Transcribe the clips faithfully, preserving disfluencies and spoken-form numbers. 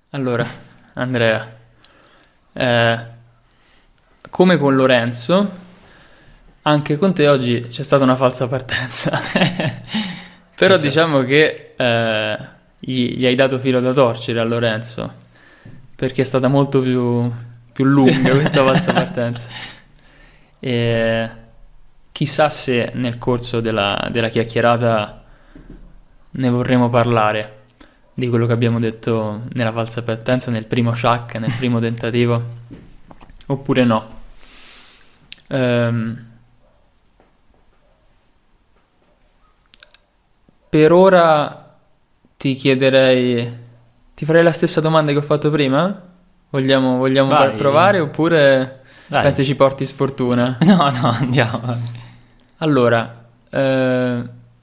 Allora, Andrea, eh, come con Lorenzo, anche con te oggi c'è stata una falsa partenza. Però Eh già. diciamo che eh, gli, gli hai dato filo da torcere a Lorenzo, perché è stata molto più, più lunga questa falsa partenza. E chissà se nel corso della, della chiacchierata ne vorremmo parlare di quello che abbiamo detto nella falsa partenza, nel primo shack, nel primo tentativo, oppure no. Ehm, per ora ti chiederei, ti farei la stessa domanda che ho fatto prima? Vogliamo, vogliamo par- Vai, provare oppure dai. pensi ci porti sfortuna? No, no, andiamo. Allora, eh,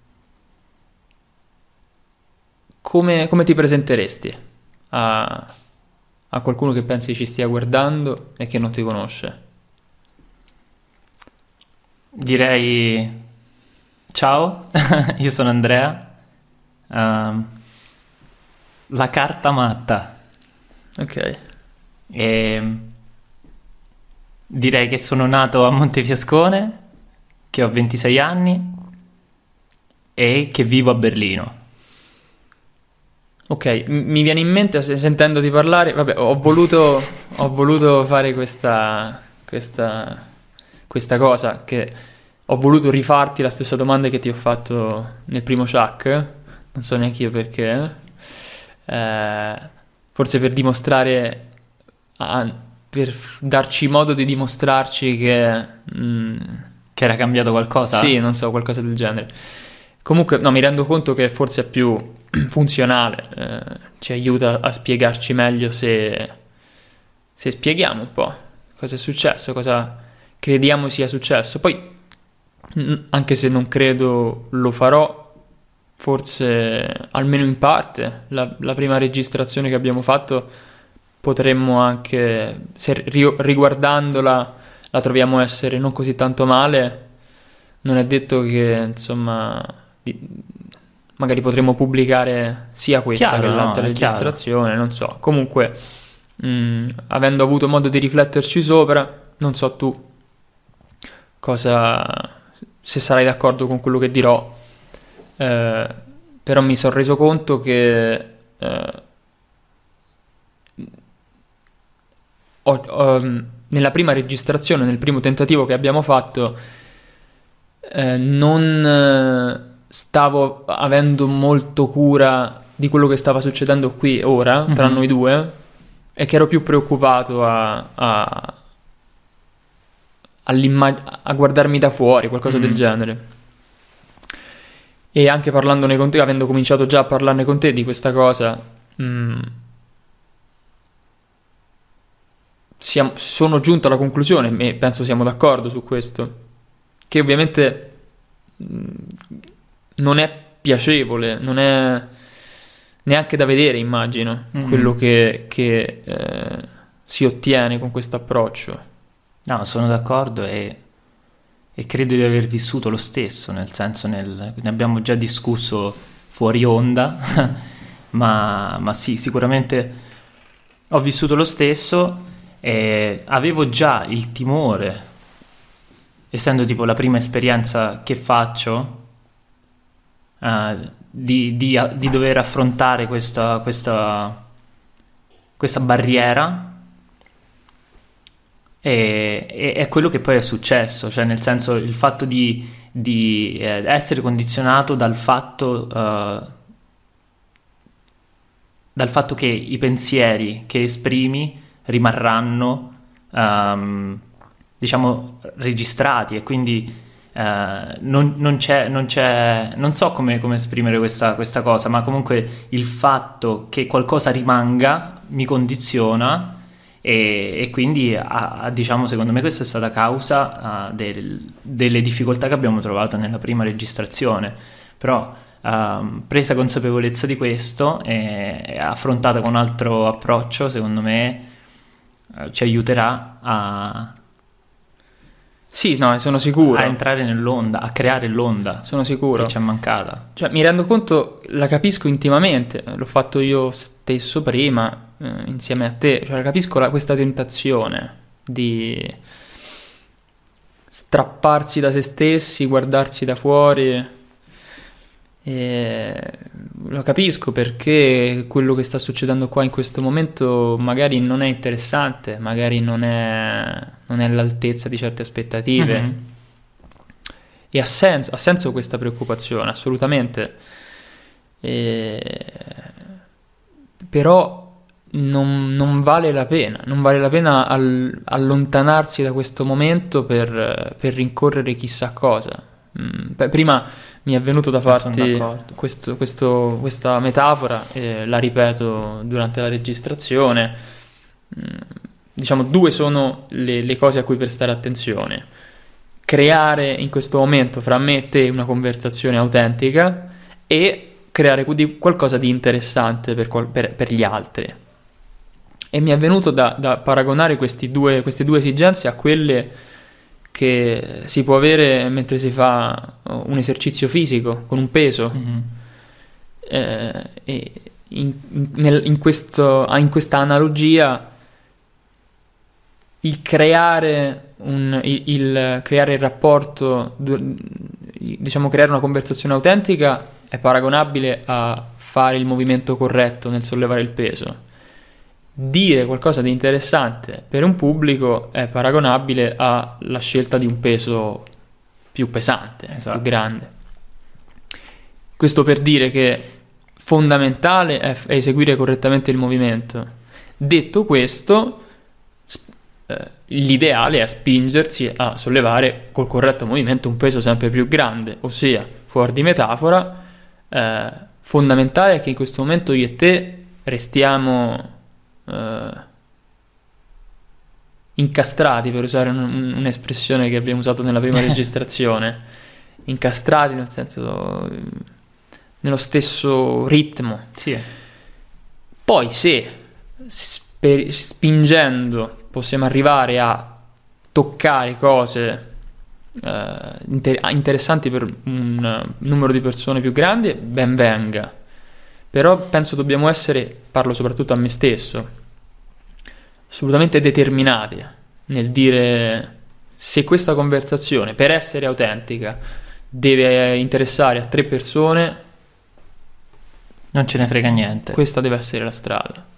come, come ti presenteresti a, a qualcuno che pensi ci stia guardando e che non ti conosce? Direi ciao, io sono Andrea. Ehm, la carta matta. Ok. E direi che sono nato a Montefiascone, che ho ventisei anni e che vivo a Berlino. Ok, m- mi viene in mente se- sentendoti parlare, vabbè, ho voluto, ho voluto fare questa, questa, questa cosa, che ho voluto rifarti la stessa domanda che ti ho fatto nel primo shack, non so neanche io perché, eh, forse per dimostrare, a- per f- darci modo di dimostrarci che, mm, Che era cambiato qualcosa? sì, non so, qualcosa del genere. Comunque, no, mi rendo conto che forse è più funzionale, eh, ci aiuta a spiegarci meglio se, se spieghiamo un po' cosa è successo, cosa crediamo sia successo. Poi, mm, anche se non credo lo farò, forse almeno in parte, la, la prima registrazione che abbiamo fatto potremmo anche, se ri- riguardandola, la troviamo essere non così tanto male, non è detto che, insomma, di- magari potremmo pubblicare sia questa che Chiaro, l'altra no, è chiaro. registrazione, non so. Comunque, mh, avendo avuto modo di rifletterci sopra, non so tu cosa, se sarai d'accordo con quello che dirò, eh, però mi sono reso conto che eh, ho- ho- nella prima registrazione, nel primo tentativo che abbiamo fatto, eh, non eh, stavo avendo molto cura di quello che stava succedendo qui ora, tra noi Mhm. due, e che ero più preoccupato a, a, all'imma- a guardarmi da fuori, qualcosa del Mhm. genere. E anche parlandone con te, avendo cominciato già a parlarne con te di questa cosa, mh, siamo- sono giunto alla conclusione, e penso siamo d'accordo su questo, che ovviamente mh, non è piacevole, non è neanche da vedere, immagino, quello Mhm. che, che, eh, si ottiene con questo approccio. No, sono d'accordo e, e credo di aver vissuto lo stesso, nel senso nel, ne abbiamo già discusso fuori onda, ma, ma sì, sicuramente ho vissuto lo stesso e avevo già il timore, essendo tipo la prima esperienza che faccio, eh, di, di- di dover affrontare questa, questa, questa barriera. E, e- è quello che poi è successo, cioè nel senso il fatto di, di, eh, essere condizionato dal fatto, eh, dal fatto che i pensieri che esprimi rimarranno, ehm, diciamo, registrati e quindi eh, non, non c'è, non c'è, non so come, come esprimere questa, questa cosa, ma comunque il fatto che qualcosa rimanga mi condiziona e, e quindi, ha- ha- diciamo, secondo me questa è stata causa, eh, del- delle difficoltà che abbiamo trovato nella prima registrazione. Però, ehm, presa consapevolezza di questo e, e affrontata con un altro approccio, secondo me, eh, ci aiuterà a, Sì, no, sono sicuro. A entrare nell'onda, a creare l'onda. Sono sicuro. Che ci è mancata. Cioè, mi rendo conto, la capisco intimamente, l'ho fatto io stesso prima, eh, insieme a te, cioè capisco la, questa tentazione di strapparsi da se stessi, guardarsi da fuori, e lo capisco perché quello che sta succedendo qua in questo momento magari non è interessante, magari non è, non è all'altezza di certe aspettative. Mm-hmm. E ha senso, ha senso questa preoccupazione, assolutamente. E... Però non, non vale la pena, non vale la pena al, allontanarsi da questo momento per, per rincorrere chissà cosa. Mm, beh, prima mi è venuto da farti questo, questo, questa metafora, e la ripeto durante la registrazione. Mm, diciamo, due sono le, le cose a cui prestare attenzione. Creare in questo momento fra me e te una conversazione autentica e creare qualcosa di interessante per, per, per gli altri. E mi è venuto da, da paragonare questi due, queste due esigenze a quelle che si può avere mentre si fa un esercizio fisico con un peso. Mm-hmm. Eh, e in, in, nel, in, questo, in questa analogia il creare un, il, il creare il rapporto, diciamo creare una conversazione autentica è paragonabile a fare il movimento corretto nel sollevare il peso. Dire qualcosa di interessante per un pubblico è paragonabile alla scelta di un peso più pesante, esatto, più grande. Questo per dire che fondamentale è, è eseguire correttamente il movimento. Detto questo, eh, l'ideale è spingersi a sollevare col corretto movimento un peso sempre più grande, ossia, fuori di metafora, eh, fondamentale è che in questo momento io e te restiamo Uh, incastrati, per usare un, un'espressione che abbiamo usato nella prima registrazione, incastrati nel senso nello stesso ritmo. Sì. Poi se spe- spingendo possiamo arrivare a toccare cose uh, inter- interessanti per un numero di persone più grande, ben venga. Però penso dobbiamo essere, parlo soprattutto a me stesso, assolutamente determinati nel dire se questa conversazione, per essere autentica, deve interessare a tre persone, non ce ne frega niente. Questa deve essere la strada.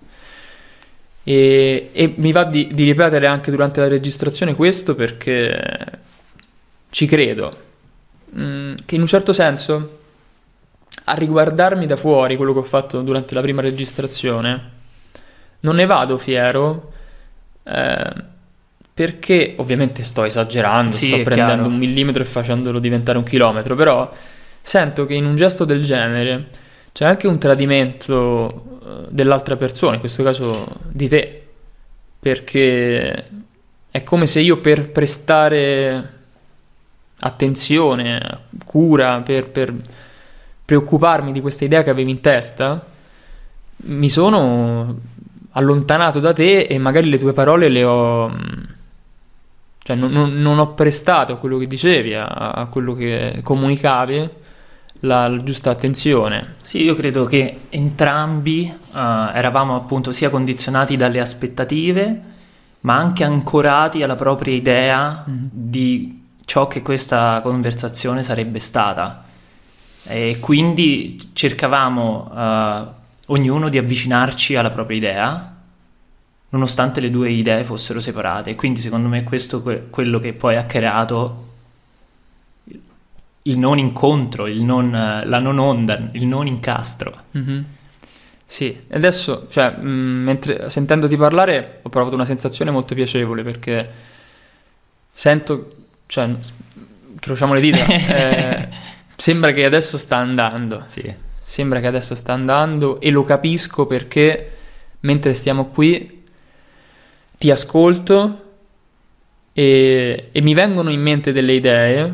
E, e mi va di, di ripetere anche durante la registrazione questo perché ci credo, mh, che in un certo senso, a riguardarmi da fuori quello che ho fatto durante la prima registrazione, non ne vado fiero, eh, perché ovviamente sto esagerando, sì, sto prendendo chiaro. un millimetro e facendolo diventare un chilometro, però sento che in un gesto del genere c'è anche un tradimento eh, dell'altra persona, in questo caso di te, perché è come se io per prestare attenzione, cura, per... per preoccuparmi di questa idea che avevi in testa, mi sono allontanato da te e magari le tue parole le ho, cioè non, non, non ho prestato a quello che dicevi, a, a quello che comunicavi la, la giusta attenzione. Sì, io credo che entrambi uh, eravamo appunto sia condizionati dalle aspettative, ma anche ancorati alla propria idea mm-hmm. di ciò che questa conversazione sarebbe stata. E quindi cercavamo uh, ognuno di avvicinarci alla propria idea, nonostante le due idee fossero separate. E quindi secondo me questo è que- quello che poi ha creato il non incontro, il non, uh, la non onda, il non incastro. Mm-hmm. Sì, e adesso, cioè, mh, mentre sentendoti parlare ho provato una sensazione molto piacevole, perché sento, cioè, incrociamo le dita, eh, sembra che adesso sta andando. Sì. Sembra che adesso sta andando e lo capisco perché mentre stiamo qui ti ascolto e, e mi vengono in mente delle idee,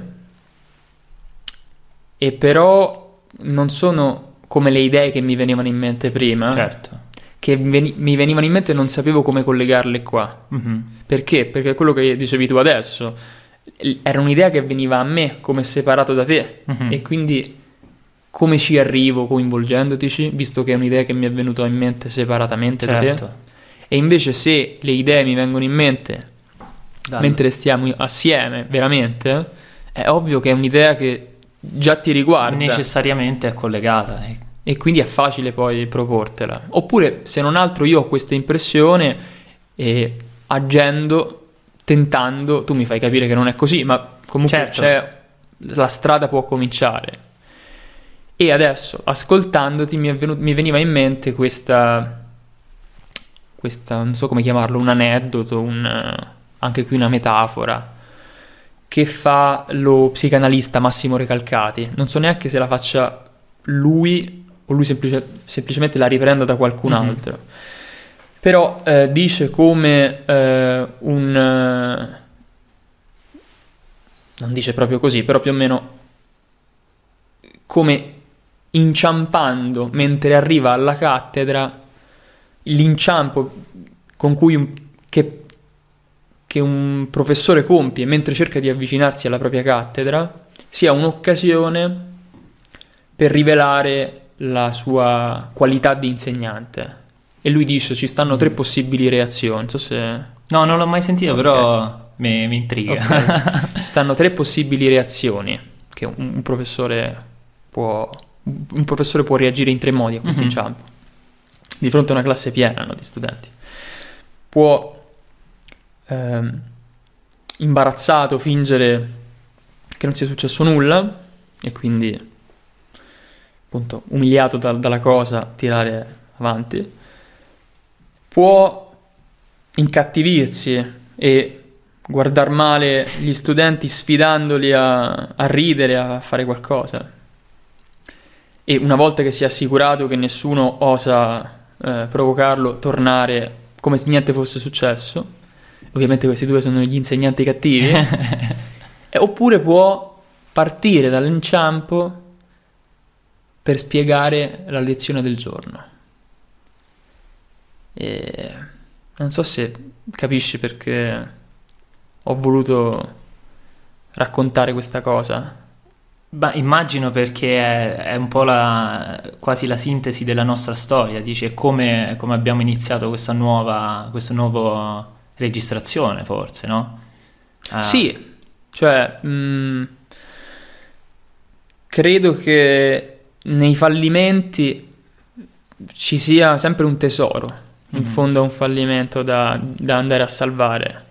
e però non sono come le idee che mi venivano in mente prima. Certo. Che veni- mi venivano in mente e non sapevo come collegarle qua. Mm-hmm. Perché? Perché è quello che dicevi tu adesso. era un'idea che veniva a me come separato da te, Mhm. e quindi come ci arrivo coinvolgendotici, visto che è un'idea che mi è venuta in mente separatamente da te? Certo. E invece se le idee mi vengono in mente Dal- mentre stiamo assieme, veramente, è ovvio che è un'idea che già ti riguarda. necessariamente è collegata. eh. E quindi è facile poi proportela. Oppure, se non altro, io ho questa impressione e agendo, tentando, tu mi fai capire che non è così, ma comunque Certo. c'è, la strada può cominciare. E adesso, ascoltandoti, mi, è venu- mi veniva in mente questa, questa, non so come chiamarlo, un aneddoto, un, anche qui una metafora, che fa lo psicanalista Massimo Recalcati. Non so neanche se la faccia lui o lui semplice- semplicemente la riprenda da qualcun Mhm. altro. Però eh, dice come eh, un... eh, non dice proprio così, però più o meno come inciampando mentre arriva alla cattedra, l'inciampo con cui un, che, che un professore compie mentre cerca di avvicinarsi alla propria cattedra sia un'occasione per rivelare la sua qualità di insegnante. E lui dice ci stanno tre possibili reazioni, non so se... No, non l'ho mai sentito, Ok. però mi, mi intriga. Ok. Ci stanno tre possibili reazioni che un, un professore può un professore può reagire in tre modi a questo Mhm. inciampo di fronte a una classe piena, no, di studenti. Può ehm, imbarazzato fingere che non sia successo nulla e quindi appunto umiliato da- dalla cosa tirare avanti. Può incattivirsi e guardar male gli studenti sfidandoli a, a ridere, a fare qualcosa. E una volta che si è assicurato che nessuno osa eh, provocarlo, tornare come se niente fosse successo. Ovviamente questi due sono gli insegnanti cattivi. E oppure può partire dall'inciampo per spiegare la lezione del giorno. E non so se capisci perché ho voluto raccontare questa cosa. Beh, immagino perché è, è un po' la, quasi la sintesi della nostra storia, dice come, come abbiamo iniziato questa nuova, questa nuova registrazione, forse, no? Ah, Sì, cioè, mh, credo che nei fallimenti ci sia sempre un tesoro, in Mhm. fondo a un fallimento da, da andare a salvare.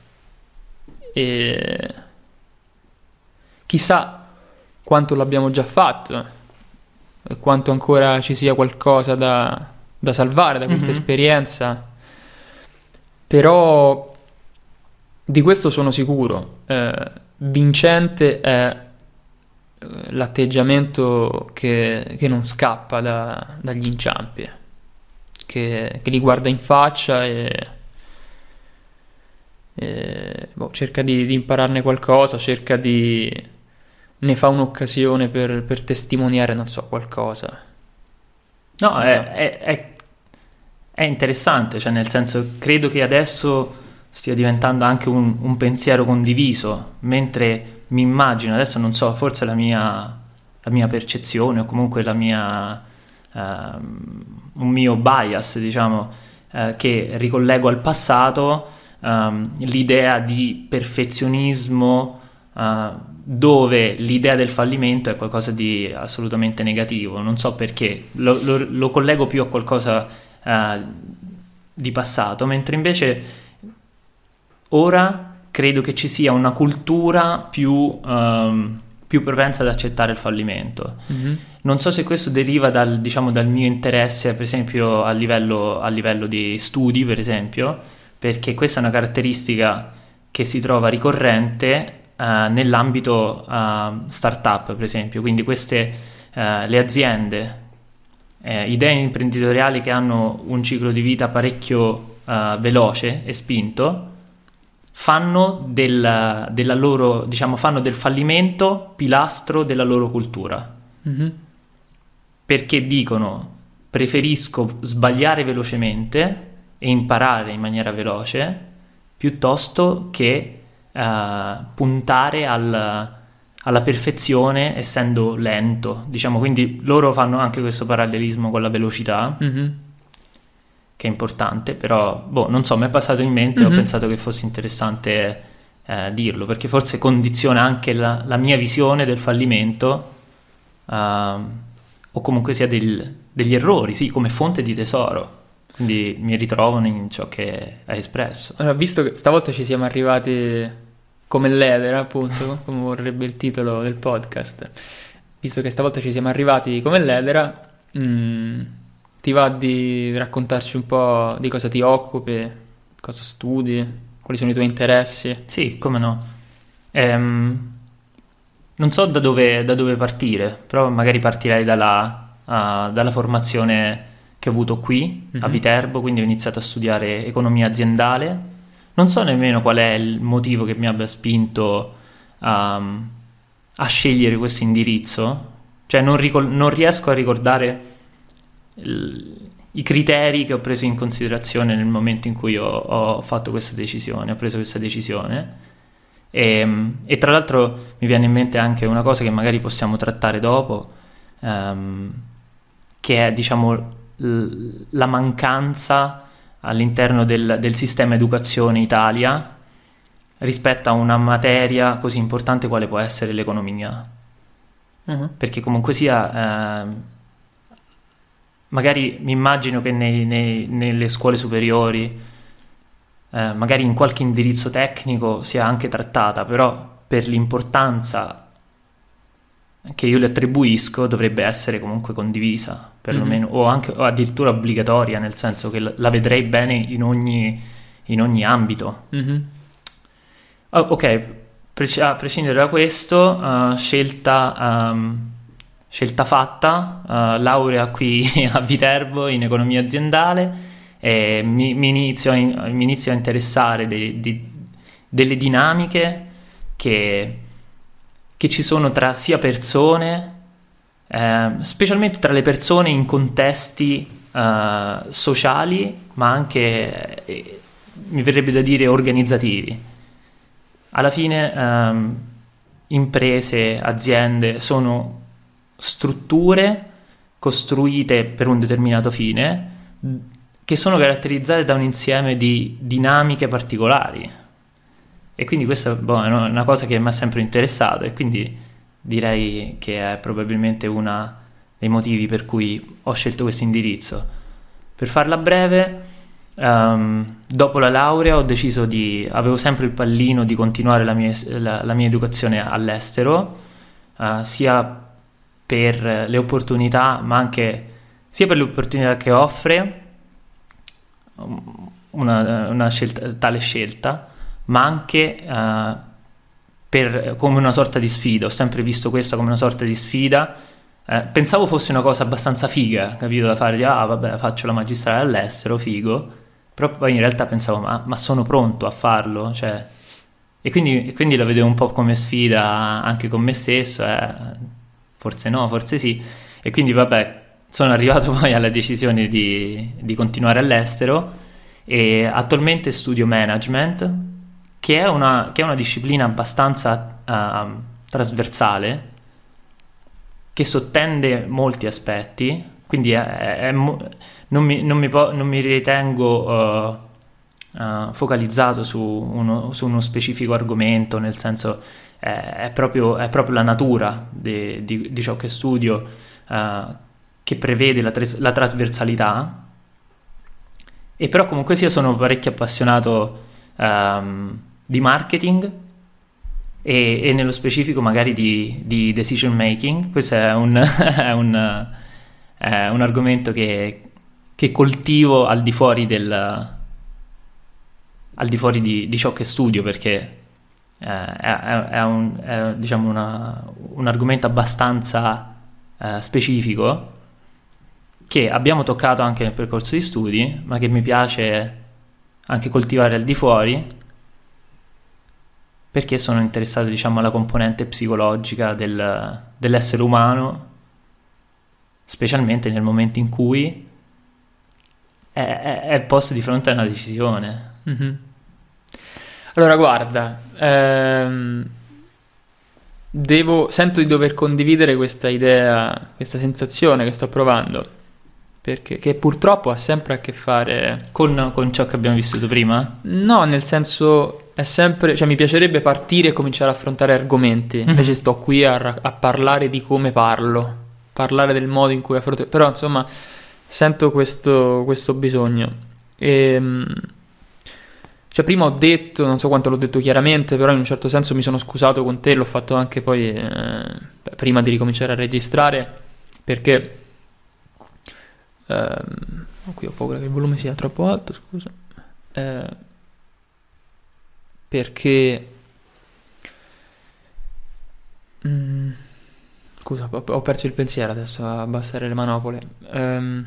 E chissà quanto l'abbiamo già fatto e quanto ancora ci sia qualcosa da, da salvare da questa Mhm. esperienza. Però di questo sono sicuro. Eh, vincente è eh, l'atteggiamento che, che non scappa da- dagli inciampi, che, che li guarda in faccia e, e, boh, cerca di, di impararne qualcosa, cerca di... ne fa un'occasione per, per testimoniare, non so, qualcosa. No, è, è- è- è interessante, cioè nel senso credo che adesso stia diventando anche un, un pensiero condiviso, mentre mi immagino, adesso non so, forse la mia, la mia percezione o comunque la mia, ehm, un mio bias, diciamo, eh, che ricollego al passato, ehm, l'idea di perfezionismo, eh, dove l'idea del fallimento è qualcosa di assolutamente negativo. Non so perché, lo, lo- lo collego più a qualcosa eh, di passato, mentre invece ora credo che ci sia una cultura più, ehm, più propensa ad accettare il fallimento. Mhm. Non so se questo deriva dal, diciamo, dal mio interesse, per esempio, a livello, a livello di studi, per esempio, perché questa è una caratteristica che si trova ricorrente eh, nell'ambito eh, startup, per esempio. Quindi queste, eh, le aziende, eh, idee imprenditoriali che hanno un ciclo di vita parecchio eh, veloce e spinto, fanno del, della loro, diciamo, fanno del fallimento pilastro della loro cultura. Mhm. Perché dicono preferisco sbagliare velocemente e imparare in maniera veloce piuttosto che eh, puntare al, alla perfezione essendo lento, diciamo, quindi loro fanno anche questo parallelismo con la velocità, mm-hmm. che è importante, però, boh, non so, mi è passato in mente e mm-hmm. ho pensato che fosse interessante eh, dirlo, perché forse condiziona anche la, la mia visione del fallimento, uh, o comunque sia del, degli errori, sì, come fonte di tesoro. Quindi mi ritrovano in ciò che hai espresso. Allora, visto che stavolta ci siamo arrivati come l'edera, appunto, come vorrebbe il titolo del podcast, visto che stavolta ci siamo arrivati come l'edera, mh, ti va di raccontarci un po' di cosa ti occupi, cosa studi, quali sono i tuoi interessi? Sì, come no. Ehm, non so da dove, da dove partire, però magari partirei dalla, uh, dalla formazione che ho avuto qui, mm-hmm. a Viterbo, quindi ho iniziato a studiare economia aziendale. Non so nemmeno qual è il motivo che mi abbia spinto um, a scegliere questo indirizzo, cioè non, ricol- non riesco a ricordare il, i criteri che ho preso in considerazione nel momento in cui ho, ho fatto questa decisione, ho preso questa decisione. E, e tra l'altro mi viene in mente anche una cosa che magari possiamo trattare dopo, um, che è, diciamo, la mancanza all'interno del, del sistema educazione Italia rispetto a una materia così importante quale può essere l'economia. Uh-huh. Perché comunque sia, eh, magari mi immagino che nei, nei, nelle scuole superiori, eh, magari in qualche indirizzo tecnico sia anche trattata, però per l'importanza che io le attribuisco dovrebbe essere comunque condivisa, perlomeno, mm-hmm. o anche o addirittura obbligatoria, nel senso che la vedrei bene in ogni, in ogni ambito. Mm-hmm. Oh, ok, Pre- a prescindere da questo, uh, scelta, um, scelta fatta, uh, laurea qui a Viterbo in economia aziendale, e mi, mi, inizio, a, mi inizio a interessare de, de, delle dinamiche che... che ci sono tra sia persone, eh, specialmente tra le persone in contesti eh, sociali, ma anche, eh, mi verrebbe da dire, organizzativi. Alla fine ehm, imprese, aziende sono strutture costruite per un determinato fine, che sono caratterizzate da un insieme di dinamiche particolari. E quindi questa boh, è una cosa che mi ha sempre interessato, e quindi direi che è probabilmente uno dei motivi per cui ho scelto questo indirizzo. Per farla breve, um, dopo la laurea ho deciso di... avevo sempre il pallino di continuare la mia, la, la mia educazione all'estero, uh, sia per le opportunità, ma anche sia per le opportunità che offre una, una scelta, tale scelta, ma anche uh, per, come una sorta di sfida. Ho sempre visto questa come una sorta di sfida. Eh, pensavo fosse una cosa abbastanza figa, capito, da fare, ah vabbè, faccio la magistrale all'estero, figo, però poi in realtà pensavo, ma, ma sono pronto a farlo, cioè, e quindi, e quindi la vedevo un po' come sfida anche con me stesso, eh. Forse no, forse sì, e quindi vabbè, sono arrivato poi alla decisione di, di continuare all'estero, e attualmente studio management, che è una, che è una disciplina abbastanza uh, trasversale, che sottende molti aspetti, quindi è, è, è, non, mi, non, mi po- non mi ritengo uh, uh, focalizzato su uno, su uno specifico argomento, nel senso è, è, proprio, è proprio la natura di, di, di ciò che studio uh, che prevede la, tras- la trasversalità. E però comunque sia sono parecchio appassionato um, di marketing e, e nello specifico magari di, di decision making. Questo è un, è un, è un argomento che, che coltivo al di fuori del al di fuori di, di ciò che studio, perché eh, è, è, un, è diciamo una, un argomento abbastanza eh, specifico, che abbiamo toccato anche nel percorso di studi, ma che mi piace anche coltivare al di fuori, perché sono interessato, diciamo, alla componente psicologica del, dell'essere umano, specialmente nel momento in cui è, è, è posto di fronte a una decisione. Mm-hmm. Allora, guarda, ehm, devo, sento di dover condividere questa idea, questa sensazione che sto provando, perché che purtroppo ha sempre a che fare... Con, con ciò che abbiamo vissuto prima? No, nel senso, è sempre, cioè mi piacerebbe partire e cominciare a affrontare argomenti, Mhm. invece sto qui a, ra- a parlare di come parlo, parlare del modo in cui affronto, però insomma sento questo, questo bisogno. Ehm, cioè prima ho detto, non so quanto l'ho detto chiaramente, però in un certo senso mi sono scusato con te, l'ho fatto anche poi eh, prima di ricominciare a registrare, perché ehm, qui ho paura che il volume sia troppo alto, scusa. Eh, perché mm, scusa, ho ho perso il pensiero adesso a abbassare le manopole. Ehm,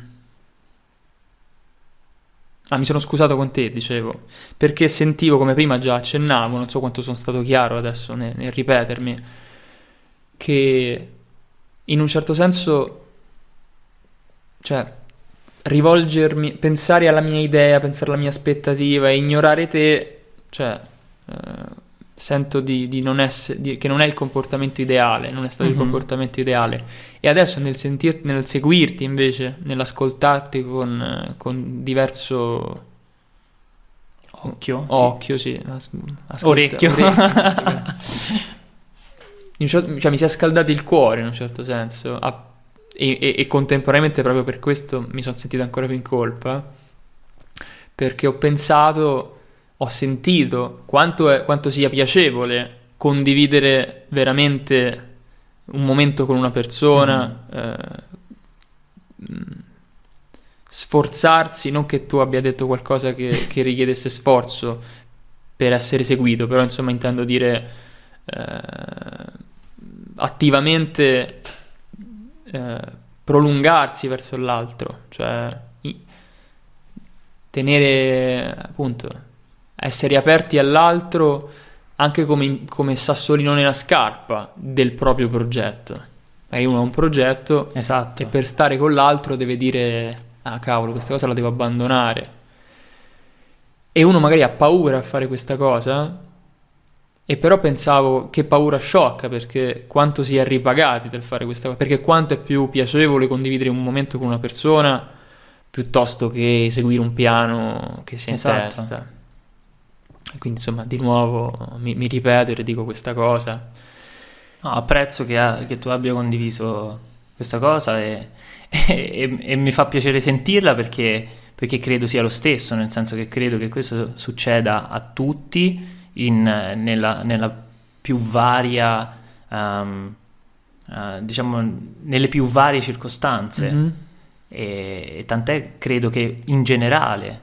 ah, mi sono scusato con te, dicevo, perché sentivo, come prima già accennavo, non so quanto sono stato chiaro adesso nel, nel ripetermi, che in un certo senso, cioè, rivolgermi, pensare alla mia idea, pensare alla mia aspettativa e ignorare te, cioè, eh, sento di, di non essere, di- che non è il comportamento ideale, non è stato il Mhm. comportamento ideale. E adesso nel sentir, nel seguirti invece, nell'ascoltarti con, eh, con diverso Occhio? occhio, sì, as- ascolta- Orecchio. sì. In un certo- cioè, mi si è scaldato il cuore in un certo senso, a- e, e- e contemporaneamente proprio per questo mi sono sentito ancora più in colpa, perché ho pensato, ho sentito quanto, è- quanto sia piacevole condividere veramente un momento con una persona, eh, mh, sforzarsi, non che tu abbia detto qualcosa che, che richiedesse sforzo per essere seguito, però insomma intendo dire eh, attivamente eh, prolungarsi verso l'altro, cioè i- tenere appunto, essere aperti all'altro anche come, come sassolino nella scarpa del proprio progetto. Magari uno ha un progetto Esatto. e per stare con l'altro deve dire: ah cavolo, questa cosa la devo abbandonare. E uno magari ha paura a fare questa cosa, e però pensavo che paura sciocca, perché quanto si è ripagati del fare questa cosa, perché quanto è più piacevole condividere un momento con una persona piuttosto che seguire un piano che si è in Esatto. testa. E quindi insomma di nuovo mi, mi ripeto e ridico questa cosa. No, apprezzo che, ha- che tu abbia condiviso questa cosa e, e- e mi fa piacere sentirla perché, perché credo sia lo stesso, nel senso che credo che questo succeda a tutti in- nella, nella più varia, ehm, eh, diciamo, nelle più varie circostanze. Mhm. E, e tant'è credo che in generale,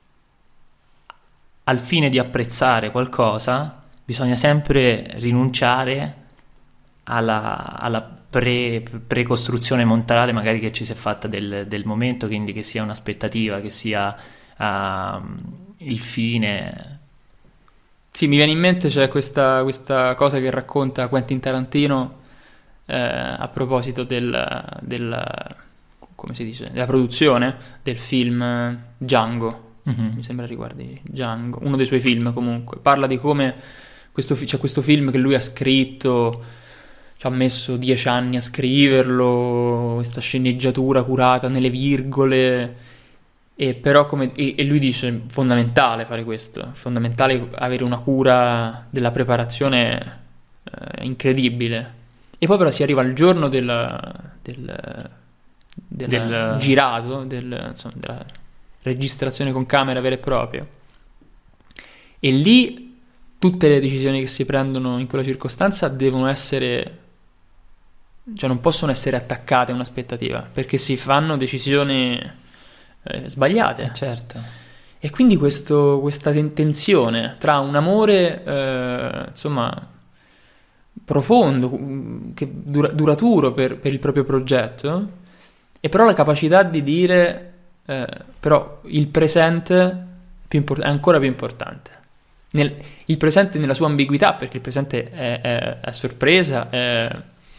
al fine di apprezzare qualcosa, bisogna sempre rinunciare alla, alla pre, precostruzione mentale magari che ci si è fatta del, del momento, quindi che sia un'aspettativa, che sia ehm, il fine. Sì, mi viene in mente c'è questa, questa cosa che racconta Quentin Tarantino eh, a proposito del, del- come si dice, della produzione del film Django. Mhm. Mi sembra riguardi Django, uno dei suoi film comunque. Parla di come questo, fi- c'è questo film che lui ha scritto, ci ha messo dieci anni a scriverlo, questa sceneggiatura curata nelle virgole, e però come, e, e lui dice fondamentale fare questo, fondamentale avere una cura della preparazione eh, incredibile. E poi però si arriva al giorno del, del, del Del- girato, del, insomma, della registrazione con camera vera e propria. E lì tutte le decisioni che si prendono in quella circostanza devono essere, cioè non possono essere attaccate a un'aspettativa, perché si fanno decisioni eh, sbagliate. Eh, certo. E quindi questo- questa ten- tensione tra un amore, eh, insomma, profondo, mm, che dura- duraturo per, per il proprio progetto, e però la capacità di dire, eh, però il presente è più impor- è ancora più importante. Nel- il presente nella sua ambiguità, perché il presente è, è- è sorpresa, è,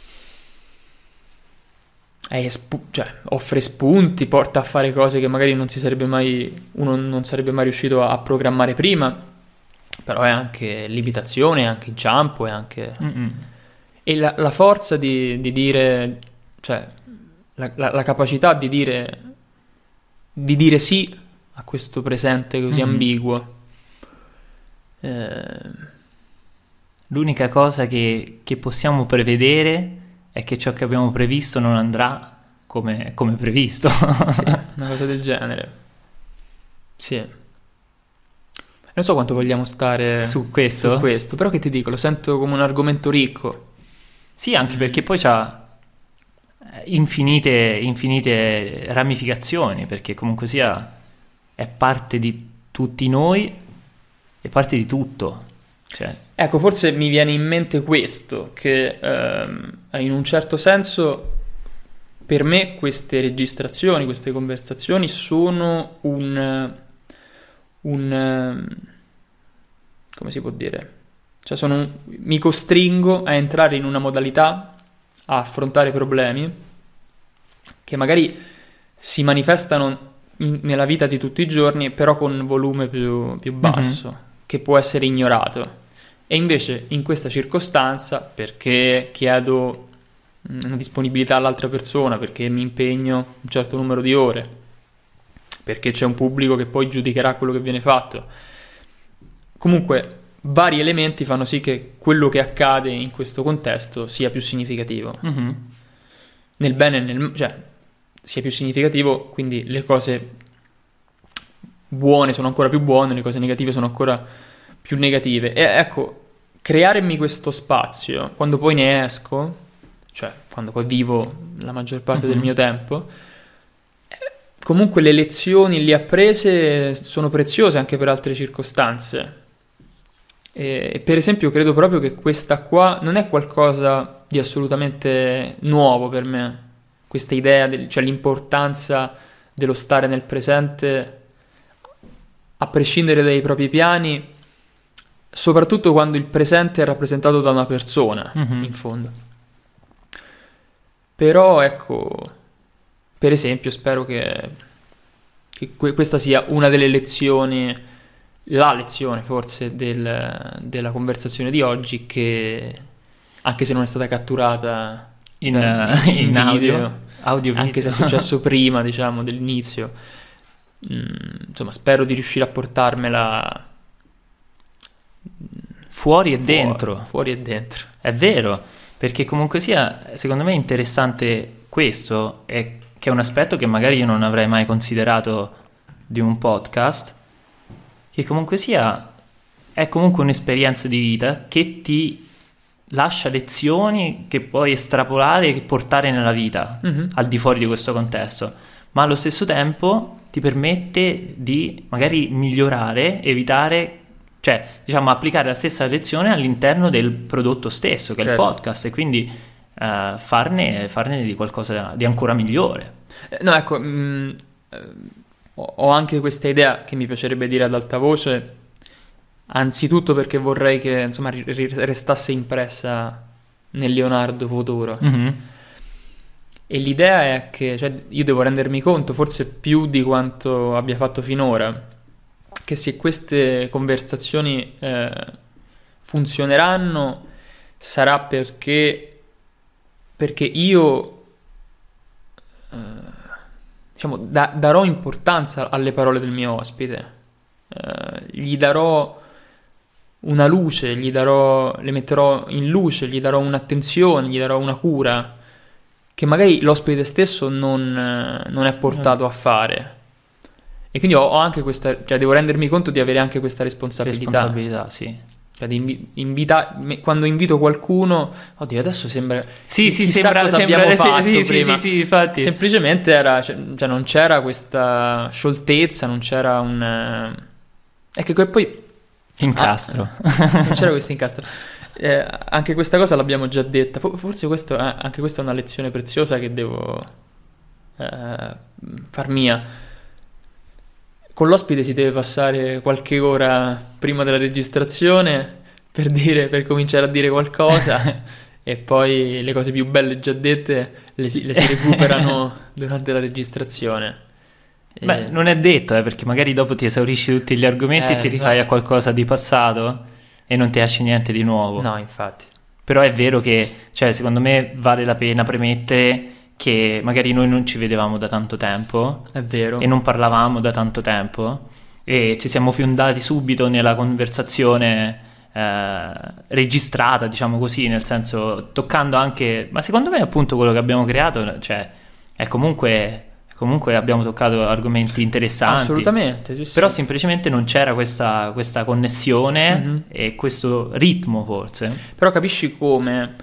è spu- cioè, offre spunti, porta a fare cose che magari non si sarebbe mai, uno non sarebbe mai riuscito a, a programmare prima, però è anche limitazione, è anche inciampo, è anche... Mm-mm. E la, la forza di, di dire, cioè, la, la, la capacità di dire, di dire sì a questo presente così Mm-hmm. ambiguo. Eh, L'unica cosa che, che possiamo prevedere è che ciò che abbiamo previsto non andrà come, come previsto. sì, una cosa del genere. Sì. Non so quanto vogliamo stare Su questo? su questo, però che ti dico, lo sento come un argomento ricco. Sì, anche perché poi c'ha infinite, infinite ramificazioni, perché comunque sia è parte di tutti noi, è parte di tutto. Cioè, Ecco, forse mi viene in mente questo, che ehm, in un certo senso per me queste registrazioni, queste conversazioni sono un, un ehm, come si può dire? Cioè sono un- mi costringo a entrare in una modalità, a affrontare problemi che magari si manifestano in- nella vita di tutti i giorni, però con volume più, più basso, che può essere ignorato. E invece in questa circostanza, perché chiedo una disponibilità all'altra persona, perché mi impegno un certo numero di ore, perché c'è un pubblico che poi giudicherà quello che viene fatto, comunque vari elementi fanno sì che quello che accade in questo contesto sia più significativo. mhm. Nel bene e nel... cioè sia più significativo, quindi le cose buone sono ancora più buone, le cose negative sono ancora più negative. E ecco, crearmi questo spazio, quando poi ne esco, cioè quando poi vivo la maggior parte del Mhm. mio tempo, eh, comunque le lezioni lì apprese sono preziose anche per altre circostanze. E, e per esempio credo proprio che questa qua non è qualcosa di assolutamente nuovo per me, questa idea, del- cioè l'importanza dello stare nel presente a prescindere dai propri piani, soprattutto quando il presente è rappresentato da una persona, Mhm. in fondo. Però ecco, per esempio, spero che, che que- questa sia una delle lezioni, la lezione forse del- della conversazione di oggi, che anche se non è stata catturata In, da- eh, in audio, video, audio anche se è video. successo prima, diciamo, dell'inizio, mm, insomma, spero di riuscire a portarmela Fuori e fuori, dentro. fuori e dentro. È vero, perché comunque sia, secondo me è interessante questo, è che è un aspetto che magari io non avrei mai considerato di un podcast, che comunque sia, è comunque un'esperienza di vita che ti lascia lezioni che puoi estrapolare e portare nella vita, Mhm. al di fuori di questo contesto, ma allo stesso tempo ti permette di magari migliorare, evitare, cioè diciamo applicare la stessa lezione all'interno del prodotto stesso, che è il Certo. podcast, e quindi eh, farne, farne di qualcosa di ancora migliore. Eh, No, ecco, mh, eh, ho ho anche questa idea che mi piacerebbe dire ad alta voce, anzitutto perché vorrei che insomma ri- ri- restasse impressa nel Leonardo futuro. Mhm. E l'idea è che, cioè, io devo rendermi conto, forse più di quanto abbia fatto finora, che se queste conversazioni eh, funzioneranno sarà perché, perché io eh, diciamo, da- darò importanza alle parole del mio ospite. Eh, gli darò una luce, gli darò, le metterò in luce, gli darò un'attenzione, gli darò una cura che magari l'ospite stesso non, eh, non è portato a fare. E quindi ho, ho anche questa, cioè devo rendermi conto di avere anche questa responsabilità. Responsabilità, sì. Cioè di invi- invita- me- quando invito qualcuno, oddio, adesso sembra Sì, sì, chissà sembra, cosa sembra abbiamo sì, fatto sì, sì, prima. sì, sì, infatti. Semplicemente era, cioè, cioè non c'era questa scioltezza, non c'era un eh, è che que- poi Incastro. Ah, non c'era questo incastro. Eh, anche questa cosa l'abbiamo già detta. Fo- Forse questo, eh, anche questa è una lezione preziosa che devo eh, far mia. Con l'ospite si deve passare qualche ora prima della registrazione per dire, per cominciare a dire qualcosa e poi le cose più belle già dette le si, le si recuperano durante la registrazione. Beh, non è detto, eh, perché magari dopo ti esaurisci tutti gli argomenti Eh, e ti rifai esatto. a qualcosa di passato e non ti esce niente di nuovo. No, infatti. Però è vero che, cioè, secondo me vale la pena premettere che magari noi non ci vedevamo da tanto tempo È vero. e non parlavamo da tanto tempo e ci siamo fiondati subito nella conversazione eh, registrata, diciamo così, nel senso toccando anche, ma secondo me appunto quello che abbiamo creato, cioè, è comunque, comunque abbiamo toccato argomenti interessanti. Assolutamente, sì, sì. Però semplicemente non c'era questa, questa connessione Mhm. e questo ritmo forse. Però capisci come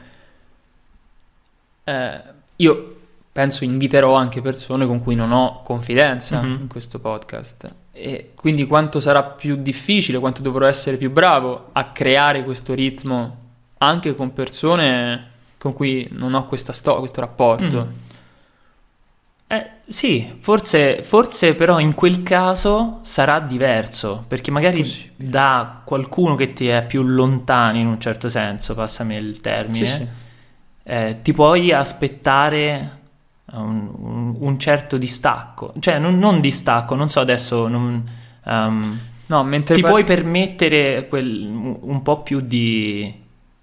eh, io penso inviterò anche persone con cui non ho confidenza Mhm. in questo podcast e quindi quanto sarà più difficile, quanto dovrò essere più bravo a creare questo ritmo anche con persone con cui non ho questa sto- questo rapporto. Mm. Eh, sì, forse, forse però in quel caso sarà diverso, perché magari Possibile. da qualcuno che ti è più lontano in un certo senso, passami il termine, Sì, sì. eh, ti puoi aspettare un, un- un certo distacco, cioè non, non distacco, non so adesso, non, ehm, No, mentre ti par- puoi permettere quel- un un po' più di,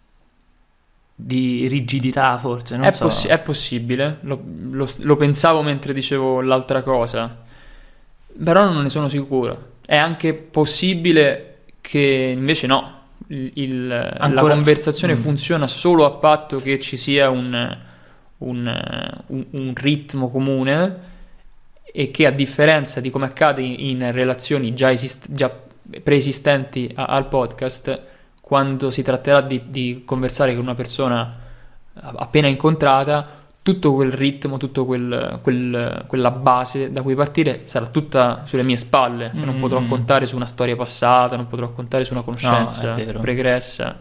di rigidità forse, non È, so. possi- è possibile, lo, lo- lo pensavo mentre dicevo l'altra cosa, però non ne sono sicuro. È anche possibile che invece no, il- il- la Ancora- conversazione Mm. funziona solo a patto che ci sia un, un- un- un ritmo comune e che a differenza di come accade in, in relazioni già, esist- già preesistenti a- al podcast, quando si tratterà di, di conversare con una persona appena incontrata, tutto quel ritmo, tutto quel, quel- quella base da cui partire sarà tutta sulle mie spalle. Io non Mm. potrò contare su una storia passata, non potrò contare su una conoscenza No, è vero. pregressa.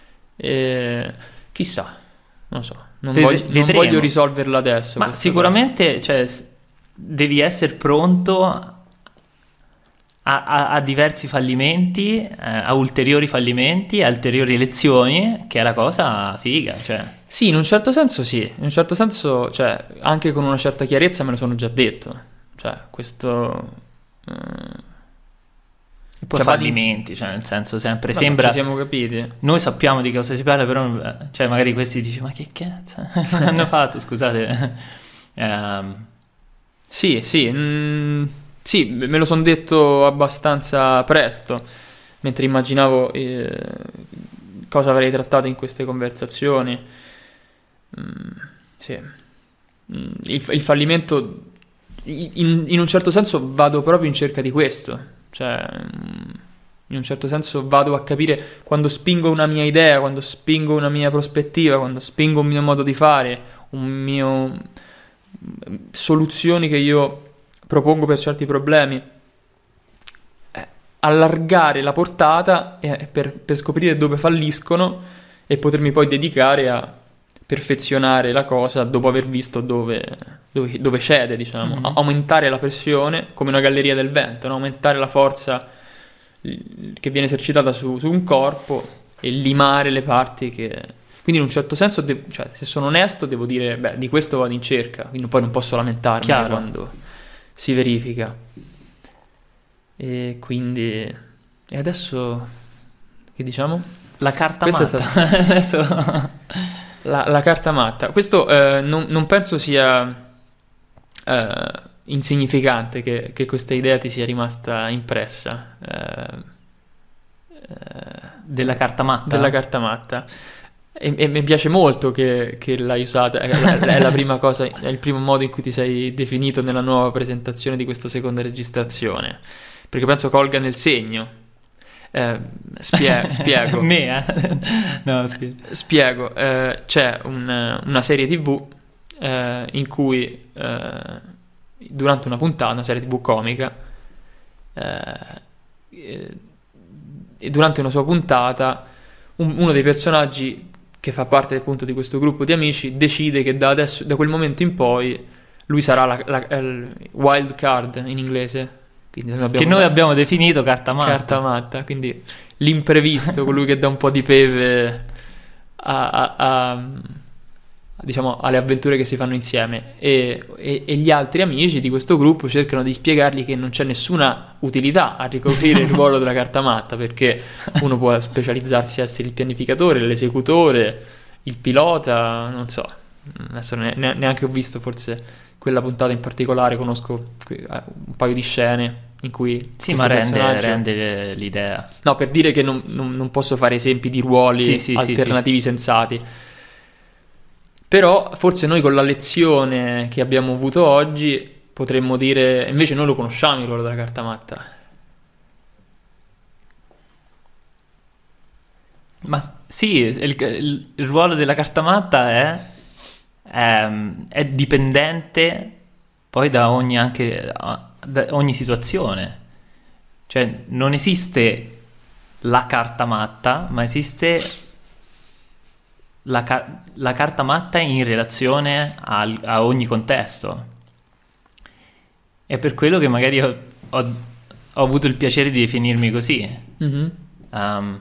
E chissà, non so, non, Ved- voglio, non vedremo. voglio risolverla adesso. Ma questa sicuramente, cioè, s- devi essere pronto a, a- a diversi fallimenti, eh, a ulteriori fallimenti, a ulteriori lezioni, che è la cosa figa, cioè. cosa. Sì, in un certo senso sì, in un certo senso, cioè, anche con una certa chiarezza me lo sono già detto. Cioè, questo... eh, E poi Cioè, va di- fallimenti, cioè, nel senso, sempre vabbè, sembra... ci siamo capiti. Noi sappiamo di cosa si parla, però, eh, cioè, magari questi dicono, ma che cazzo hanno fatto, scusate. Ehm, Sì, sì, mm, sì, me lo sono detto abbastanza presto, mentre immaginavo eh, cosa avrei trattato in queste conversazioni. Mm, sì. Mm, il, il fallimento, in, in un certo senso, vado proprio in cerca di questo. Cioè, mm, in un certo senso vado a capire quando spingo una mia idea, quando spingo una mia prospettiva, quando spingo un mio modo di fare, un mio soluzioni che io propongo per certi problemi, eh, allargare la portata eh, per, per scoprire dove falliscono e potermi poi dedicare a perfezionare la cosa dopo aver visto dove, dove, dove cede, diciamo. Mhm. A- aumentare la pressione come una galleria del vento, no? Aumentare la forza eh, che viene esercitata su, su un corpo e limare le parti che... Quindi in un certo senso, de- cioè, se sono onesto, devo dire, beh, di questo vado in cerca, quindi poi non posso lamentarmi Chiaro. quando si verifica. E quindi... E adesso... Che diciamo? la carta Questa è matta. Adesso... La, la carta matta. Questo eh, non, non penso sia eh, insignificante che, che questa idea ti sia rimasta impressa. eh, eh, Della carta matta? della carta matta. E, e mi piace molto che, che l'hai usata, è la, è la prima cosa, è il primo modo in cui ti sei definito nella nuova presentazione di questa seconda registrazione, perché penso colga nel segno. Eh, spie- spiego. Me, eh? No, scherzo. Spiego, eh, c'è un- una serie tivù eh, in cui eh, durante una puntata, una serie tivù comica, eh, eh, e durante una sua puntata un- uno dei personaggi che fa parte appunto di questo gruppo di amici decide che da adesso, da quel momento in poi lui sarà la, la- il wild card in inglese. Quindi noi abbiamo Che noi una- abbiamo definito carta matta. carta matta, quindi l'imprevisto, colui che dà un po' di peve a- a- a- diciamo, alle avventure che si fanno insieme, e, e, e gli altri amici di questo gruppo cercano di spiegargli che non c'è nessuna utilità a ricoprire il ruolo della carta-matta, perché uno può specializzarsi a essere il pianificatore, l'esecutore, il pilota, non so, adesso ne, ne, neanche ho visto forse quella puntata in particolare, conosco un paio di scene in cui sì, ma rende, rende l'idea. No, per dire che non, non, non posso fare esempi di ruoli sì, sì, alternativi sì, sì. sensati. Però forse noi con la lezione che abbiamo avuto oggi potremmo dire, invece noi lo conosciamo il ruolo della carta-matta. Ma sì, il, il, il ruolo della carta-matta è, è, è dipendente poi da ogni, anche, da ogni situazione. Cioè non esiste la carta-matta, ma esiste la, car- la carta-matta in relazione a, a ogni contesto. È per quello che magari ho, ho, ho avuto il piacere di definirmi così. Mm-hmm. Um,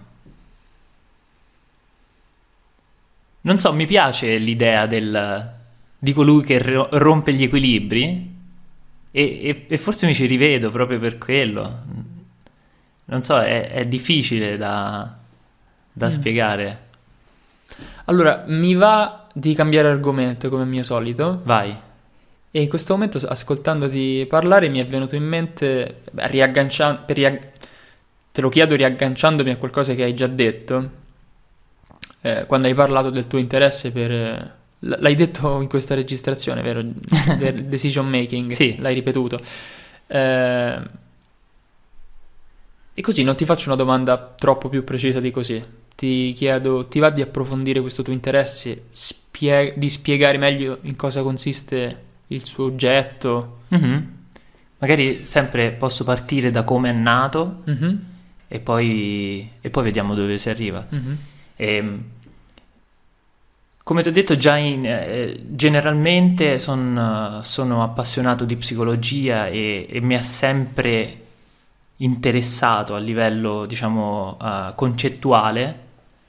non so, mi piace l'idea del, di colui che ro- rompe gli equilibri e, e, e forse mi ci rivedo proprio per quello. Non so, è, è difficile da, da mm. spiegare. Allora, mi va di cambiare argomento come mio solito. Vai. E in questo momento, ascoltandoti parlare, mi è venuto in mente, beh, riagganciando, per riag- te lo chiedo riagganciandomi a qualcosa che hai già detto, eh, quando hai parlato del tuo interesse per... Eh, l'hai detto in questa registrazione, vero? Decision making. Sì. L'hai ripetuto. Eh, e così non ti faccio una domanda troppo più precisa di così. Ti chiedo, ti va di approfondire questo tuo interesse, spie- di spiegare meglio in cosa consiste il suo oggetto? Mm-hmm. Magari sempre posso partire da come è nato mm-hmm. e, poi, e poi vediamo dove si arriva. Mm-hmm. E, come ti ho detto già, in, eh, generalmente son, sono appassionato di psicologia e, e mi ha sempre interessato a livello, diciamo, uh, concettuale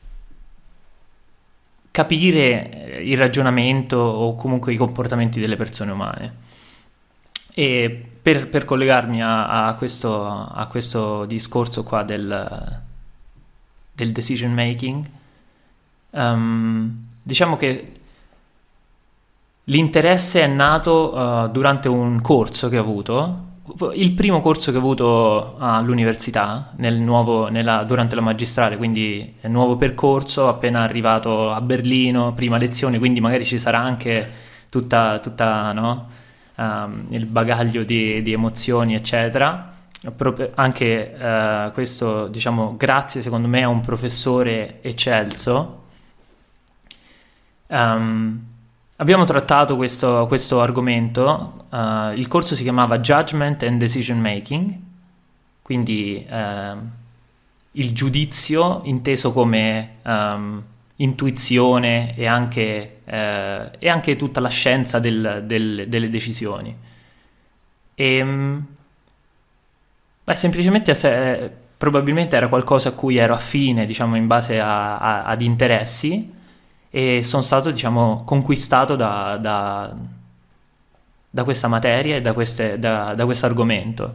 capire il ragionamento o comunque i comportamenti delle persone umane. E per, per collegarmi a, a, questo, a questo discorso qua del, del decision making, um, diciamo che l'interesse è nato uh, durante un corso che ho avuto, il primo corso che ho avuto all'università, nel nuovo, nella, durante la magistrale, quindi è nuovo percorso, appena arrivato a Berlino, prima lezione, quindi magari ci sarà anche tutta, tutta no? um, il bagaglio di, di emozioni, eccetera. Pro- anche uh, questo, diciamo, grazie secondo me a un professore eccelso. Um, Abbiamo trattato questo, questo argomento, uh, il corso si chiamava Judgment and Decision Making, quindi uh, il giudizio inteso come um, intuizione e anche, uh, e anche tutta la scienza del, del, delle decisioni. E, um, beh, semplicemente se, probabilmente era qualcosa a cui ero affine, diciamo, in base a, a, ad interessi, e sono stato, diciamo, conquistato da, da, da questa materia e da, queste, da, da questo argomento.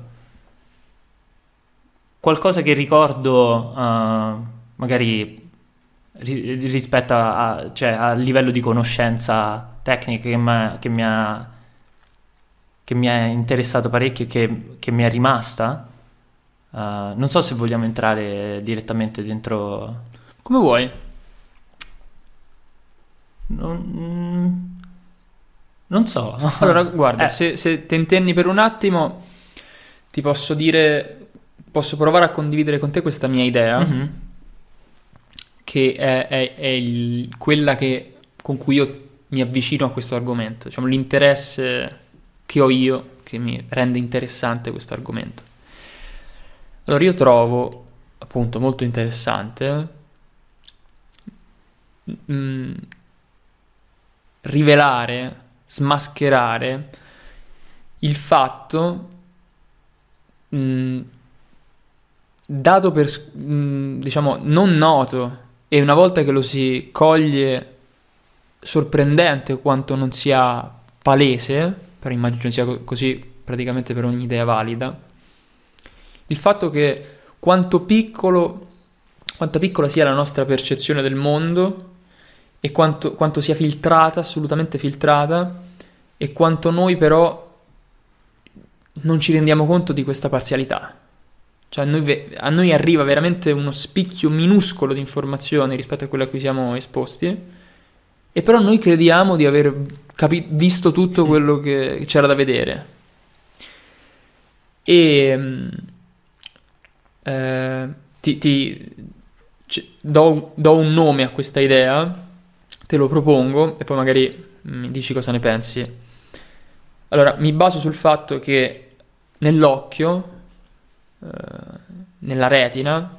Qualcosa che ricordo uh, magari ri- rispetto a, a, cioè, a livello di conoscenza tecnica che, m'ha, che, mi, ha, che mi ha interessato parecchio e che, che mi è rimasta. Uh, non so se vogliamo entrare direttamente dentro. Come vuoi. Non, non so. Allora, guarda, eh. se, se tentenni per un attimo, ti posso dire, posso provare a condividere con te questa mia idea, mm-hmm. che è, è, è il, quella che, con cui io mi avvicino a questo argomento, diciamo l'interesse che ho io, che mi rende interessante questo argomento. Allora, io trovo, appunto, molto interessante mh, rivelare, smascherare il fatto mh, dato per, mh, diciamo, non noto, e una volta che lo si coglie sorprendente quanto non sia palese, però immagino sia co- così praticamente per ogni idea valida, il fatto che quanto piccolo, quanto piccola sia la nostra percezione del mondo e quanto, quanto sia filtrata, assolutamente filtrata, e quanto noi però non ci rendiamo conto di questa parzialità. Cioè a noi, a noi arriva veramente uno spicchio minuscolo di informazioni rispetto a quelle a cui siamo esposti, e però noi crediamo di aver capi- visto tutto quello che c'era da vedere. E eh, ti, ti c- do, do un nome a questa idea, te lo propongo e poi magari mi dici cosa ne pensi. Allora, mi baso sul fatto che nell'occhio, eh, nella retina,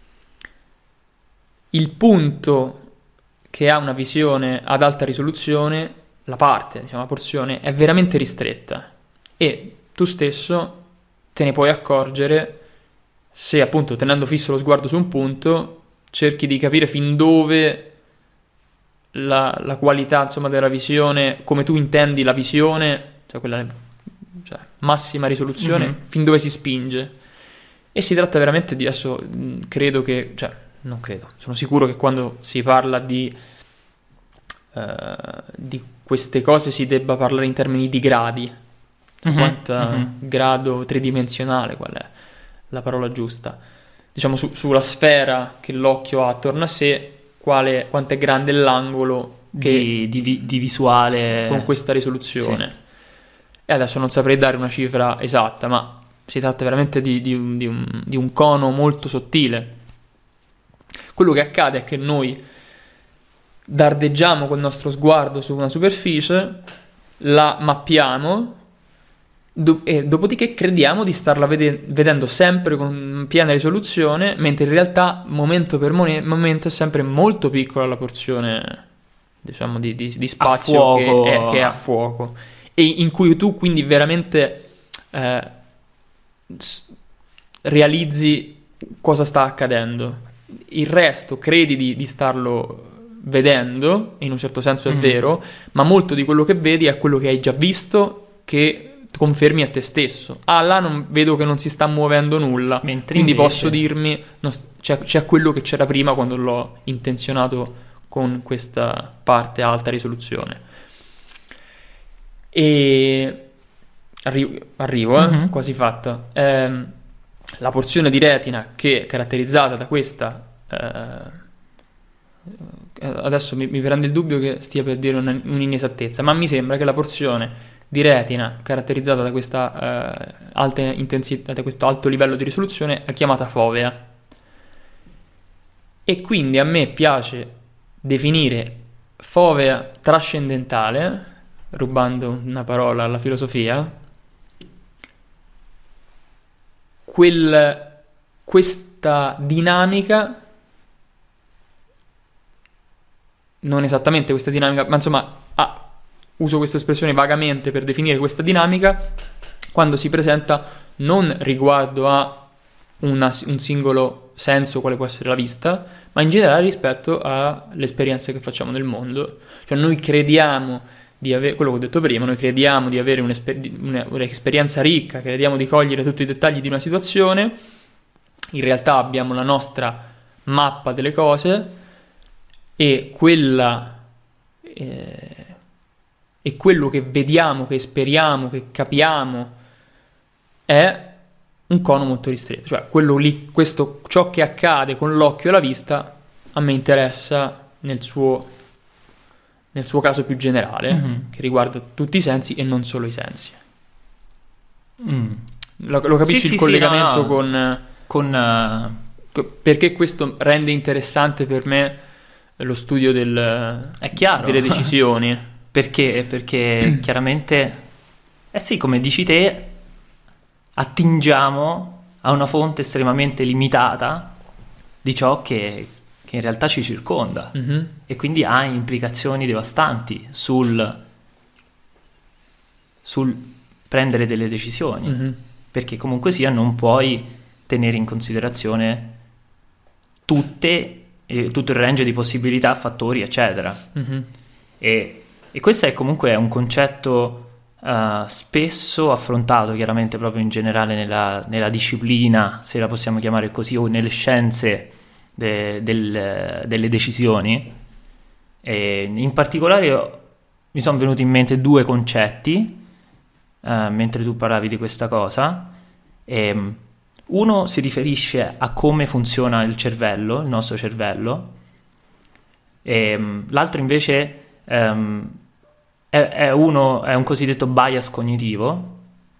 il punto che ha una visione ad alta risoluzione, la parte, diciamo, la porzione, è veramente ristretta, e tu stesso te ne puoi accorgere se, appunto, tenendo fisso lo sguardo su un punto, cerchi di capire fin dove la, la qualità, insomma, della visione, come tu intendi la visione, cioè quella, cioè, massima risoluzione, mm-hmm. fin dove si spinge. E si tratta veramente di, adesso mh, credo che, cioè non credo, sono sicuro che quando si parla di uh, di queste cose si debba parlare in termini di gradi, mm-hmm. quanta mm-hmm. grado tridimensionale, qual è la parola giusta, diciamo, su, sulla sfera che l'occhio ha attorno a sé, quale, quanto è grande l'angolo che, di, di, di visuale con questa risoluzione. Sì. E adesso non saprei dare una cifra esatta, ma si tratta veramente di, di, un, di, un, di un cono molto sottile. Quello che accade è che noi dardeggiamo col nostro sguardo su una superficie, la mappiamo, do- e dopodiché crediamo di starla vede- vedendo sempre con piena risoluzione, mentre in realtà momento per mo- momento è sempre molto piccola la porzione, diciamo, di, di, di spazio che è, che è a fuoco, e in cui tu quindi veramente eh, s- realizzi cosa sta accadendo. Il resto credi di, di starlo vedendo, e in un certo senso è mm. vero, ma molto di quello che vedi è quello che hai già visto, che confermi a te stesso. Ah, là non, vedo che non si sta muovendo nulla, mentre quindi invece posso dirmi non, c'è, c'è quello che c'era prima quando l'ho intenzionato con questa parte a alta risoluzione. E arrivo, arrivo eh, mm-hmm. quasi fatta. Ehm, la porzione di retina che è caratterizzata da questa eh, adesso mi, mi prende il dubbio che stia per dire un, un'inesattezza, ma mi sembra che la porzione di retina caratterizzata da questa eh, alta intensità, da questo alto livello di risoluzione, è chiamata fovea. E quindi a me piace definire fovea trascendentale, rubando una parola alla filosofia, quel, questa dinamica, non esattamente questa dinamica, ma insomma ah, uso questa espressione vagamente per definire questa dinamica, quando si presenta non riguardo a una, un singolo senso, quale può essere la vista, ma in generale rispetto alle esperienze che facciamo nel mondo. Cioè noi crediamo di avere, quello che ho detto prima, noi crediamo di avere un'esper- una, un'esperienza ricca, crediamo di cogliere tutti i dettagli di una situazione, in realtà abbiamo la nostra mappa delle cose, e quella eh, e quello che vediamo, che speriamo, che capiamo è un cono molto ristretto. Cioè quello lì, questo, ciò che accade con l'occhio e la vista a me interessa nel suo nel suo caso più generale, mm-hmm. che riguarda tutti i sensi e non solo i sensi. Mm. Lo, lo capisci sì, il sì, collegamento sì, no, con, con uh... perché questo rende interessante per me lo studio del, è chiaro. delle decisioni. Perché? Perché chiaramente, eh sì, come dici te, attingiamo a una fonte estremamente limitata di ciò che, che in realtà ci circonda, mm-hmm. e quindi ha implicazioni devastanti sul, sul prendere delle decisioni, mm-hmm. perché comunque sia non puoi tenere in considerazione tutte, eh, tutto il range di possibilità, fattori, eccetera. Mm-hmm. E, e questo è comunque un concetto uh, spesso affrontato chiaramente proprio in generale nella, nella disciplina, se la possiamo chiamare così, o nelle scienze de, del, delle decisioni. E in particolare io, mi sono venuti in mente due concetti uh, mentre tu parlavi di questa cosa. E, uno si riferisce a come funziona il cervello, il nostro cervello, e um, l'altro invece um, è, è, uno, è un cosiddetto bias cognitivo.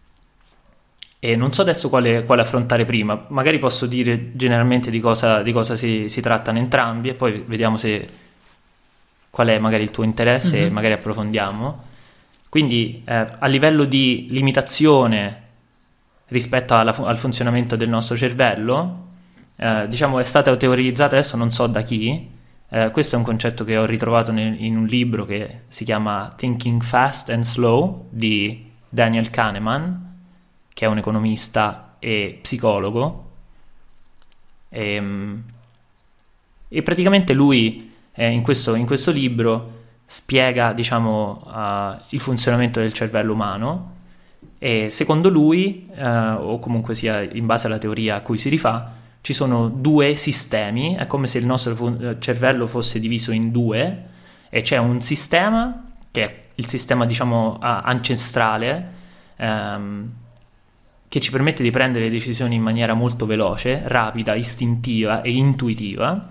E non so adesso quale, quale affrontare prima, magari posso dire generalmente di cosa, di cosa si, si trattano entrambi e poi vediamo se qual è magari il tuo interesse mm-hmm. e magari approfondiamo. Quindi eh, a livello di limitazione rispetto alla, al funzionamento del nostro cervello, eh, diciamo è stata teorizzata, adesso non so da chi, eh, questo è un concetto che ho ritrovato nel, in un libro che si chiama Thinking Fast and Slow di Daniel Kahneman, che è un economista e psicologo, e, e praticamente lui eh, in, questo, in questo libro spiega, diciamo, uh, il funzionamento del cervello umano. E secondo lui, eh, o comunque sia in base alla teoria a cui si rifà, ci sono due sistemi, è come se il nostro fu- cervello fosse diviso in due, e c'è un sistema, che è il sistema, diciamo, ancestrale, ehm, che ci permette di prendere decisioni in maniera molto veloce, rapida, istintiva e intuitiva,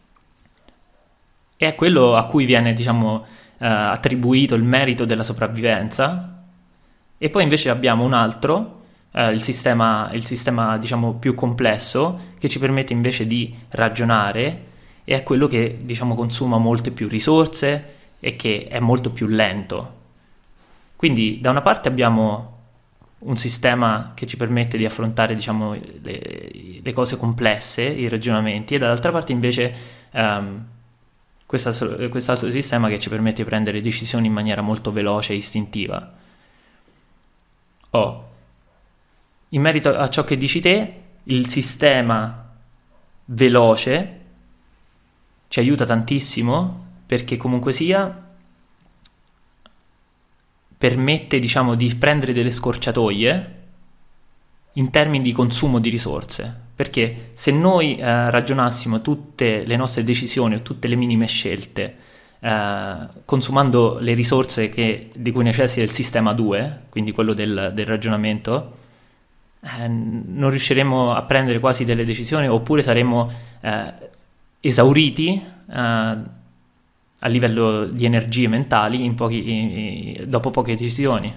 e è quello a cui viene, diciamo, eh, attribuito il merito della sopravvivenza. E poi invece abbiamo un altro, eh, il sistema, il sistema diciamo più complesso, che ci permette invece di ragionare, e è quello che, diciamo, consuma molte più risorse e che è molto più lento. Quindi da una parte abbiamo un sistema che ci permette di affrontare, diciamo, le, le cose complesse, i ragionamenti, e dall'altra parte invece um, questa, quest'altro sistema che ci permette di prendere decisioni in maniera molto veloce e istintiva. Oh, in merito a ciò che dici te, il sistema veloce ci aiuta tantissimo perché comunque sia permette, diciamo, di prendere delle scorciatoie in termini di consumo di risorse, perché se noi eh, ragionassimo tutte le nostre decisioni o tutte le minime scelte eh, consumando le risorse che, di cui necessita il sistema due, quindi quello del, del ragionamento, eh, non riusciremo a prendere quasi delle decisioni, oppure saremo eh, esauriti eh, a livello di energie mentali in pochi, in, dopo poche decisioni.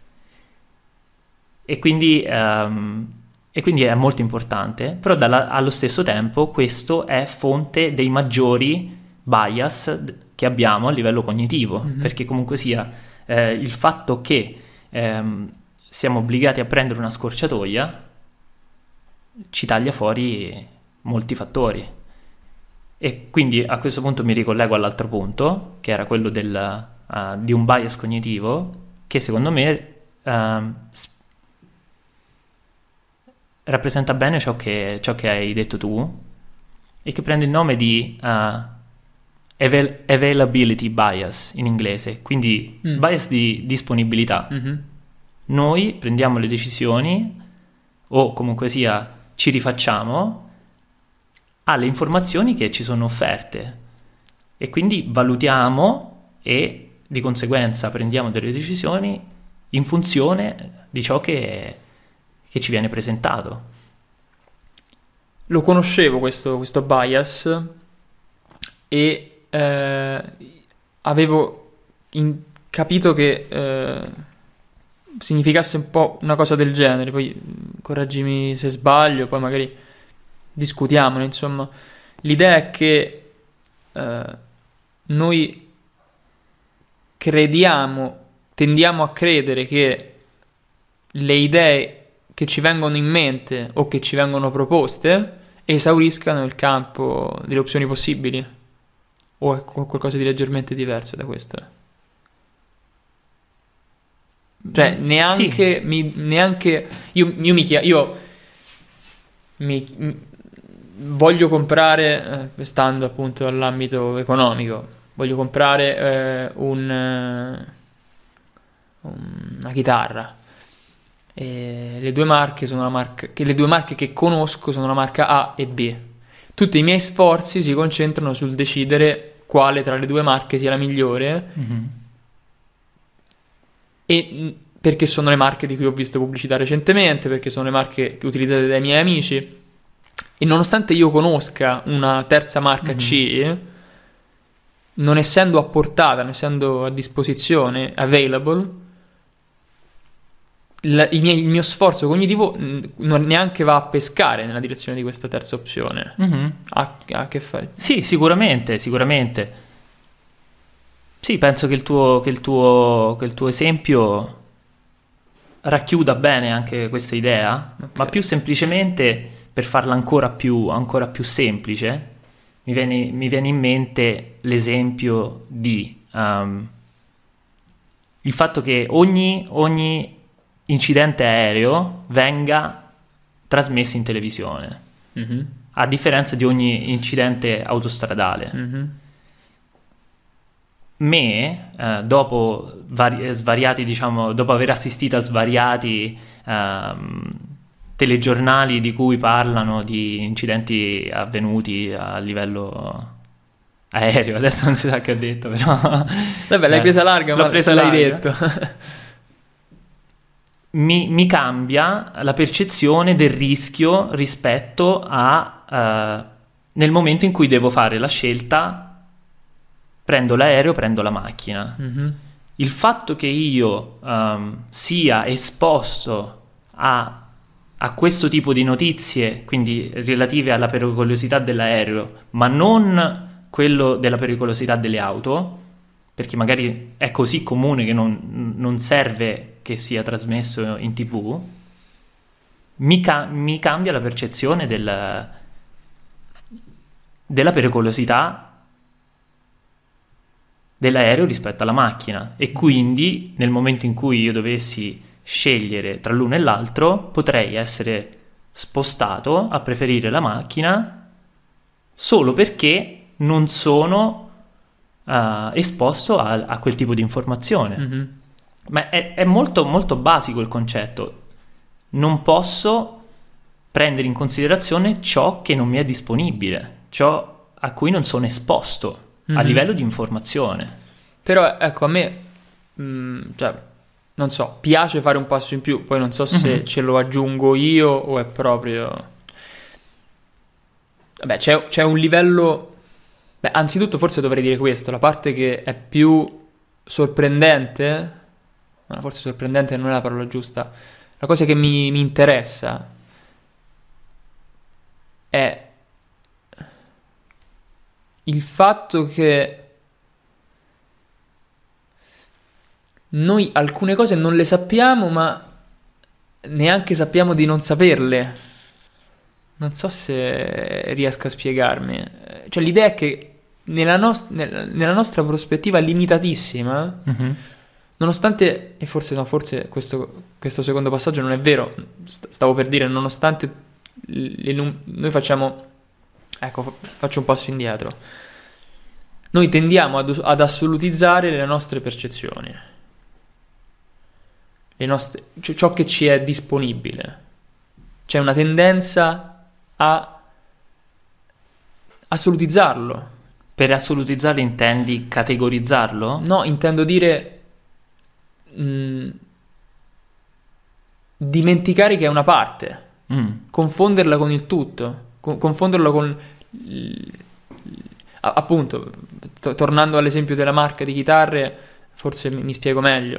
E quindi, um, e quindi è molto importante, però dalla, allo stesso tempo questo è fonte dei maggiori bias che abbiamo a livello cognitivo, mm-hmm. perché comunque sia eh, il fatto che ehm, siamo obbligati a prendere una scorciatoia ci taglia fuori molti fattori. E quindi a questo punto mi ricollego all'altro punto, che era quello del, uh, di un bias cognitivo, che secondo me uh, sp- rappresenta bene ciò che, ciò che hai detto tu, e che prende il nome di uh, avail- availability bias in inglese, quindi mm. bias di disponibilità. Mm-hmm. Noi prendiamo le decisioni, o comunque sia ci rifacciamo alle informazioni che ci sono offerte, e quindi valutiamo e di conseguenza prendiamo delle decisioni in funzione di ciò che, che ci viene presentato. Lo conoscevo questo, questo bias e eh, avevo in, capito che eh, significasse un po' una cosa del genere, poi correggimi se sbaglio, poi magari discutiamone. Insomma, l'idea è che eh, noi crediamo, tendiamo a credere che le idee che ci vengono in mente o che ci vengono proposte esauriscano il campo delle opzioni possibili, o è qualcosa di leggermente diverso da questo? Cioè, neanche, sì. mi, neanche io, io mi chiedo, io mi, mi voglio comprare, eh, stando appunto all'ambito economico, voglio comprare eh, un, eh, una chitarra. E le due marche sono la marca, che le due marche che conosco sono la marca A e B. Tutti i miei sforzi si concentrano sul decidere quale tra le due marche sia la migliore, mm-hmm. e perché sono le marche di cui ho visto pubblicità recentemente, perché sono le marche che utilizzate dai miei amici, e nonostante io conosca una terza marca mm-hmm. C, non essendo a portata, non essendo a disposizione, available, La, il, mio, il mio sforzo cognitivo non neanche va a pescare nella direzione di questa terza opzione. Mm-hmm. Ha, ha a che fare? Sì, sicuramente, sicuramente. Sì, penso che il tuo, che il tuo, che il tuo esempio racchiuda bene anche questa idea, okay. Ma più semplicemente, per farla ancora più, ancora più semplice, mi viene, mi viene in mente l'esempio di um, il fatto che ogni, ogni incidente aereo venga trasmesso in televisione, mm-hmm. a differenza di ogni incidente autostradale. Mm-hmm. Me, eh, dopo vari- svariati, diciamo, dopo aver assistito a svariati ehm, telegiornali di cui parlano di incidenti avvenuti a livello aereo, adesso non si sa che ho detto, però vabbè, l'hai presa larga, l'ho ma presa l'hai larga. detto. Mi, mi cambia la percezione del rischio rispetto a uh, nel momento in cui devo fare la scelta, prendo l'aereo, prendo la macchina. Mm-hmm. Il fatto che io um, sia esposto a, a questo tipo di notizie, quindi relative alla pericolosità dell'aereo, ma non quello della pericolosità delle auto, perché magari è così comune che non, non serve che sia trasmesso in tivù, mi, ca- mi cambia la percezione del, della pericolosità dell'aereo rispetto alla macchina, e quindi nel momento in cui io dovessi scegliere tra l'uno e l'altro potrei essere spostato a preferire la macchina solo perché non sono Uh, esposto a, a quel tipo di informazione. Mm-hmm. Ma è, è molto molto basico il concetto. Non posso prendere in considerazione ciò che non mi è disponibile, ciò a cui non sono esposto mm-hmm. a livello di informazione. Però ecco, a me mh, cioè, non so, piace fare un passo in più, poi non so se mm-hmm. ce lo aggiungo io o è proprio... Vabbè, c'è, c'è un livello... Beh, anzitutto forse dovrei dire questo, la parte che è più sorprendente, ma forse sorprendente non è la parola giusta, la cosa che mi, mi interessa è il fatto che noi alcune cose non le sappiamo, ma neanche sappiamo di non saperle. Non so se riesco a spiegarmi. Cioè l'idea è che nella, nost- nella nostra prospettiva limitatissima, mm-hmm. nonostante, e forse no, forse questo, questo secondo passaggio non è vero, st- stavo per dire, nonostante le num- noi facciamo, ecco, fa- faccio un passo indietro, noi tendiamo ad, ad assolutizzare le nostre percezioni, le nostre, cioè ciò che ci è disponibile. C'è una tendenza a assolutizzarlo. Per assolutizzarlo intendi categorizzarlo? No, intendo dire mh, dimenticare che è una parte, mm. confonderla con il tutto, con, confonderlo con l, a, appunto, to, tornando all'esempio della marca di chitarre, forse mi, mi spiego meglio.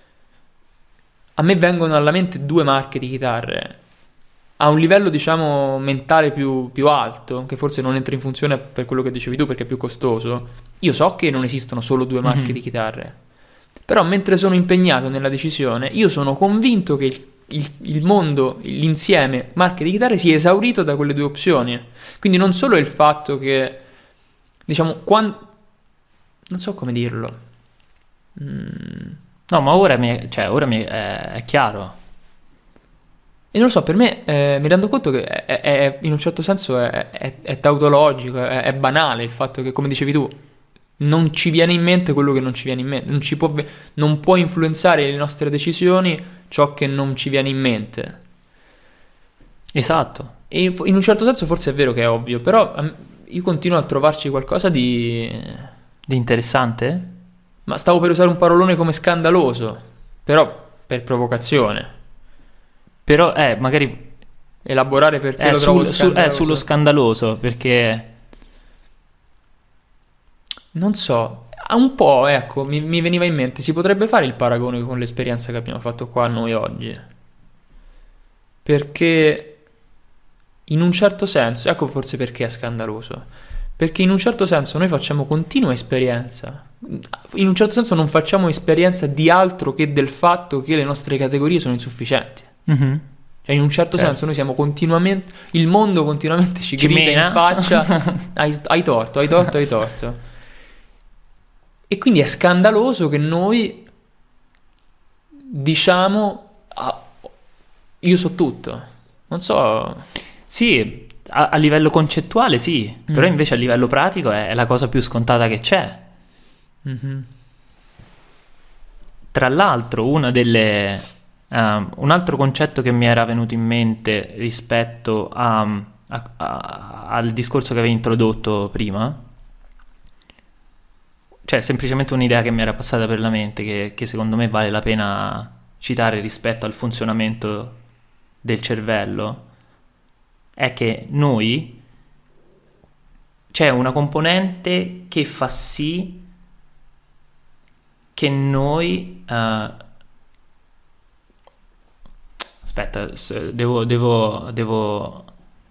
A me vengono alla mente due marche di chitarre a un livello, diciamo, mentale più, più alto, che forse non entra in funzione per quello che dicevi tu, perché è più costoso. Io so che non esistono solo due marche mm-hmm. di chitarre, però mentre sono impegnato nella decisione, io sono convinto che il, il, il mondo, l'insieme marche di chitarre sia esaurito da quelle due opzioni. Quindi non solo il fatto che, diciamo, quando... non so come dirlo. Mm. No, ma ora, mi, cioè, ora mi è, è chiaro. E non lo so, per me eh, mi rendo conto che è, è, in un certo senso è, è, è tautologico, è, è banale il fatto che, come dicevi tu, non ci viene in mente quello che non ci viene in mente, non, ci può, non può influenzare le nostre decisioni ciò che non ci viene in mente. Esatto. E in un certo senso forse è vero che è ovvio, però io continuo a trovarci qualcosa di... Di interessante? Ma stavo per usare un parolone come scandaloso, però per provocazione. Però, eh, magari... Elaborare perché è lo trovo sul, scandaloso. È sullo scandaloso, perché... Non so, un po', ecco, mi, mi veniva in mente, si potrebbe fare il paragone con l'esperienza che abbiamo fatto qua noi oggi. Perché in un certo senso, ecco forse perché è scandaloso, perché in un certo senso noi facciamo continua esperienza, in un certo senso non facciamo esperienza di altro che del fatto che le nostre categorie sono insufficienti. Mm-hmm. Cioè in un certo certo. senso noi siamo continuamente, il mondo continuamente ci, Ci grida mena. in faccia, hai, hai torto, hai torto, hai torto. E quindi è scandaloso che noi diciamo ah, io so tutto. Non so. Sì, a, a livello concettuale sì, mm. però invece a livello pratico è, è la cosa più scontata che c'è. Mm-hmm. Tra l'altro, una delle um, un altro concetto che mi era venuto in mente rispetto a, a, a, al discorso che avevi introdotto prima, cioè semplicemente un'idea che mi era passata per la mente, che, che secondo me vale la pena citare rispetto al funzionamento del cervello, è che noi c'è una componente che fa sì che noi uh, aspetta devo devo devo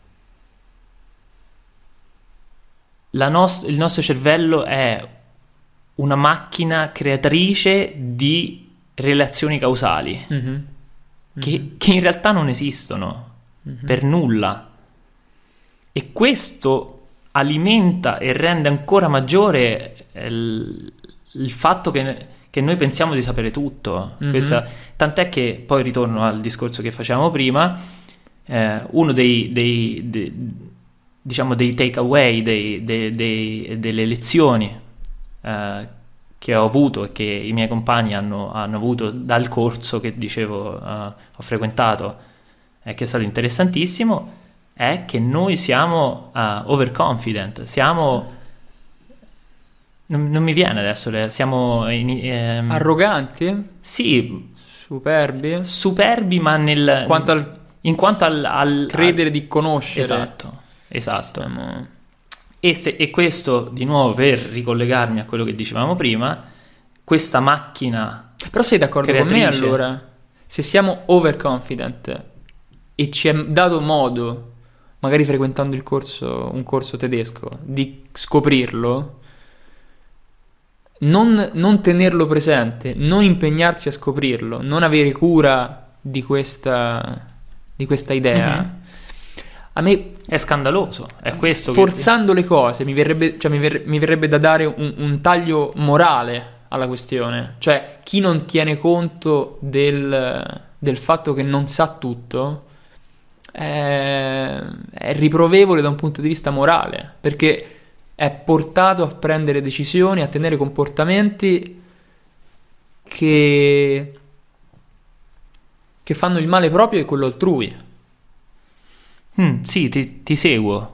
la nost- il nostro cervello è una macchina creatrice di relazioni causali Mm-hmm. che, Mm-hmm. che in realtà non esistono mm-hmm. per nulla, e questo alimenta e rende ancora maggiore il, il fatto che, che noi pensiamo di sapere tutto. Mm-hmm. Questa, tant'è che poi ritorno al discorso che facevamo prima, eh, uno dei, dei, dei diciamo dei takeaway dei, dei, dei, delle lezioni eh, che ho avuto e che i miei compagni hanno, hanno avuto dal corso che dicevo uh, ho frequentato e che è stato interessantissimo, è che noi siamo uh, overconfident, siamo non, non mi viene adesso le, siamo in, ehm, arroganti? Sì, superbi? Superbi, ma nel quanto al, in quanto al, al credere al, di conoscere. Esatto, esatto. Siamo... E, se, e questo, di nuovo, per ricollegarmi a quello che dicevamo prima, questa macchina. Però sei d'accordo creatrice... con me allora? Se siamo overconfident e ci è dato modo, magari frequentando il corso, un corso tedesco, di scoprirlo, non, non tenerlo presente, non impegnarsi a scoprirlo, non avere cura di questa, di questa idea, mm-hmm. a me è scandaloso, è questo. Forzando che... le cose mi verrebbe, cioè, mi verrebbe, mi verrebbe da dare un, un taglio morale alla questione. Cioè, chi non tiene conto del, del fatto che non sa tutto è, è riprovevole da un punto di vista morale, perché è portato a prendere decisioni, a tenere comportamenti che, che fanno il male proprio e quello altrui. Mm, sì, ti, ti seguo.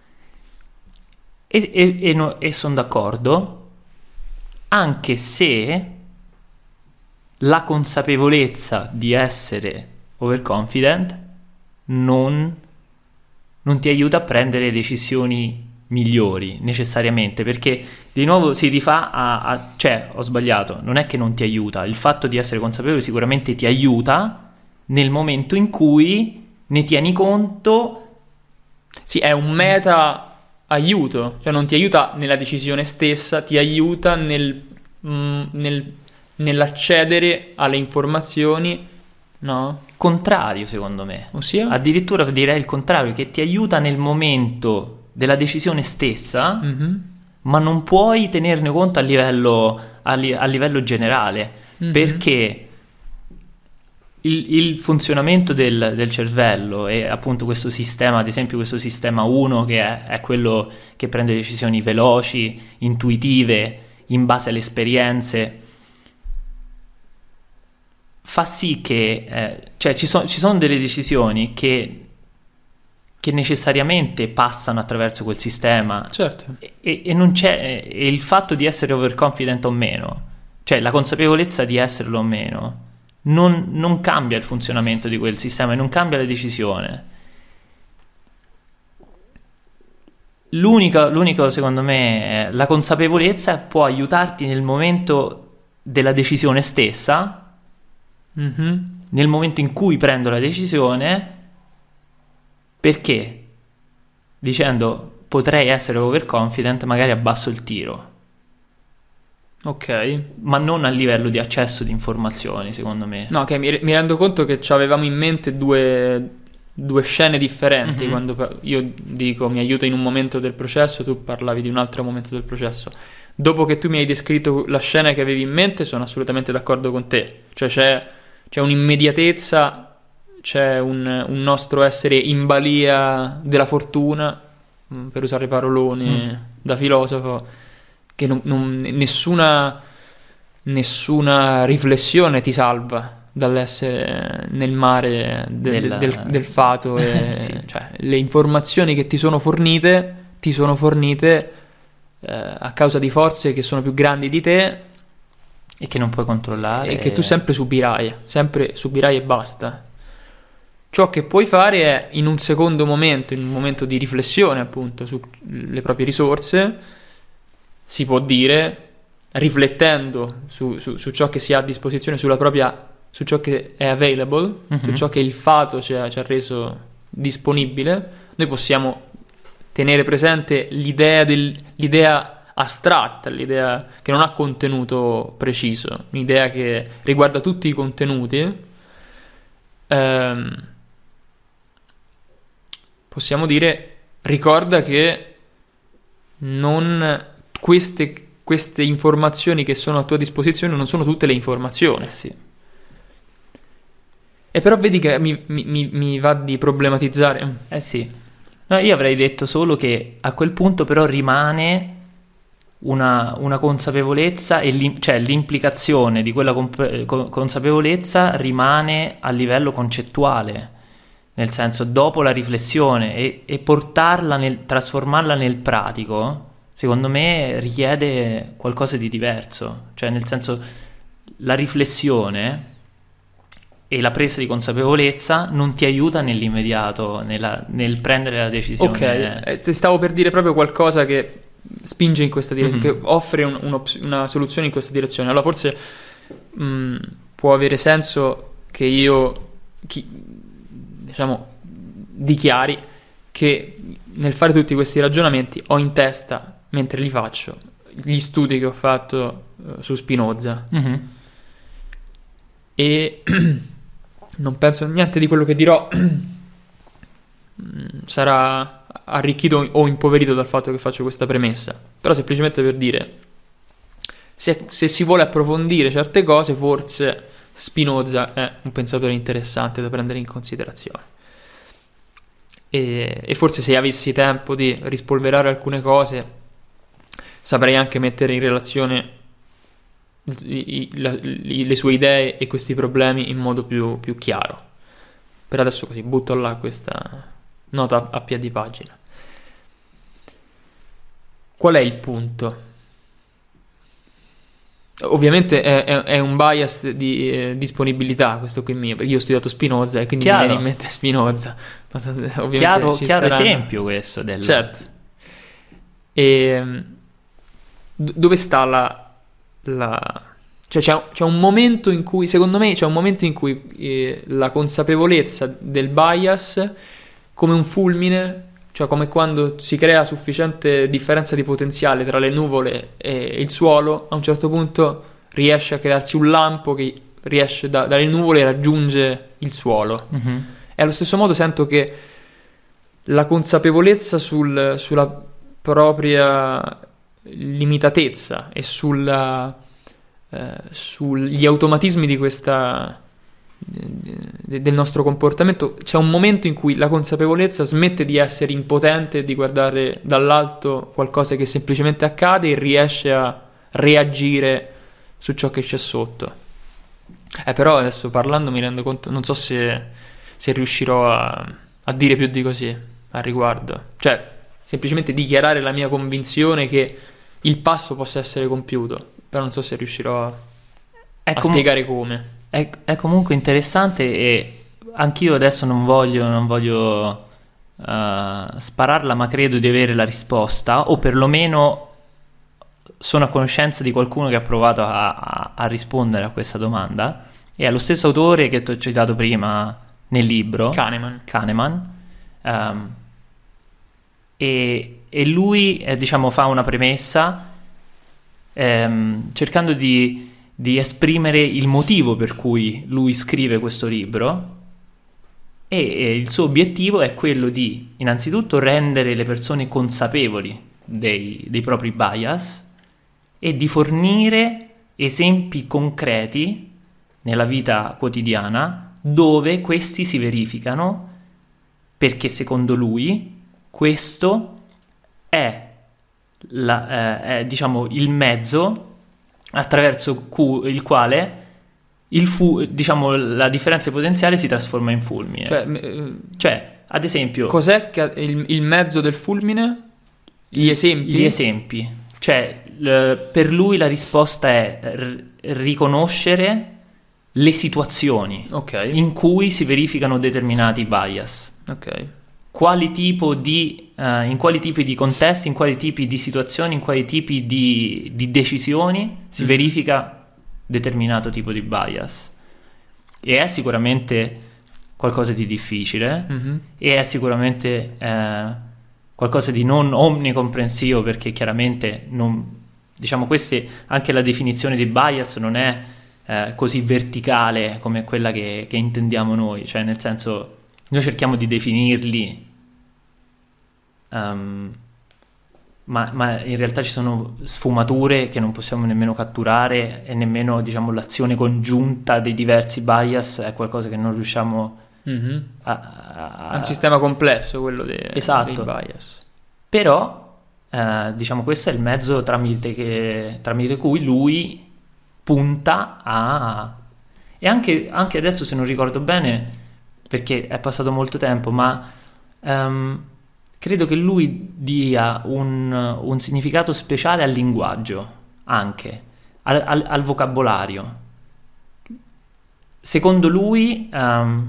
E, e, e, no, e sono d'accordo, anche se la consapevolezza di essere overconfident non, non ti aiuta a prendere decisioni migliori necessariamente, perché di nuovo si rifà a, a cioè ho sbagliato, non è che non ti aiuta, il fatto di essere consapevole sicuramente ti aiuta nel momento in cui ne tieni conto. Sì, è un meta aiuto, cioè non ti aiuta nella decisione stessa, ti aiuta nel, mm, nel nell'accedere alle informazioni, no? Contrario, secondo me. Ossia? Addirittura direi il contrario, che ti aiuta nel momento della decisione stessa, mm-hmm. ma non puoi tenerne conto a livello, a, li, a livello generale, mm-hmm. perché il, il funzionamento del, del cervello e appunto questo sistema, ad esempio questo sistema uno che è, è quello che prende decisioni veloci, intuitive, in base alle esperienze, fa sì che eh, cioè ci, so, ci sono delle decisioni che, che necessariamente passano attraverso quel sistema, certo, e, e non c'è e il fatto di essere overconfident o meno, cioè la consapevolezza di esserlo o meno, non, non cambia il funzionamento di quel sistema e non cambia la decisione. L'unico, l'unico secondo me, è la consapevolezza può aiutarti nel momento della decisione stessa, mm-hmm. nel momento in cui prendo la decisione, perché dicendo potrei essere overconfident, magari abbasso il tiro. Ok. Ma non a livello di accesso di informazioni, secondo me. No, che mi, mi rendo conto che avevamo in mente due, due scene differenti. Mm-hmm. Quando par- io dico mi aiuta in un momento del processo, tu parlavi di un altro momento del processo. Dopo che tu mi hai descritto la scena che avevi in mente, sono assolutamente d'accordo con te. Cioè c'è, c'è un'immediatezza, c'è un, un nostro essere in balia della fortuna, per usare paroloni mm. da filosofo, che non, non, nessuna, nessuna riflessione ti salva dall'essere nel mare del, Della... del, del fato. E, sì. Cioè, le informazioni che ti sono fornite ti sono fornite eh, a causa di forze che sono più grandi di te e che non puoi controllare e che tu sempre subirai, sempre subirai e basta. Ciò che puoi fare è, in un secondo momento, in un momento di riflessione appunto sulle proprie risorse, si può dire, riflettendo su, su, su ciò che si ha a disposizione, sulla propria, su ciò che è available, mm-hmm. su ciò che il fato ci ha, ci ha reso disponibile, noi possiamo tenere presente l'idea, del, l'idea astratta, l'idea che non ha contenuto preciso, un'idea che riguarda tutti i contenuti. Ehm, possiamo dire, ricorda che non... Queste, queste informazioni che sono a tua disposizione non sono tutte le informazioni. Eh sì. E però vedi che mi, mi, mi va di problematizzare. Eh sì. No, io avrei detto solo che a quel punto però rimane una, una consapevolezza, e l'im- cioè l'implicazione di quella comp- consapevolezza rimane a livello concettuale, nel senso dopo la riflessione, e, e portarla nel, trasformarla nel pratico, secondo me richiede qualcosa di diverso, cioè nel senso la riflessione e la presa di consapevolezza non ti aiuta nell'immediato, nella, nel prendere la decisione. Ok, eh, stavo per dire proprio qualcosa che spinge in questa direzione, Mm-hmm. che offre un, una soluzione in questa direzione. Allora forse mh, può avere senso che io, chi, diciamo, dichiari che nel fare tutti questi ragionamenti ho in testa, mentre li faccio, gli studi che ho fatto uh, su Spinoza, Mm-hmm. e non penso niente di quello che dirò sarà arricchito o impoverito dal fatto che faccio questa premessa, però semplicemente per dire, se, se si vuole approfondire certe cose, forse Spinoza è un pensatore interessante da prendere in considerazione. E, e forse se avessi tempo di rispolverare alcune cose, saprei anche mettere in relazione i, i, la, i, le sue idee e questi problemi in modo più, più chiaro. Per adesso così butto là questa nota a, a piedi pagina. Qual è il punto? Ovviamente è, è, è un bias di eh, disponibilità questo qui mio, perché io ho studiato Spinoza e quindi Chiaro. mi viene in mente Spinoza. Ma so, ovviamente Chiaro, ci chiaro staranno... esempio questo del... Certo. E dove sta la, la... cioè c'è, c'è un momento in cui, secondo me c'è un momento in cui eh, la consapevolezza del bias, come un fulmine, cioè come quando si crea sufficiente differenza di potenziale tra le nuvole e il suolo, a un certo punto riesce a crearsi un lampo che riesce da, dalle nuvole e raggiunge il suolo. Mm-hmm. E allo stesso modo sento che la consapevolezza sul, sulla propria limitatezza e sulla, eh, sugli automatismi di questa, de, del nostro comportamento. C'è un momento in cui la consapevolezza smette di essere impotente e di guardare dall'alto qualcosa che semplicemente accade e riesce a reagire su ciò che c'è sotto. Eh, però adesso parlando mi rendo conto, non so se, se riuscirò a, a dire più di così al riguardo. Cioè, semplicemente dichiarare la mia convinzione che il passo possa essere compiuto, però non so se riuscirò a, a com- spiegare come. È, è comunque interessante, e anch'io adesso non voglio, non voglio uh, spararla, ma credo di avere la risposta, o perlomeno sono a conoscenza di qualcuno che ha provato a, a, a rispondere a questa domanda. E è lo stesso autore che ti ho citato prima nel libro, Kahneman. Kahneman. Um, e, e lui eh, diciamo fa una premessa ehm, cercando di, di esprimere il motivo per cui lui scrive questo libro, e, e il suo obiettivo è quello di innanzitutto rendere le persone consapevoli dei, dei propri bias e di fornire esempi concreti nella vita quotidiana dove questi si verificano, perché secondo lui questo è, la, eh, è diciamo il mezzo attraverso cu- il quale il fu- diciamo la differenza potenziale si trasforma in fulmine. Cioè, eh, cioè ad esempio, cos'è che il, il mezzo del fulmine? Gli esempi? Gli esempi. Cioè, l- per lui la risposta è r- riconoscere le situazioni okay. in cui si verificano determinati bias. Ok. Quali tipo di, uh, in quali tipi di contesti, in quali tipi di situazioni, in quali tipi di, di decisioni si mm. verifica determinato tipo di bias. E è sicuramente qualcosa di difficile, mm-hmm. e è sicuramente eh, qualcosa di non omnicomprensivo, perché chiaramente non, diciamo, queste, anche la definizione di bias non è eh, così verticale come quella che, che intendiamo noi, cioè nel senso noi cerchiamo di definirli, um, ma, ma in realtà ci sono sfumature che non possiamo nemmeno catturare, e nemmeno, diciamo, l'azione congiunta dei diversi bias è qualcosa che non riusciamo mm-hmm. a, a... È un sistema complesso quello dei, esatto. dei bias. Però, eh, diciamo, questo è il mezzo tramite, che, tramite cui lui punta a... E anche, anche adesso, se non ricordo bene, perché è passato molto tempo, ma um, credo che lui dia un, un significato speciale al linguaggio, anche al, al, al vocabolario. Secondo lui um,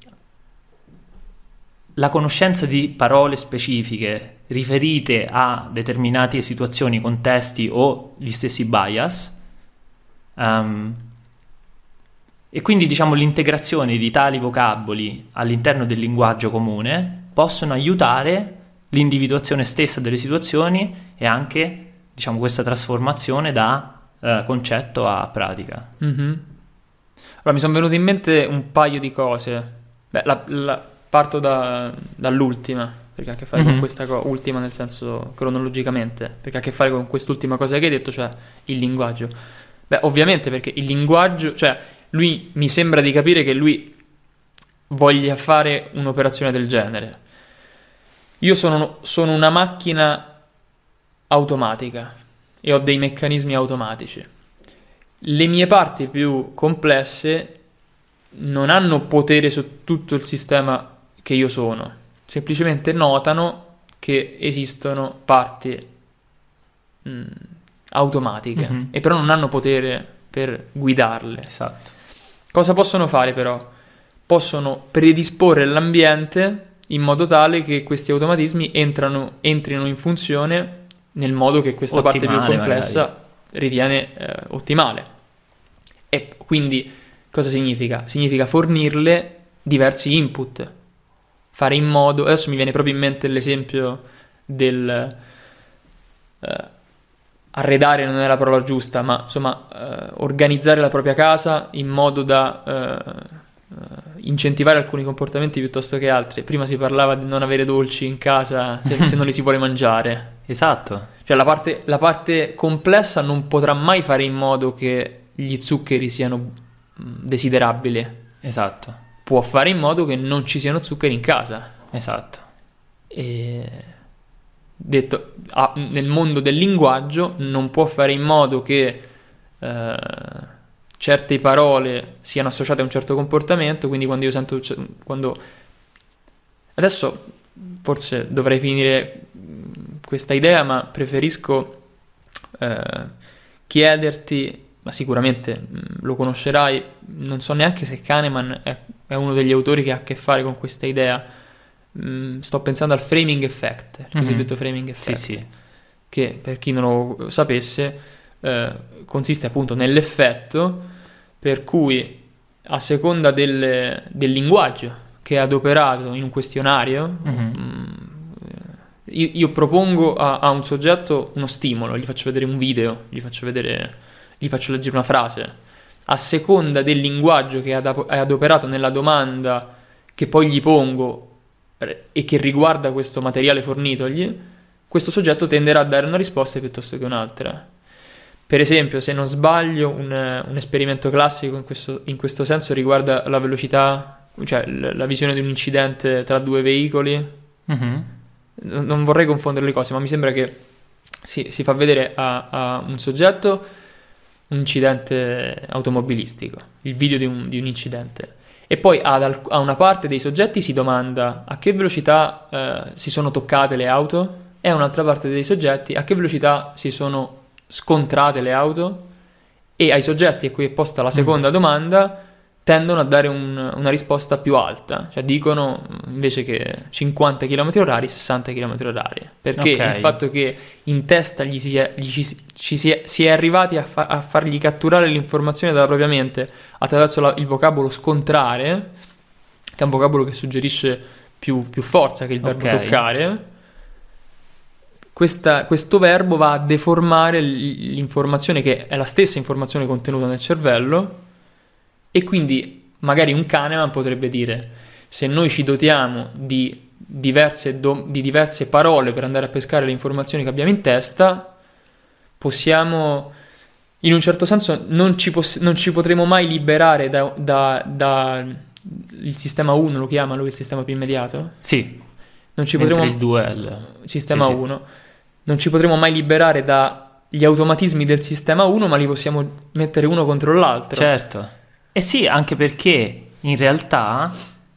la conoscenza di parole specifiche riferite a determinate situazioni, contesti o gli stessi bias, um, e quindi, diciamo, l'integrazione di tali vocaboli all'interno del linguaggio comune possono aiutare l'individuazione stessa delle situazioni, e anche, diciamo, questa trasformazione da eh, concetto a pratica. Mm-hmm. Allora, mi sono venute in mente un paio di cose. Beh, la, la, parto da, dall'ultima, perché ha a che fare mm-hmm. con questa cosa, ultima nel senso cronologicamente, perché ha a che fare con quest'ultima cosa che hai detto, cioè il linguaggio. Beh, ovviamente, perché il linguaggio, cioè lui mi sembra di capire che lui voglia fare un'operazione del genere. Io sono, sono una macchina automatica e ho dei meccanismi automatici. Le mie parti più complesse non hanno potere su tutto il sistema che io sono, semplicemente notano che esistono parti mh, automatiche, mm-hmm. e però non hanno potere per guidarle. Esatto. Cosa possono fare però? Possono predisporre l'ambiente in modo tale che questi automatismi entrano, entrino in funzione nel modo che questa ottimale, parte più complessa magari ritiene eh, ottimale. E quindi cosa significa? Significa fornirle diversi input, fare in modo, adesso mi viene proprio in mente l'esempio del eh, arredare, non è la parola giusta, ma insomma eh, organizzare la propria casa in modo da eh, incentivare alcuni comportamenti piuttosto che altri. Prima si parlava di non avere dolci in casa se, se non li si vuole mangiare. Esatto. Cioè la parte, la parte complessa non potrà mai fare in modo che gli zuccheri siano desiderabili, Esatto. può fare in modo che non ci siano zuccheri in casa. Esatto. E detto ah, nel mondo del linguaggio non può fare in modo che eh, certe parole siano associate a un certo comportamento, quindi quando io sento quando adesso forse dovrei finire questa idea, ma preferisco eh, chiederti, ma sicuramente mh, lo conoscerai, non so neanche se Kahneman è, è uno degli autori che ha a che fare con questa idea. Mm, sto pensando al framing effect, il Mhm. cosiddetto framing effect, Sì, sì. che per chi non lo sapesse eh, consiste appunto nell'effetto per cui a seconda del, del linguaggio che è adoperato in un questionario, Mhm. mm, io, io propongo a, a un soggetto uno stimolo, gli faccio vedere un video, gli faccio vedere, gli faccio leggere una frase, a seconda del linguaggio che è adap- è adoperato nella domanda che poi gli pongo e che riguarda questo materiale fornitogli, questo soggetto tenderà a dare una risposta piuttosto che un'altra. Per esempio, se non sbaglio, un, un esperimento classico in questo, in questo senso riguarda la velocità, cioè l- la visione di un incidente tra due veicoli. Mhm. Non non vorrei confondere le cose, ma mi sembra che si, si fa vedere a, a un soggetto un incidente automobilistico, il video di un, di un incidente. E poi ad alc- a una parte dei soggetti si domanda a che velocità eh, si sono toccate le auto, e a un'altra parte dei soggetti a che velocità si sono scontrate le auto, e ai soggetti a cui è posta la seconda domanda tendono a dare un- una risposta più alta, cioè dicono invece che cinquanta chilometri orari, sessanta chilometri orari, perché Ok. il fatto che in testa gli si è, gli ci, ci si, è, si è arrivati a, fa- a fargli catturare l'informazione dalla propria mente attraverso la- il vocabolo scontrare, che è un vocabolo che suggerisce più, più forza che il verbo Ok. toccare. Questa- questo verbo va a deformare l- l'informazione, che è la stessa informazione contenuta nel cervello, e quindi magari un Kahneman potrebbe dire: se noi ci dotiamo di diverse, do- di diverse parole per andare a pescare le informazioni che abbiamo in testa, possiamo, in un certo senso, non ci, poss- non ci potremo mai liberare da, da- da- il sistema uno, lo chiama lui il sistema più immediato? Sì, Non ci mentre potremo il due è il... sistema sì, sì. uno, non ci potremo mai liberare dagli automatismi del sistema uno, ma li possiamo mettere uno contro l'altro. Certo. E sì, anche perché in realtà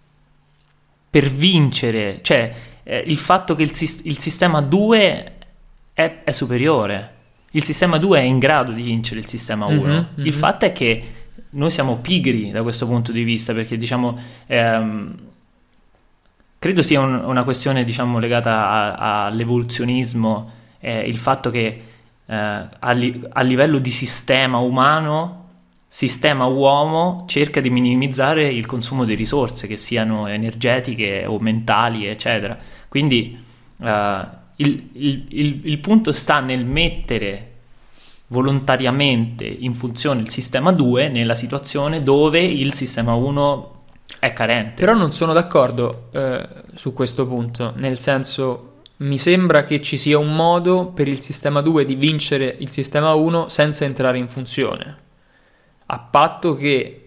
per vincere, cioè eh, il fatto che il, sis- il sistema due è, è superiore, il sistema due è in grado di vincere il sistema uno. Mhm, mhm. Il fatto è che noi siamo pigri da questo punto di vista, perché diciamo ehm, credo sia un- una questione diciamo legata a- all'evoluzionismo, eh, il fatto che eh, a, li- a livello di sistema umano, sistema uomo cerca di minimizzare il consumo di risorse, che siano energetiche o mentali, eccetera. Quindi eh, il, il- il- il punto sta nel mettere volontariamente in funzione il sistema due nella situazione dove il sistema uno è carente. Però non sono d'accordo eh, su questo punto, nel senso, mi sembra che ci sia un modo per il sistema due di vincere il sistema uno senza entrare in funzione, a patto che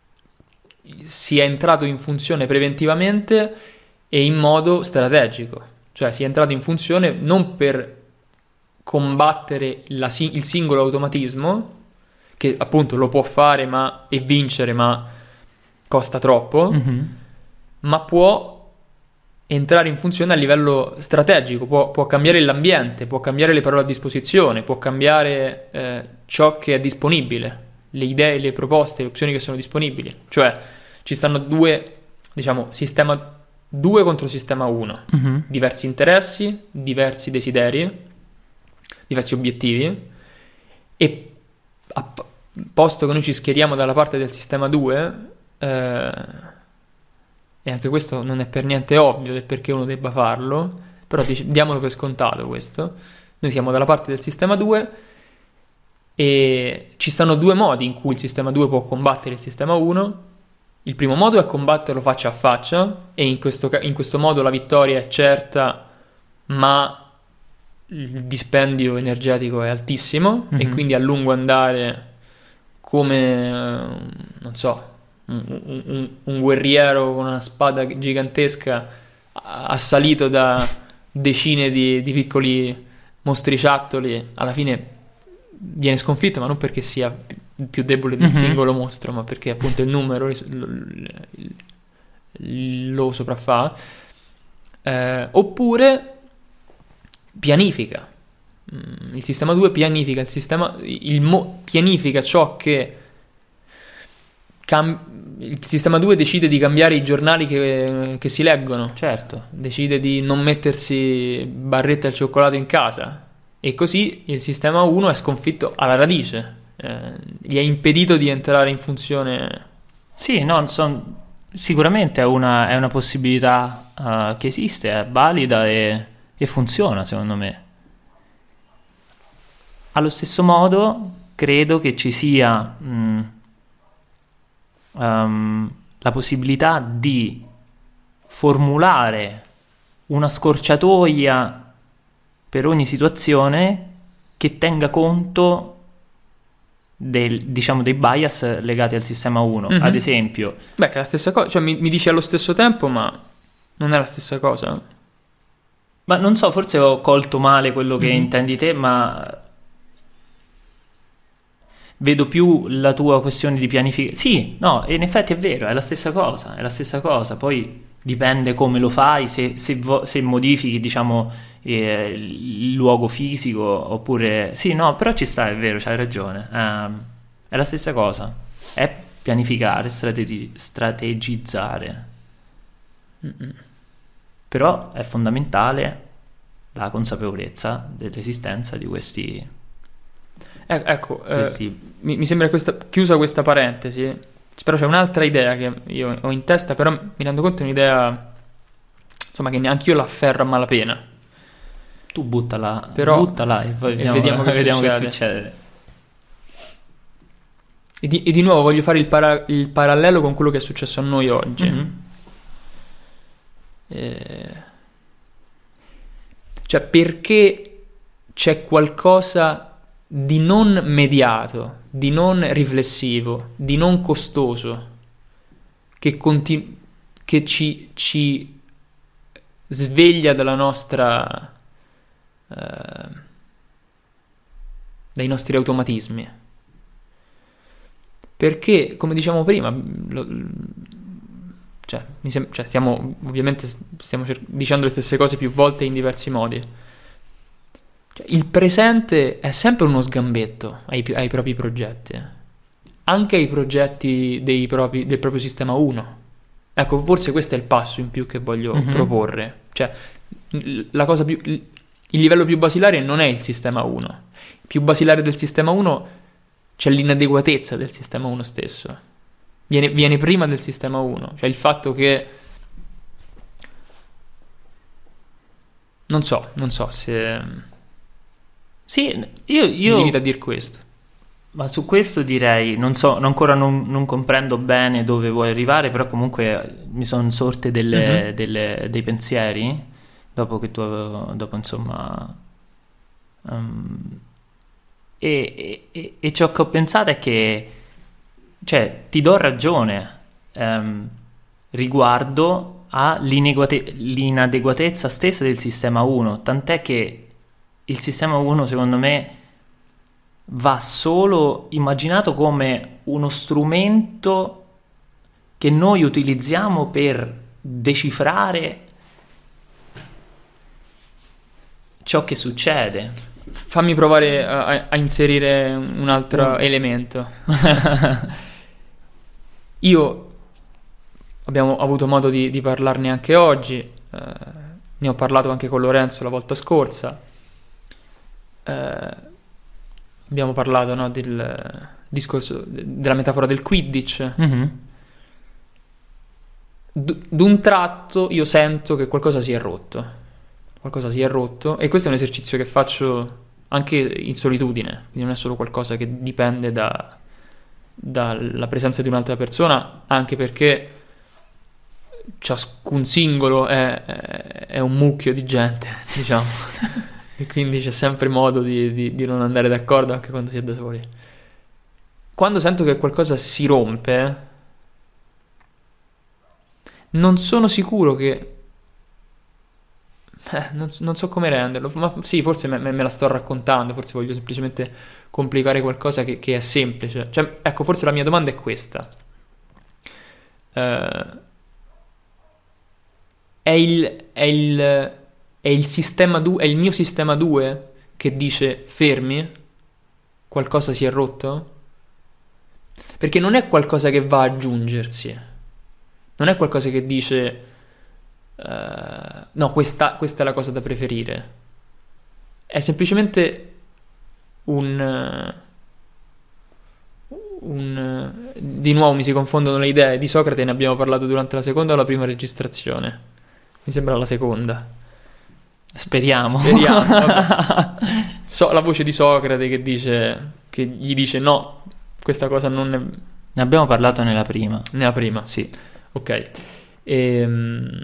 sia entrato in funzione preventivamente e in modo strategico, cioè sia entrato in funzione non per combattere la si- il singolo automatismo, che appunto lo può fare ma, e vincere, ma costa troppo, Mhm. ma può entrare in funzione a livello strategico, può, può cambiare l'ambiente, può cambiare le parole a disposizione, può cambiare eh, ciò che è disponibile, le idee, le proposte, le opzioni che sono disponibili. Cioè ci stanno due, diciamo, sistema due contro sistema uno, Mhm. diversi interessi, diversi desideri, diversi obiettivi, e a posto che noi ci schieriamo dalla parte del sistema due, eh, e anche questo non è per niente ovvio del perché uno debba farlo, però dic- diamolo per scontato questo, noi siamo dalla parte del sistema due e ci stanno due modi in cui il sistema due può combattere il sistema uno. Il primo modo è combatterlo faccia a faccia, e in questo, ca- in questo modo la vittoria è certa, ma il dispendio energetico è altissimo, e Mhm. quindi a lungo andare, come eh, non so, un, un, un guerriero con una spada gigantesca assalito da decine di, di piccoli mostriciattoli, alla fine viene sconfitto, ma non perché sia più debole del mm-hmm. singolo mostro, ma perché appunto il numero lo sopraffa. Eh, oppure pianifica. Il sistema due pianifica il sistema, il mo, pianifica ciò che cam, il sistema due decide di cambiare i giornali che, che si leggono. Certo. Decide di non mettersi barrette al cioccolato in casa, e così il sistema uno è sconfitto alla radice. Eh, gli è impedito di entrare in funzione. Sì, no, son, sicuramente è una, è una possibilità uh, che esiste, è valida e, e funziona, secondo me. Allo stesso modo, credo che ci sia mh, um, la possibilità di formulare una scorciatoia per ogni situazione che tenga conto del, diciamo, dei bias legati al sistema uno. Mm-hmm. Ad esempio, beh, che è la stessa cosa, cioè mi, mi dici allo stesso tempo, ma non è la stessa cosa. Ma non so, forse ho colto male quello che mm-hmm. intendi te, ma vedo più la tua questione di pianificazione. Sì, no, in effetti è vero, è la stessa cosa, è la stessa cosa. Poi dipende come lo fai, se, se, vo- se modifichi, diciamo, eh, il luogo fisico, oppure... Sì, no, però ci sta, è vero, c'hai ragione. Eh, è la stessa cosa. È pianificare, strategi- strategizzare. Mm-mm. Però è fondamentale la consapevolezza dell'esistenza di questi... Eh, ecco, questi... Eh, mi, mi sembra questa, chiusa questa parentesi, però c'è un'altra idea che io ho in testa, però mi rendo conto è un'idea, insomma, che neanche io la afferro a malapena. Tu buttala, però, buttala e poi vediamo, e vediamo, che, vediamo succede. che succede. E di, e di nuovo voglio fare il, para, il parallelo con quello che è successo a noi oggi. Mm-hmm. Eh, cioè, perché c'è qualcosa di non mediato, di non riflessivo, di non costoso, che, continu- che ci, ci sveglia dalla nostra eh, dai nostri automatismi. Perché, come diciamo prima, lo, cioè, mi sem- cioè stiamo ovviamente stiamo cer- dicendo le stesse cose più volte in diversi modi. Cioè, il presente è sempre uno sgambetto ai, ai propri progetti, anche ai progetti dei propri, del proprio sistema uno. Ecco, forse questo è il passo in più che voglio mm-hmm. proporre. Cioè, la cosa più, il livello più basilare non è il sistema uno. Più basilare del sistema uno c'è l'inadeguatezza del sistema uno stesso. Viene, viene prima del sistema uno. Cioè il fatto che non so, non so se sì, io, io... mi limito a dire questo. Ma su questo direi, non so, ancora non, non comprendo bene dove vuoi arrivare, però comunque mi sono sorte delle, mm-hmm. delle, dei pensieri dopo che tu, dopo insomma, um, e, e, e ciò che ho pensato è che, cioè, ti do ragione um, riguardo all'inadeguatezza stessa del sistema uno, tant'è che il sistema uno, secondo me, va solo immaginato come uno strumento che noi utilizziamo per decifrare ciò che succede. Fammi provare a, a inserire un altro mm. elemento. Io abbiamo avuto modo di, di parlarne anche oggi, eh, ne ho parlato anche con Lorenzo la volta scorsa. Eh, abbiamo parlato, no, del discorso della metafora del Quidditch. Mm-hmm. D- d'un tratto io sento che qualcosa si è rotto, qualcosa si è rotto, e questo è un esercizio che faccio anche in solitudine, quindi non è solo qualcosa che dipende da dalla presenza di un'altra persona, anche perché ciascun singolo è, è, è un mucchio di gente, diciamo. E quindi c'è sempre modo di, di, di non andare d'accordo anche quando si è da soli. Quando sento che qualcosa si rompe, non sono sicuro che... Eh, non, non so come renderlo, ma sì, forse me, me- me la sto raccontando, forse voglio semplicemente complicare qualcosa che, che è semplice. Cioè, ecco, forse la mia domanda è questa. Eh, è il, è il, è il sistema due, è il mio sistema due che dice fermi? Qualcosa si è rotto? Perché non è qualcosa che va ad aggiungersi, non è qualcosa che dice eh, no, questa, questa è la cosa da preferire. È semplicemente un, eh, un eh, di nuovo mi si confondono le idee. Di Socrate ne abbiamo parlato durante la seconda o la prima registrazione? Mi sembra la seconda. Speriamo. Speriamo. Vabbè. So, la voce di Socrate che dice, che gli dice no, questa cosa non ne... Ne abbiamo parlato nella prima. Nella prima, Sì. ok. Ehm,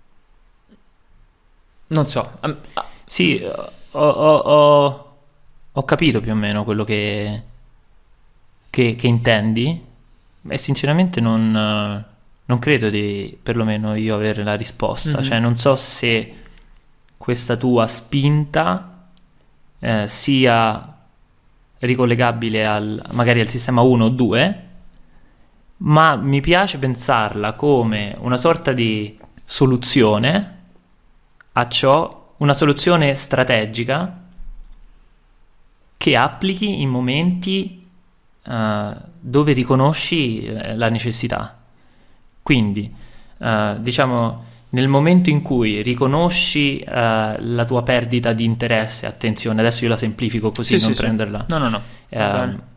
non so. am- ah, Sì, ho, ho- ho- ho capito più o meno quello che, che, che intendi e sinceramente non, eh, non credo di, perlomeno io, avere la risposta. Mhm. Cioè non so se questa tua spinta eh, sia ricollegabile al, magari al sistema uno o due, ma mi piace pensarla come una sorta di soluzione a ciò, una soluzione strategica che applichi in momenti eh, dove riconosci eh, la necessità. Quindi, eh, diciamo, nel momento in cui riconosci eh, la tua perdita di interesse, attenzione, adesso io la semplifico così, sì, non sì, sì. prenderla. No, no, no. Va Ehm, bene.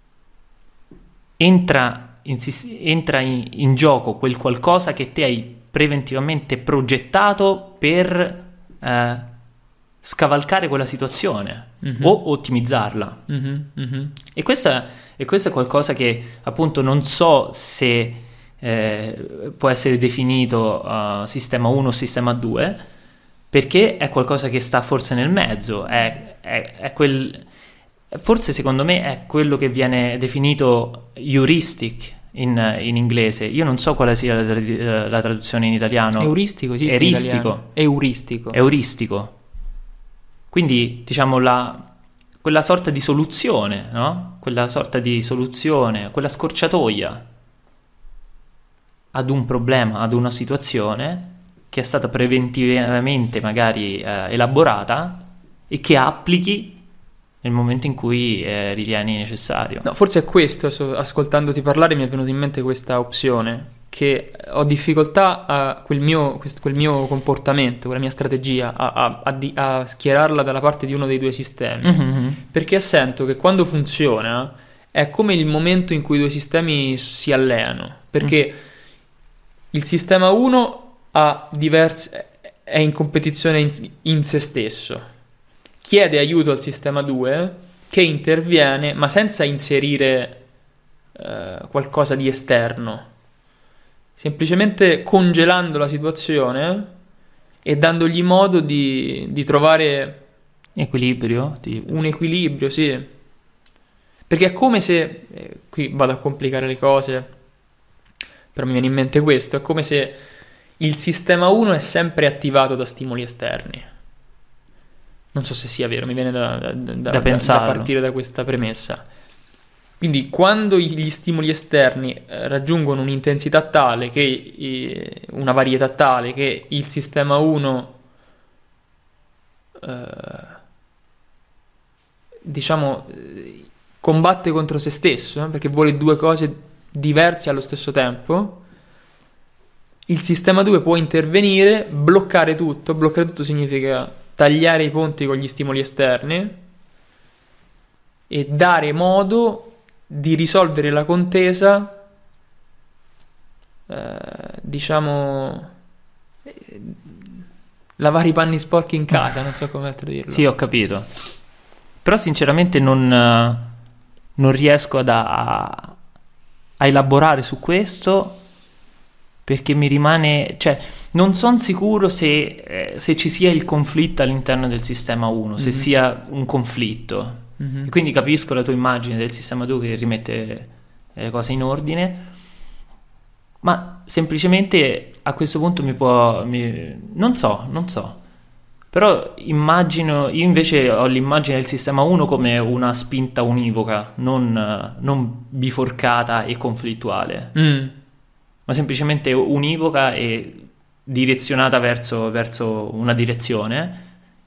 entra, in, sis- entra in, in gioco quel qualcosa che te hai preventivamente progettato per eh, scavalcare quella situazione Mhm. o ottimizzarla. Mhm, mhm. E questo è, e questo è qualcosa che appunto non so se eh, può essere definito uh, sistema uno o sistema due, perché è qualcosa che sta forse nel mezzo, è, è- è quel, forse secondo me è quello che viene definito heuristic in, in inglese. Io non so quale sia la, tradi- eh, la traduzione in italiano. Euristico esiste in Euristico. italiano? Euristico. Euristico. Quindi, diciamo, la, quella sorta di soluzione, no? Quella sorta di soluzione, quella scorciatoia ad un problema, ad una situazione che è stata preventivamente magari eh, elaborata e che applichi nel momento in cui eh, ritieni necessario. No, forse è questo, adesso, ascoltandoti parlare mi è venuta in mente questa opzione, che ho difficoltà a quel mio, quest- quel mio comportamento, quella mia strategia, a, a- a di- a schierarla dalla parte di uno dei due sistemi, Mhm. perché sento che quando funziona è come il momento in cui i due sistemi si alleano, perché il sistema uno ha diversi, è in competizione in, in se stesso, chiede aiuto al sistema due che interviene ma senza inserire eh, qualcosa di esterno, semplicemente congelando la situazione e dandogli modo di, di trovare Equilibrio, tipo. un equilibrio, sì. Perché è come se, eh, qui vado a complicare le cose, però mi viene in mente questo, è come se il sistema uno è sempre attivato da stimoli esterni. Non so se sia vero, mi viene da, da- da- da- da pensarlo. partire da questa premessa. Quindi quando gli stimoli esterni eh, raggiungono un'intensità tale, che eh, una varietà tale, che il sistema uno eh, diciamo eh, combatte contro se stesso, eh, perché vuole due cose diverse allo stesso tempo, il sistema due può intervenire, bloccare tutto. Bloccare tutto significa tagliare i ponti con gli stimoli esterni e dare modo di risolvere la contesa, eh, diciamo, eh, lavare i panni sporchi in casa, non so come altro dirlo. Sì, ho capito. Però sinceramente non, eh, non riesco ad, a, a elaborare su questo perché mi rimane... Cioè, non sono sicuro se, eh, se ci sia il conflitto all'interno del sistema uno, se Mhm. sia un conflitto. Mhm. E quindi capisco la tua immagine del sistema due che rimette le cose in ordine, ma semplicemente a questo punto mi può... mi- non so, non so. Però immagino, io invece ho l'immagine del sistema uno come una spinta univoca, non, eh, non biforcata e conflittuale, Mm. ma semplicemente univoca e direzionata verso, verso una direzione.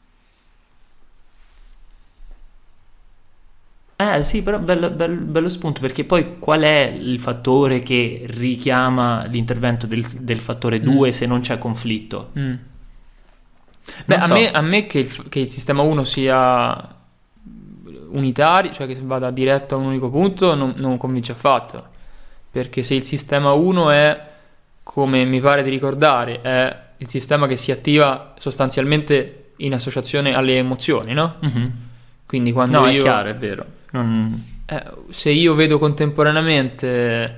Eh sì, però bello, bello- bello spunto, perché poi qual è il fattore che richiama l'intervento del, del fattore Mm. due se non c'è conflitto? Mm. Beh, Non a so. me, a me che, il, che il sistema uno sia unitario, cioè che vada diretto a un unico punto, non, non convince affatto. Perché se il sistema uno è, come mi pare di ricordare, è il sistema che si attiva sostanzialmente in associazione alle emozioni, no? Mhm. Quindi quando No, è io... chiaro, è vero. Non- Eh, se io vedo contemporaneamente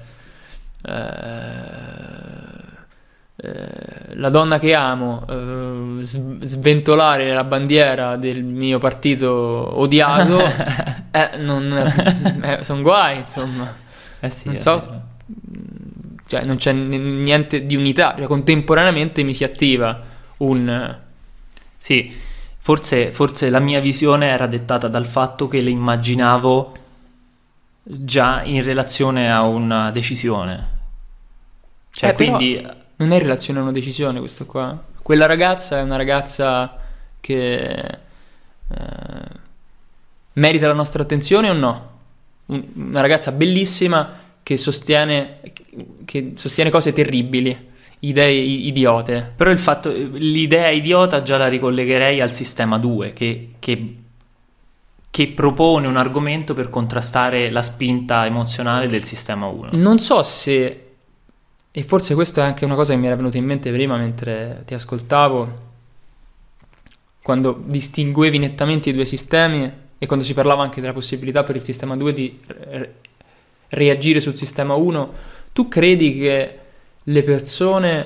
eh, eh, la donna che amo eh, s- sventolare la bandiera del mio partito odiato, eh, non, eh, sono guai, insomma. Eh sì, Non è so, vero. cioè non c'è n- niente di unità, cioè, contemporaneamente mi si attiva un... Sì, forse, forse la mia visione era dettata dal fatto che le immaginavo già in relazione a una decisione. Cioè, Eh, però quindi... non è in relazione a una decisione questo qua. Quella ragazza è una ragazza che eh, merita la nostra attenzione o no? Un- una ragazza bellissima che sostiene, che sostiene cose terribili, idee i- idiote. Però il fatto, l'idea idiota già la ricollegherei al sistema due, che, che, che propone un argomento per contrastare la spinta emozionale del sistema uno. Non so se, e forse questa è anche una cosa che mi era venuta in mente prima mentre ti ascoltavo, quando distinguevi nettamente i due sistemi e quando si parlava anche della possibilità per il sistema due di re- reagire sul sistema uno, tu credi che le persone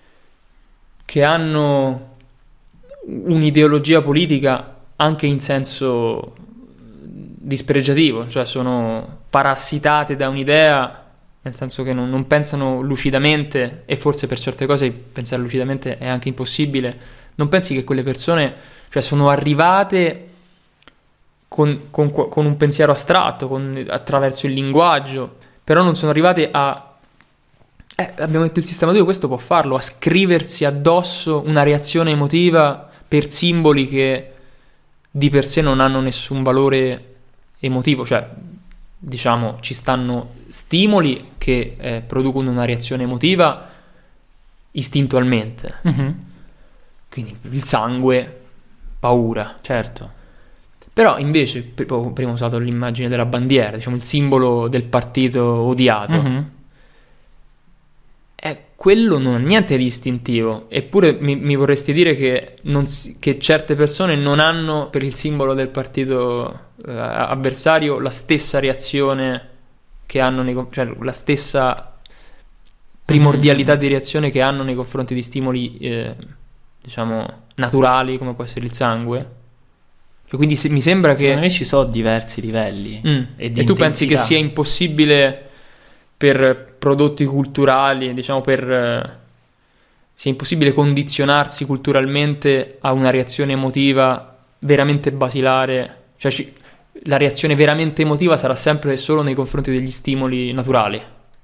che hanno un'ideologia politica anche in senso dispregiativo, cioè sono parassitate da un'idea, nel senso che non, non pensano lucidamente, e forse per certe cose pensare lucidamente è anche impossibile, non pensi che quelle persone, cioè, sono arrivate con, con- con un pensiero astratto, con- attraverso il linguaggio, però non sono arrivate a... Eh, abbiamo detto il sistema due, questo può farlo, a scriversi addosso una reazione emotiva per simboli che di per sé non hanno nessun valore emotivo, cioè diciamo ci stanno stimoli che eh, producono una reazione emotiva istintualmente, Mhm, quindi il sangue, paura. certo. Però invece, pr- prima ho usato l'immagine della bandiera, diciamo il simbolo del partito odiato, Mhm. eh, quello non ha niente di istintivo, eppure mi, mi vorresti dire che, non si- che certe persone non hanno per il simbolo del partito eh, avversario la stessa reazione che hanno nei, con- cioè la stessa primordialità Mhm. di reazione che hanno nei confronti di stimoli eh, diciamo naturali come può essere il sangue. Cioè, quindi se- mi sembra che Secondo me ci sono diversi livelli Mm. e di E tu pensi che intensità. sia impossibile per prodotti culturali, diciamo per... eh, sia impossibile condizionarsi culturalmente a una reazione emotiva veramente basilare? Cioè ci- la reazione veramente emotiva sarà sempre e solo nei confronti degli stimoli naturali.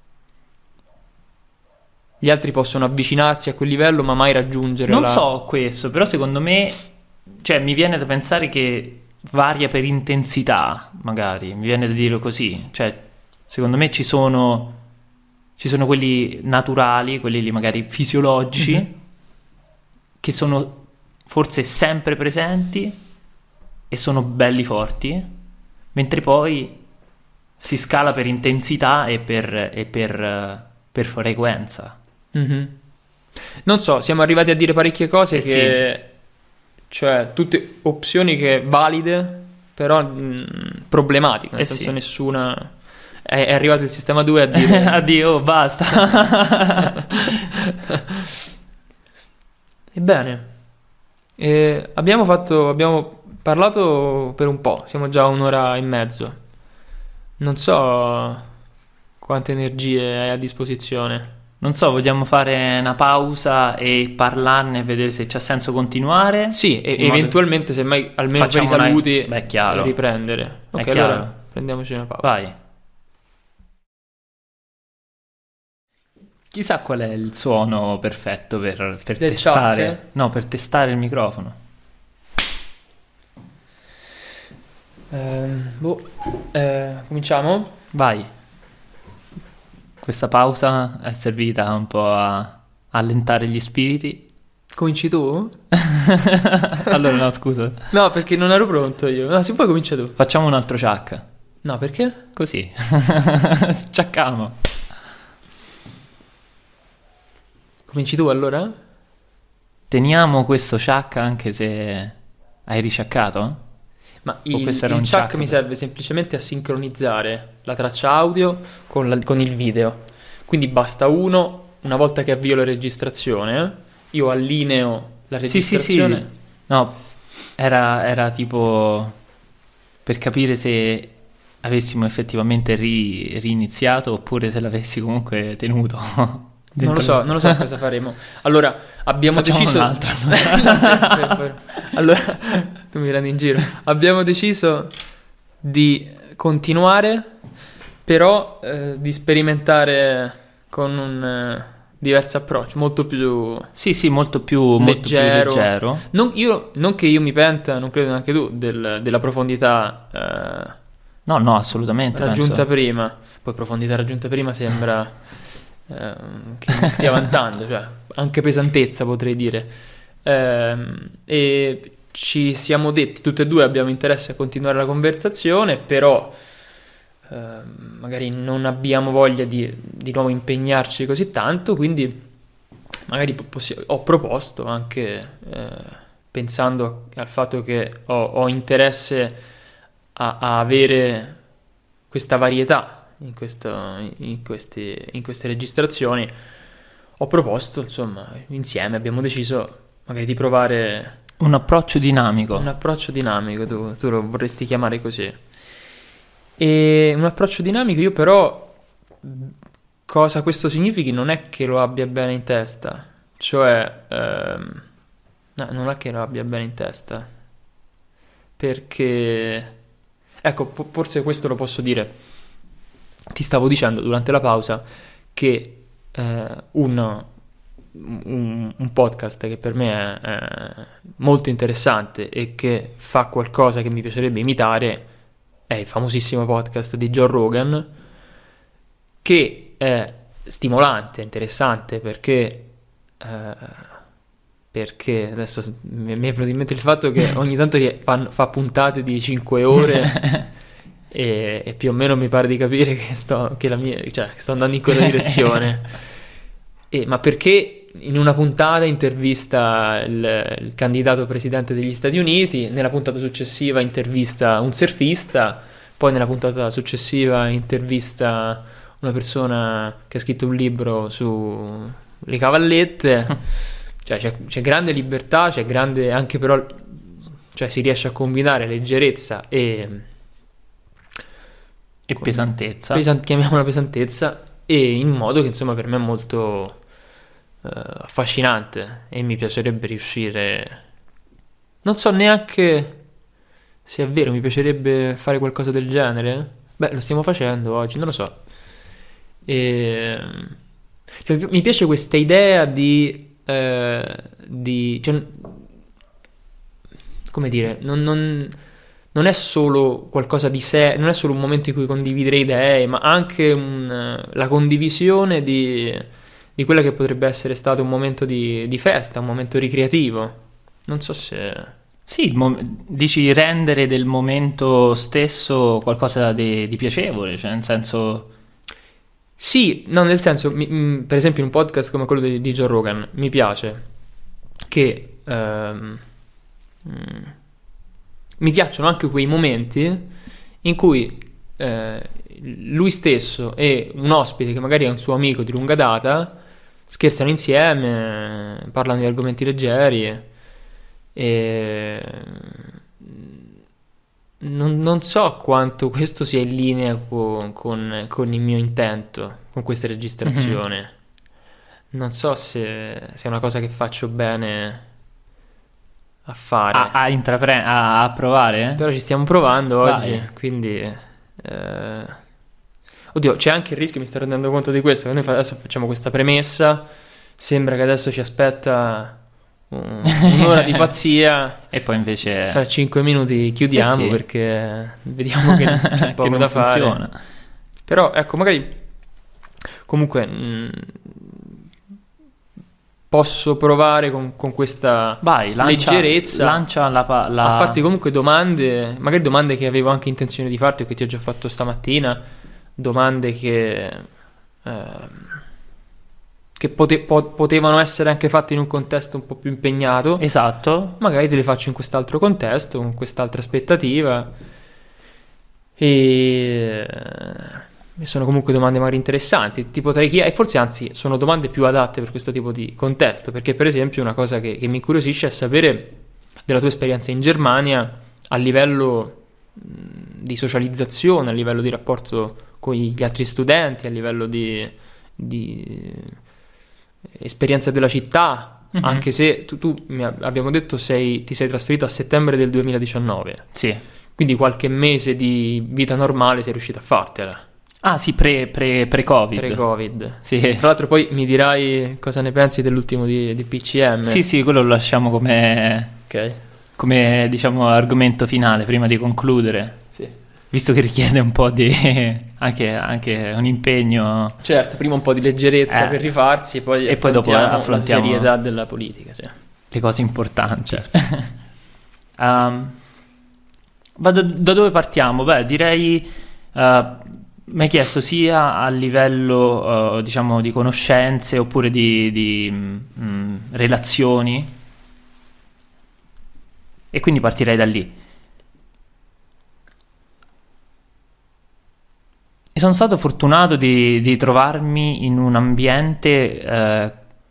Gli altri possono avvicinarsi a quel livello ma mai raggiungere Non la... so questo, però secondo me, cioè mi viene da pensare che varia per intensità, magari, mi viene da dire così. Cioè, secondo me ci sono, ci sono quelli naturali, quelli lì magari fisiologici, Mhm. che sono forse sempre presenti e sono belli forti, mentre poi si scala per intensità e per, e per, eh, per frequenza. Mhm. Non so, siamo arrivati a dire parecchie cose Eh che... Cioè, tutte opzioni che valide, però mh, problematiche, nel Eh senso sì. nessuna... È, è arrivato il sistema due a dire... Addio, basta. Ebbene, eh, abbiamo fatto... Abbiamo parlato per un po', siamo già a un'ora e mezzo. Non so quante energie hai a disposizione. Non so, vogliamo fare una pausa e parlarne e vedere se c'ha senso continuare? Sì, e In modo- eventualmente, semmai, almeno per i Facciamo una- saluti, Beh, è chiaro. riprendere. È Ok, chiaro. allora prendiamoci una pausa. Vai. Chissà qual è il suono perfetto per, per Del testare. chuck? No, per testare il microfono. Ehm, boh, eh, cominciamo? Vai. Questa pausa è servita un po' a allentare gli spiriti. Cominci tu? Allora, no, scusa. No, perché non ero pronto io. No, se puoi comincia tu. Facciamo un altro chuck. No, perché? Così. Sciacchiamo. Cominci tu allora? Teniamo questo chuck anche se hai risciaccato? Ma O il, questo era il un chuck chuck? mi serve semplicemente a sincronizzare la traccia audio con, la- con il video. Quindi basta uno, una volta che avvio la registrazione, io allineo la Sì, sì, sì. registrazione. No, era, era tipo per capire se avessimo effettivamente ri- riniziato oppure se l'avessi comunque tenuto. Non dentro lo so, il- non lo so cosa faremo. Allora, abbiamo Facciamo deciso... un'altra. Allora, tu mi prendi in giro. Abbiamo deciso di continuare, però eh, di sperimentare con un eh, diverso approccio, molto più Sì, sì, molto più, molto più leggero. leggero. Non, io, non che io mi penta, non credo neanche tu, del- della profondità eh, No, no, assolutamente. raggiunta penso. prima. Poi profondità raggiunta prima sembra ehm, che mi stia vantando, cioè anche pesantezza potrei dire. Ehm, e ci siamo detti, tutte e due abbiamo interesse a continuare la conversazione, però ehm, magari non abbiamo voglia di, di nuovo impegnarci così tanto, quindi magari possi- ho proposto anche eh, pensando al fatto che ho, ho interesse a, a avere questa varietà in, questo, in, questi- in queste registrazioni, ho proposto, insomma, insieme abbiamo deciso magari di provare Un approccio dinamico. un approccio dinamico, tu, tu lo vorresti chiamare così. E un approccio dinamico, io però, cosa questo significhi non è che lo abbia bene in testa, cioè, ehm, no, non è che lo abbia bene in testa, perché, ecco, po- forse questo lo posso dire. Ti stavo dicendo durante la pausa che eh, un, un- un podcast che per me è, è molto interessante e che fa qualcosa che mi piacerebbe imitare è il famosissimo podcast di Joe Rogan, che è stimolante, interessante perché, eh, perché adesso mi mi è venuto in mente il fatto che ogni tanto rie- fa, fa puntate di cinque ore e, e più o meno mi pare di capire che sto, che la mia, cioè, che sto andando in quella direzione. E- ma perché in una puntata intervista il, il candidato presidente degli Stati Uniti, nella puntata successiva intervista un surfista, poi nella puntata successiva intervista una persona che ha scritto un libro sulle cavallette. Cioè c'è, c'è grande libertà, c'è grande anche però, cioè si riesce a combinare leggerezza e E pesantezza. pesan- chiamiamola pesantezza, e in modo che insomma per me è molto eh, affascinante e mi piacerebbe riuscire, non so neanche se è vero, mi piacerebbe fare qualcosa del genere. Beh, lo stiamo facendo oggi, non lo so. E, cioè, mi piace questa idea di, eh, di cioè, come dire, non, non- non è solo qualcosa di sé, non è solo un momento in cui condividere idee, ma anche un- la condivisione di, di quella che potrebbe essere stato un momento di, di festa, un momento ricreativo. Non so se... Sì, il mom- dici rendere del momento stesso qualcosa di, di piacevole, cioè nel senso... Sì, no, nel senso, mi- mm, per esempio in un podcast come quello di, di Joe Rogan, mi piace che ehm, mm, mi piacciono anche quei momenti in cui eh, lui stesso e un ospite che magari è un suo amico di lunga data scherzano insieme, parlano di argomenti leggeri e non, non so quanto questo sia in linea con, con- con il mio intento con questa registrazione. non so se, se è una cosa che faccio bene a fare. A, a, intrapre- a, a provare? Però ci stiamo provando oggi, Vai. quindi... eh, Oddio, c'è anche il rischio, mi sto rendendo conto di questo, che noi fa- adesso facciamo questa premessa, sembra che adesso ci aspetta un- un'ora di pazzia, E poi invece... fra cinque minuti chiudiamo Sì, sì. perché vediamo che c'è che poco non da fare. funziona. Però ecco, magari comunque mh, posso provare con, con questa Vai, lancia, leggerezza lancia la, pa- la... a farti comunque domande, magari domande che avevo anche intenzione di farti o che ti ho già fatto stamattina, domande che, ehm, che pote- po- potevano essere anche fatte in un contesto un po' più impegnato. Esatto. Magari te le faccio in quest'altro contesto, con quest'altra aspettativa. E, e sono comunque domande magari interessanti. Ti potrei chiedere, e forse anzi sono domande più adatte per questo tipo di contesto, perché per esempio una cosa che, che mi incuriosisce è sapere della tua esperienza in Germania a livello mh, di socializzazione, a livello di rapporto con gli altri studenti, a livello di, di esperienza della città, Mhm. anche se tu, tu mi ab- abbiamo detto sei, ti sei trasferito a settembre del duemiladiciannove, Sì. quindi qualche mese di vita normale sei riuscito a fartela, Ah sì, pre, pre, pre-Covid. pre-Covid. Sì. Tra l'altro poi mi dirai cosa ne pensi dell'ultimo di, di P C M. Sì, sì, quello lo lasciamo come, Ok. come diciamo argomento finale prima di concludere, Sì. visto che richiede un po' di anche, anche un impegno. Certo, prima un po' di leggerezza Eh. per rifarsi, poi E poi dopo affrontiamo affrontiamo- la serietà della politica, sì. Le cose importanti. Certo. Um, ma da, da dove partiamo? Beh, direi uh, mi hai chiesto sia a livello uh, diciamo di conoscenze oppure di, di mm, relazioni, e quindi partirei da lì. E sono stato fortunato di, di trovarmi in un ambiente eh,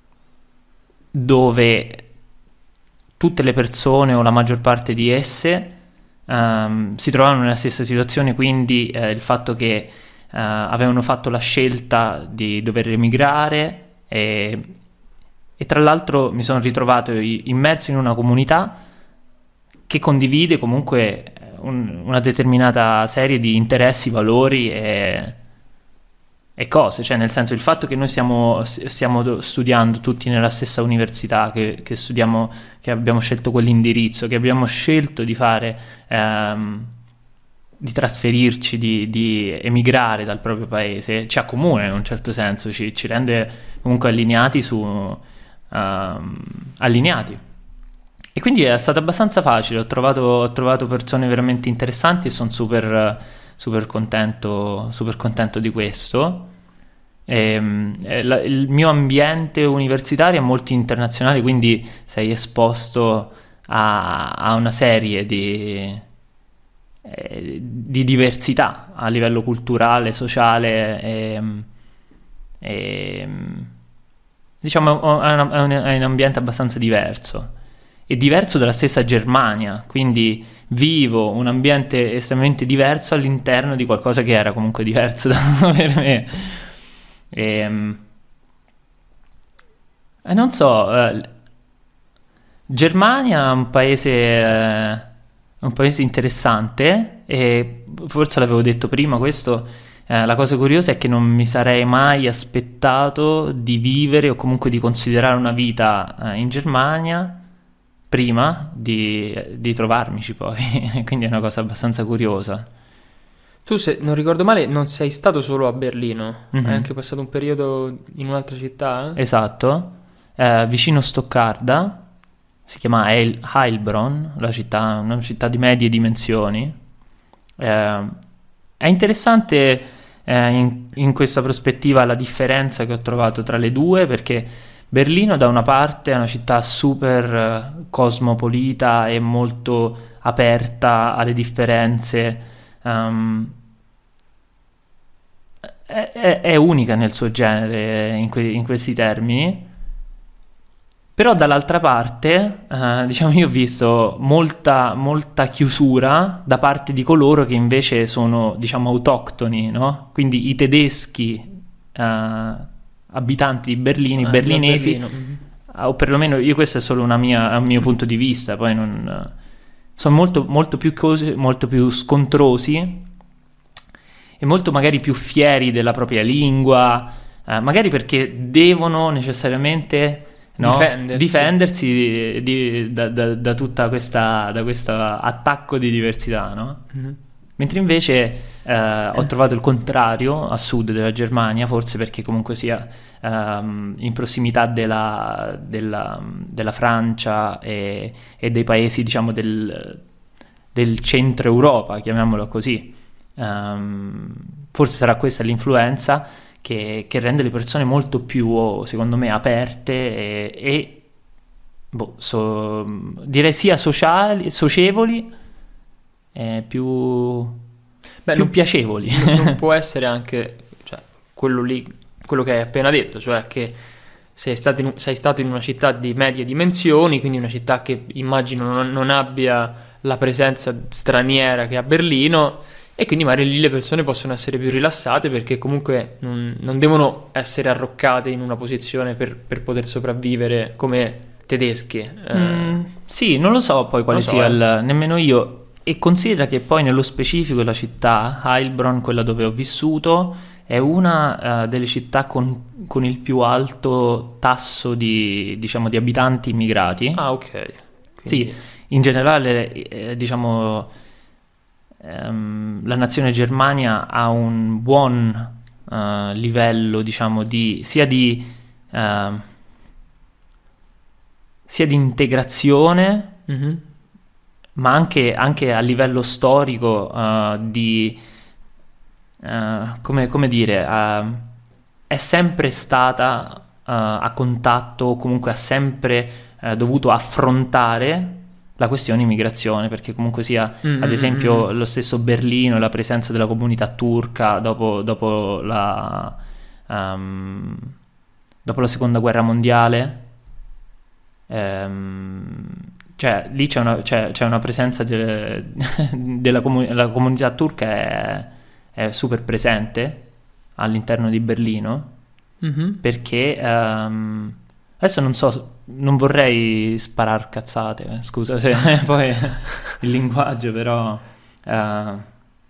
dove tutte le persone o la maggior parte di esse ehm, si trovavano nella stessa situazione, quindi eh, il fatto che eh, avevano fatto la scelta di dover emigrare e, e tra l'altro mi sono ritrovato i- immerso in una comunità che condivide comunque un- una determinata serie di interessi, valori e, e cose, cioè nel senso il fatto che noi stiamo, stiamo studiando tutti nella stessa università, che, che studiamo, che abbiamo scelto quell'indirizzo, che abbiamo scelto di fare, ehm, di trasferirci, di, di emigrare dal proprio paese, ci accomuna in un certo senso, ci, ci rende comunque allineati su ehm, allineati. E quindi è stato abbastanza facile, ho trovato, ho trovato persone veramente interessanti e sono super, super contento, super contento di questo. E, e la- il mio ambiente universitario è molto internazionale, quindi sei esposto a, a una serie di, eh, di diversità a livello culturale, sociale e, e, diciamo è un, è un- è un ambiente abbastanza diverso. È diverso dalla stessa Germania, quindi vivo un ambiente estremamente diverso all'interno di qualcosa che era comunque diverso da- per me. E, e non so, eh, Germania è un paese, eh, un paese interessante e forse l'avevo detto prima questo, eh, la cosa curiosa è che non mi sarei mai aspettato di vivere o comunque di considerare una vita eh, in Germania prima di, di trovarmici poi, quindi è una cosa abbastanza curiosa. Tu, se non ricordo male, non sei stato solo a Berlino, Mhm. hai anche passato un periodo in un'altra città? Esatto, eh, vicino Stoccarda, si chiama Heil- Heilbronn, la città, una città di medie dimensioni. Eh, è interessante eh, in, in questa prospettiva la differenza che ho trovato tra le due, perché Berlino da una parte è una città super eh, cosmopolita e molto aperta alle differenze, ehm, è, è- è unica nel suo genere in, que- in questi termini. Però dall'altra parte, eh, diciamo, io ho visto molta, molta chiusura da parte di coloro che invece sono, diciamo, autoctoni, no? Quindi i tedeschi, eh, abitanti di Berlino, i Ah, berlinesi, Berlino. Mhm. o perlomeno io, questo è solo una mia, un mio punto di vista, poi non, sono molto, molto più cose, molto più scontrosi e molto magari più fieri della propria lingua, eh, magari perché devono necessariamente, no, Difendersi. difendersi di- di- da, da, da tutta questa, da questo attacco di diversità, no? Mhm. Mentre invece eh, ho trovato il contrario a sud della Germania, forse perché comunque sia ehm, in prossimità della, della, della Francia e, e dei paesi, diciamo, del, del centro Europa, chiamiamolo così. Ehm, forse sarà questa l'influenza che, che rende le persone molto più, secondo me, aperte e, e boh, so- direi sia sociali, socievoli, eh, più, Beh, più non- piacevoli. non può essere anche, cioè, quello lì, quello che hai appena detto, cioè che sei stato in, sei stato in una città di medie dimensioni, quindi una città che immagino non, non abbia la presenza straniera che ha Berlino, e quindi magari lì le persone possono essere più rilassate perché comunque non, non devono essere arroccate in una posizione per, per poter sopravvivere come tedeschi. Eh, Mm, sì, non lo so poi quale Non lo so, sia eh. il, nemmeno io. E considera che poi nello specifico la città Heilbronn, quella dove ho vissuto, è una eh, delle città con, con il più alto tasso di, diciamo, di abitanti immigrati. Ah, ok. Sì, Quindi- in generale, eh, diciamo, ehm, la nazione Germania ha un buon eh, livello, diciamo, di sia di ehm, sia di integrazione, Mhm. ma anche, anche a livello storico eh, di eh, come, come dire, eh, è sempre stata eh, a contatto, o comunque ha sempre eh, dovuto affrontare la questione immigrazione, perché comunque sia, Mm, ad mm, esempio, mm. lo stesso Berlino, la presenza della comunità turca dopo, dopo la, ehm, dopo la seconda guerra mondiale. Ehm, cioè lì c'è una, c'è, c'è una presenza de- della comu- la comunità turca è, è super presente all'interno di Berlino, Mhm. perché ehm, adesso non so, non vorrei sparar cazzate, eh, scusa se poi il linguaggio, però eh,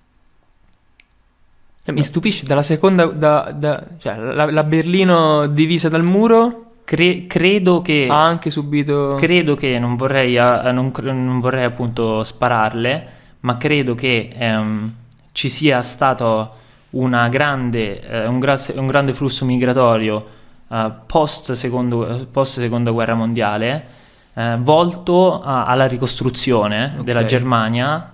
Eh, Mi stupisce dalla seconda, da, da- cioè la, la Berlino divisa dal muro cre- credo che ha anche subito... credo che non vorrei, eh, non, cre- non vorrei appunto spararle, ma credo che ehm, ci sia stato una grande, eh, un, gra- un grande flusso migratorio eh, post, secondo, post seconda guerra mondiale, eh, volto a- alla ricostruzione Ok. della Germania,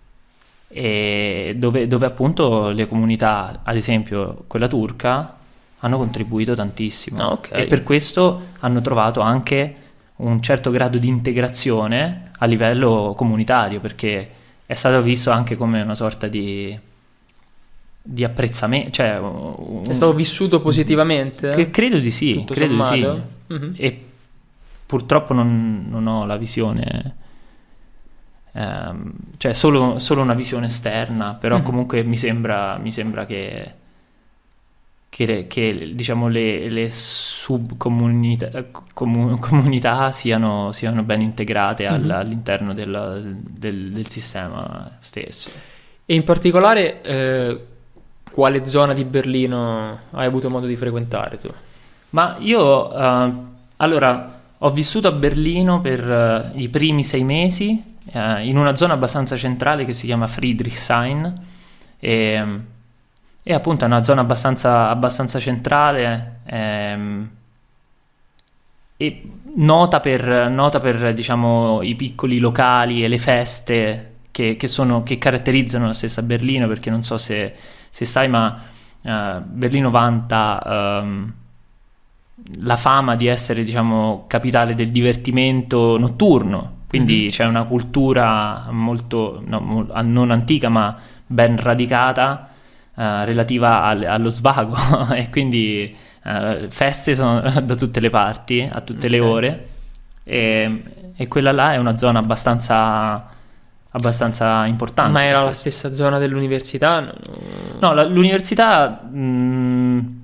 e dove, dove appunto le comunità, ad esempio quella turca, hanno contribuito tantissimo. Ah, ok. E per questo hanno trovato anche un certo grado di integrazione a livello comunitario, perché è stato visto anche come una sorta di, di apprezzamento, cioè un- È stato vissuto positivamente? che credo di sì, Tutto credo di sì. sommato? Mhm. E purtroppo non, non ho la visione, ehm, cioè solo, solo una visione esterna, però Mhm. comunque mi sembra, mi sembra che, che, le- che, diciamo le, le subcomunità comu- comunità siano, siano ben integrate al- Mhm. all'interno del, del- del sistema stesso. E in particolare eh, quale zona di Berlino hai avuto modo di frequentare tu? Ma io, eh, allora, ho vissuto a Berlino per eh, i primi sei mesi, eh, in una zona abbastanza centrale che si chiama Friedrichshain, e, e appunto è una zona abbastanza, abbastanza centrale, ehm, e nota per, nota per, diciamo, i piccoli locali e le feste che, che sono, che caratterizzano la stessa Berlino, perché non so se, se sai, ma eh, Berlino vanta ehm, la fama di essere, diciamo, capitale del divertimento notturno, quindi Mhm. c'è una cultura molto, no, mo- non antica, ma ben radicata eh, relativa al- allo svago e quindi eh, feste sono da tutte le parti, a tutte le Ok. ore, e, e quella là è una zona abbastanza, abbastanza importante. Ma era per la questo. stessa zona dell'università? No. No, la- l'università mh,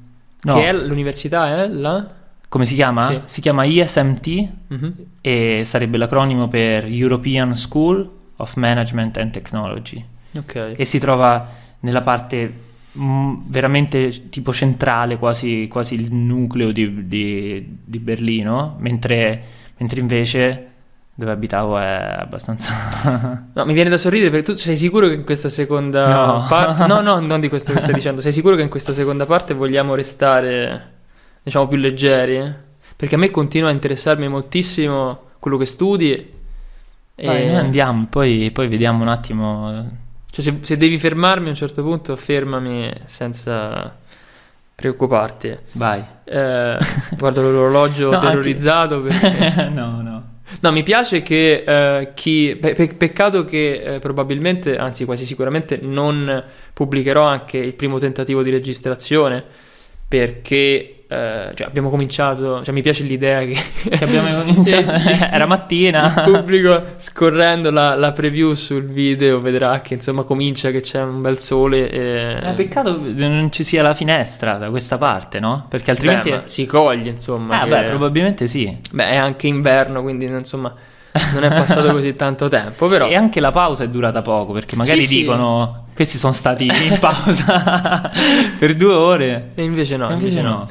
No. Che è l'università, è la... Come si chiama? Sì. Si chiama I S M T Mhm. e sarebbe l'acronimo per European School of Management and Technology. Ok. E si trova nella parte mh, veramente tipo centrale, quasi, quasi il nucleo di, di- di Berlino, mentre, mentre invece dove abitavo è abbastanza... No, mi viene da sorridere perché tu sei sicuro che in questa seconda No. parte... No, no, non di questo che stai dicendo. Sei sicuro che in questa seconda parte vogliamo restare, diciamo, più leggeri? Perché a me continua a interessarmi moltissimo quello che studi. Dai, E... noi andiamo, poi, poi vediamo un attimo. Cioè, se, se devi fermarmi a un certo punto, fermami senza preoccuparti. Vai. Eh, guardo l'orologio No, terrorizzato perché... no, no. No, mi piace che eh, chi... pe- pe- peccato che eh, probabilmente, anzi quasi sicuramente, non pubblicherò anche il primo tentativo di registrazione perché eh, cioè, abbiamo cominciato... Cioè, mi piace l'idea che... Che abbiamo cominciato, era mattina. Il pubblico scorrendo la, la preview sul video vedrà che insomma comincia, che c'è un bel sole e... Eh, peccato che non ci sia la finestra da questa parte, no? Perché altrimenti... Beh, ma si coglie insomma Ah, che- beh, probabilmente sì. Beh, è anche inverno, quindi insomma non è passato così tanto tempo, però... E anche la pausa è durata poco, perché magari Sì, sì. dicono questi sono stati in pausa per due ore. E invece no, E invece no.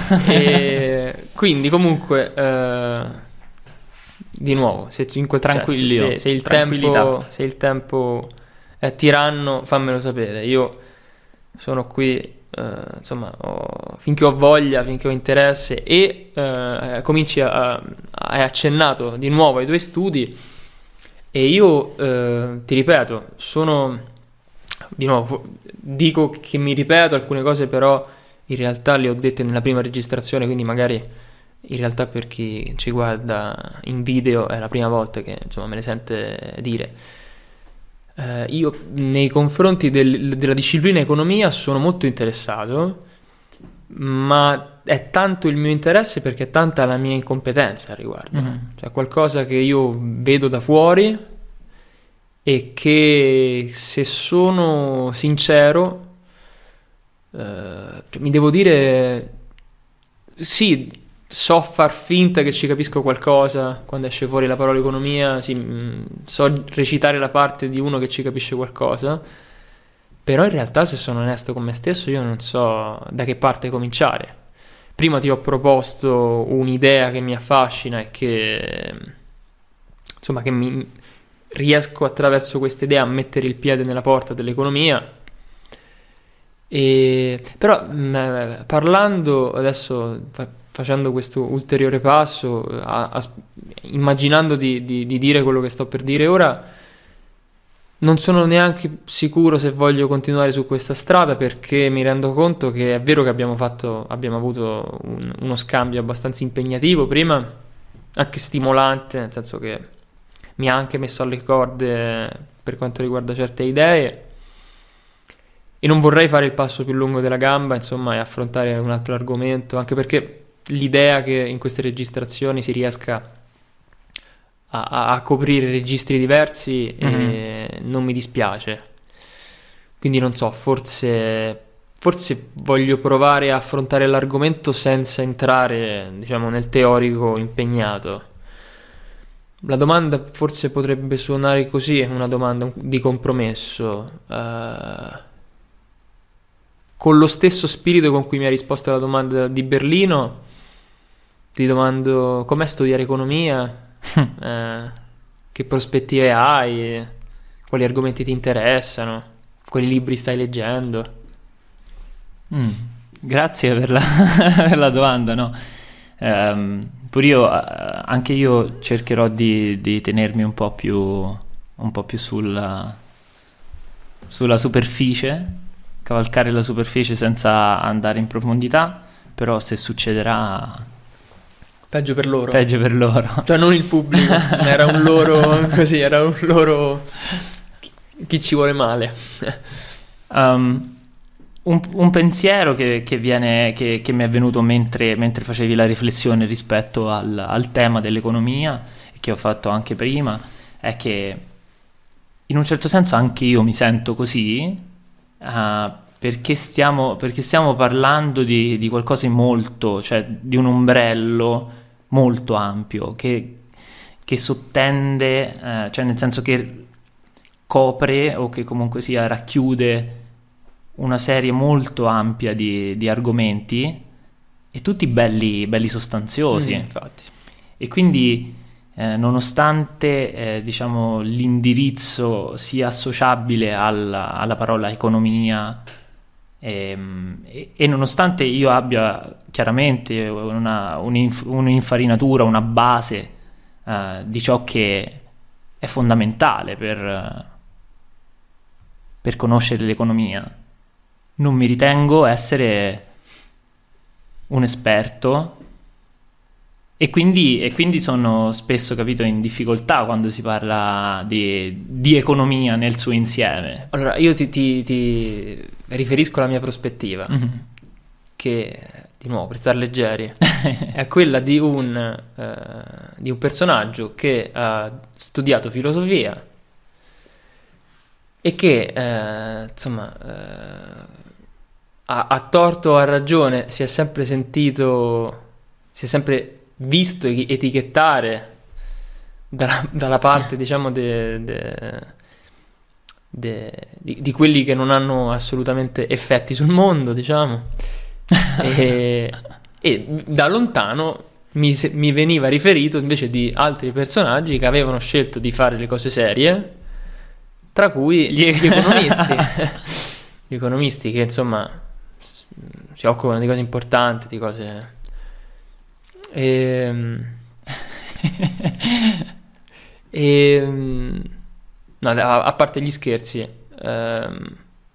E quindi comunque, eh, di nuovo, se in quel Tranquillo, cioè, se, se il tranquillità. tempo, se il tempo è tiranno, fammelo sapere. Io sono qui, eh, insomma, ho- finché ho voglia, finché ho interesse e eh, cominci a, a- hai accennato di nuovo ai tuoi studi e io eh, ti ripeto, sono di nuovo, fo- dico che mi ripeto alcune cose, però in realtà le ho dette nella prima registrazione, quindi magari in realtà per chi ci guarda in video è la prima volta che insomma me ne sente dire. Eh, io nei confronti del- della disciplina economia sono molto interessato, ma è tanto il mio interesse perché è tanta la mia incompetenza al riguardo. Mhm. Cioè qualcosa che io vedo da fuori e che se sono sincero eh, cioè, mi devo dire sì, so far finta che ci capisco qualcosa quando esce fuori la parola economia, sì, mh, so recitare la parte di uno che ci capisce qualcosa, però in realtà se sono onesto con me stesso io non so da che parte cominciare. Prima ti ho proposto un'idea che mi affascina e che insomma che mi riesco attraverso questa idea a mettere il piede nella porta dell'economia. E, però mh, parlando adesso, fa- facendo questo ulteriore passo, a- a- immaginando di, di- di dire quello che sto per dire ora, non sono neanche sicuro se voglio continuare su questa strada perché mi rendo conto che è vero che abbiamo fatto, abbiamo avuto un- uno scambio abbastanza impegnativo prima, anche stimolante, nel senso che mi ha anche messo alle corde per quanto riguarda certe idee. E non vorrei fare il passo più lungo della gamba, insomma, e affrontare un altro argomento, anche perché l'idea che in queste registrazioni si riesca a, a- a coprire registri diversi eh, non mi dispiace. Quindi non so, forse, forse voglio provare a affrontare l'argomento senza entrare, diciamo, nel teorico impegnato. La domanda forse potrebbe suonare così, una domanda di compromesso. eh, Con lo stesso spirito con cui mi hai risposto alla domanda di Berlino, ti domando com'è studiare economia, eh, che prospettive hai, quali argomenti ti interessano, quali libri stai leggendo. Mm, grazie per la, per la domanda, no? Ehm, pure io, eh, anche io cercherò di, di tenermi un po' più, un po' più sulla, sulla superficie, cavalcare la superficie senza andare in profondità, però se succederà, Peggio per loro. peggio per loro. Cioè non il pubblico, era un loro così, era un loro chi, chi ci vuole male. Um, un, un pensiero che, che viene, che, che mi è venuto mentre, mentre facevi la riflessione rispetto al, al tema dell'economia, e che ho fatto anche prima, è che in un certo senso anche io mi sento così, uh, perché stiamo, perché stiamo parlando di, di qualcosa di molto, cioè di un ombrello molto ampio che, che sottende, eh, cioè nel senso che copre o che comunque sia racchiude una serie molto ampia di, di argomenti e tutti belli, belli sostanziosi. Mm, infatti. E quindi eh, nonostante eh, diciamo l'indirizzo sia associabile alla, alla parola economia ehm, e, e nonostante io abbia chiaramente una, un'inf- un'infarinatura, una base eh, di ciò che è fondamentale per, per conoscere l'economia, non mi ritengo essere un esperto e quindi, e quindi sono spesso, capito, in difficoltà quando si parla di, di economia nel suo insieme. Allora, io ti, ti- ti riferisco alla mia prospettiva, Mhm. che, di nuovo, per star leggeri, è quella di un, eh, di un personaggio che ha studiato filosofia e che, eh, insomma, eh, a, a torto o a ragione si è sempre sentito, si è sempre visto e- etichettare dalla, dalla parte, diciamo, de- de- de- di, di quelli che non hanno assolutamente effetti sul mondo, diciamo. E, e da lontano mi, se- mi veniva riferito invece di altri personaggi che avevano scelto di fare le cose serie, tra cui gli, gli economisti. Gli economisti che insomma s- si occupano di cose importanti, di cose... Ehm, ehm, no, a, a parte gli scherzi, ehm,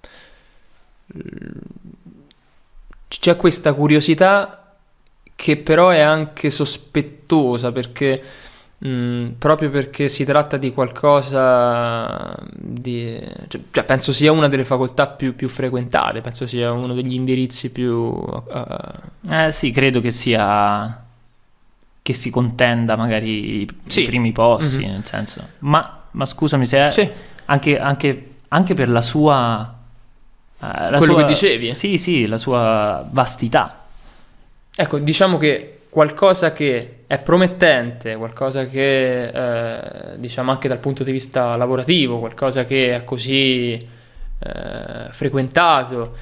c'è questa curiosità che però è anche sospettosa perché mh, proprio perché si tratta di qualcosa di, cioè, cioè, penso sia una delle facoltà più, più frequentate, penso sia uno degli indirizzi più eh, Eh sì, credo che sia che si contenda magari i, Sì. i primi posti, Mhm. nel senso. Ma, ma scusami se è sì, anche, anche, anche per la sua eh, la quello sua- che dicevi. Sì, sì, la sua vastità. Ecco, diciamo che qualcosa che è promettente, qualcosa che, eh, diciamo anche dal punto di vista lavorativo, qualcosa che è così eh, frequentato,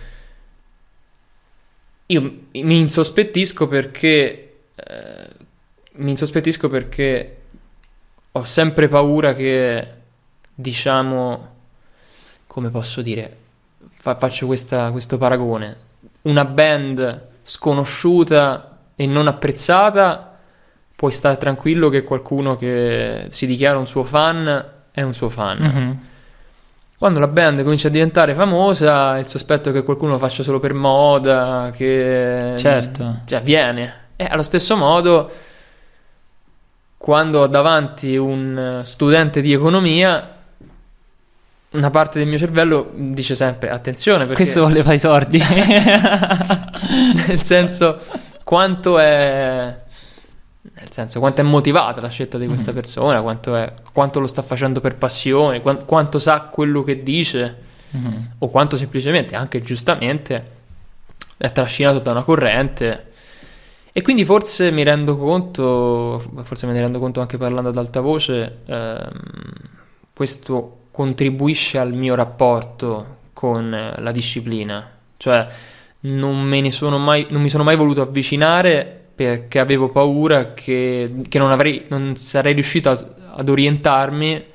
io mi insospettisco perché, eh, mi insospettisco perché ho sempre paura che, diciamo, come posso dire, fa- faccio questa- questo paragone, una band sconosciuta e non apprezzata, puoi stare tranquillo che qualcuno che si dichiara un suo fan è un suo fan. Mhm. Quando la band comincia a diventare famosa, il sospetto è che qualcuno lo faccia solo per moda, che Certo. cioè viene. E allo stesso modo, quando ho davanti un studente di economia, una parte del mio cervello dice sempre attenzione perché Questo voleva i sordi. nel senso quanto è nel senso quanto è motivata la scelta di questa Mhm. persona, quanto è quanto lo sta facendo per passione, quan- quanto sa quello che dice Mhm. o quanto semplicemente anche giustamente è trascinato da una corrente. E quindi forse mi rendo conto, forse me ne rendo conto anche parlando ad alta voce, ehm, questo contribuisce al mio rapporto con eh, la disciplina, cioè non me ne sono mai, non mi sono mai voluto avvicinare perché avevo paura che, che non avrei, non sarei riuscito a- ad orientarmi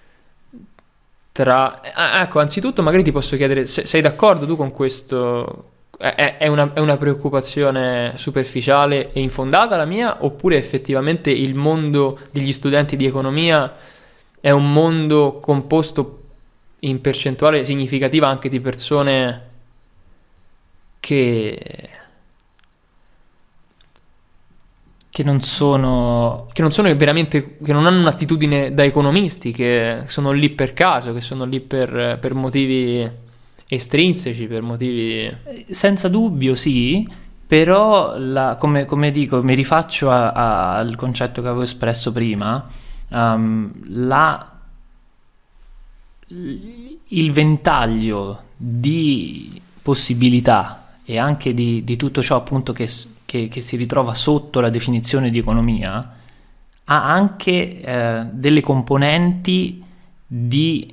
tra... Ah, ecco, anzitutto magari ti posso chiedere, se- sei d'accordo tu con questo? È, è- è una, è una preoccupazione superficiale e infondata la mia, oppure effettivamente il mondo degli studenti di economia è un mondo composto in percentuale significativa anche di persone che, Che non sono... che non sono veramente, che non hanno un'attitudine da economisti, che sono lì per caso, che sono lì per, per motivi estrinseci, per motivi... Senza dubbio sì, però la- come, come dico, mi rifaccio a- a- al concetto che avevo espresso prima, ehm, la- il ventaglio di possibilità e anche di, di tutto ciò appunto che, che, che si ritrova sotto la definizione di economia, ha anche eh, delle componenti di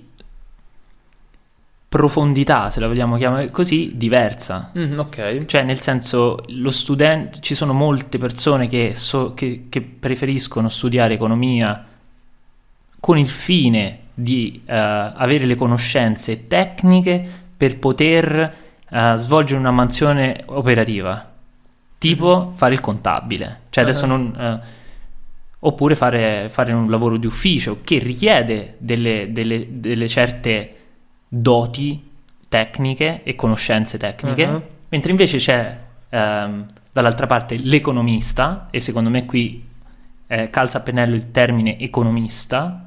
profondità, se la vogliamo chiamare così, diversa. Mm, ok. Cioè, nel senso, lo studente, ci sono molte persone che, so, che, che preferiscono studiare economia con il fine di uh, avere le conoscenze tecniche per poter uh, svolgere una mansione operativa, tipo mm-hmm. fare il contabile. Cioè, uh-huh. adesso non... Uh, oppure fare, fare un lavoro di ufficio che richiede delle, delle, delle certe doti tecniche e conoscenze tecniche, uh-huh. mentre invece c'è ehm, dall'altra parte l'economista, e secondo me qui eh, calza a pennello il termine economista,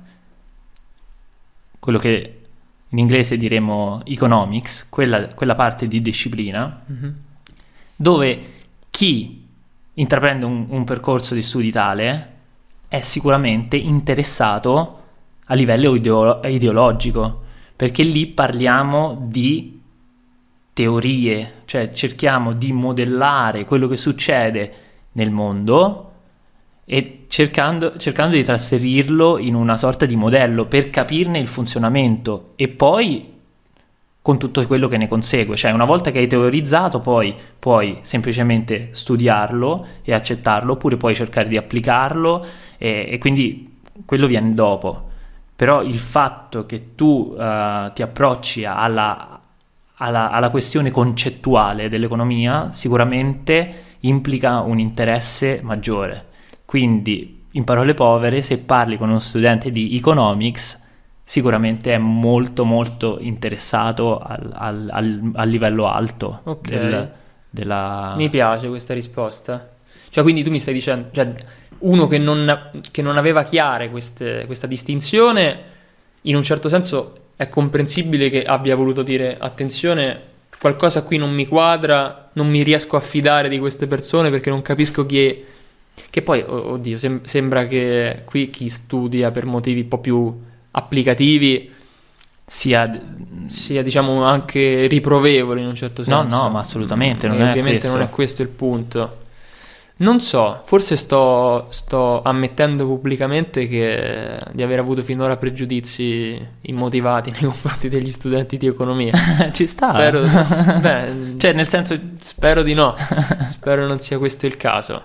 quello che in inglese diremo economics, quella, quella parte di disciplina, uh-huh. dove chi intraprende un, un percorso di studi tale è sicuramente interessato a livello ideolo- ideologico, perché lì parliamo di teorie, cioè cerchiamo di modellare quello che succede nel mondo e cercando, cercando di trasferirlo in una sorta di modello per capirne il funzionamento e poi con tutto quello che ne consegue. Cioè, una volta che hai teorizzato, poi puoi semplicemente studiarlo e accettarlo, oppure puoi cercare di applicarlo e, e quindi quello viene dopo. Però il fatto che tu uh, ti approcci alla, alla, alla questione concettuale dell'economia sicuramente implica un interesse maggiore. Quindi, in parole povere, se parli con uno studente di economics, sicuramente è molto molto interessato al, al, al, al livello alto. Ok, del, della... mi piace questa risposta. Cioè, quindi tu mi stai dicendo, cioè, uno che non, che non aveva chiare queste, questa distinzione, in un certo senso è comprensibile che abbia voluto dire attenzione, qualcosa qui non mi quadra, non mi riesco a fidare di queste persone perché non capisco chi è. Che poi, oddio, sem- sembra che qui chi studia per motivi un po' più applicativi sia, sia diciamo anche riprovevole in un certo senso. No, no, ma assolutamente non e è ovviamente questo. non è questo il punto. Non so, forse sto, sto ammettendo pubblicamente che di aver avuto finora pregiudizi immotivati nei confronti degli studenti di economia. Ci sta. Spero, beh, cioè, nel senso, spero di no. Spero non sia questo il caso.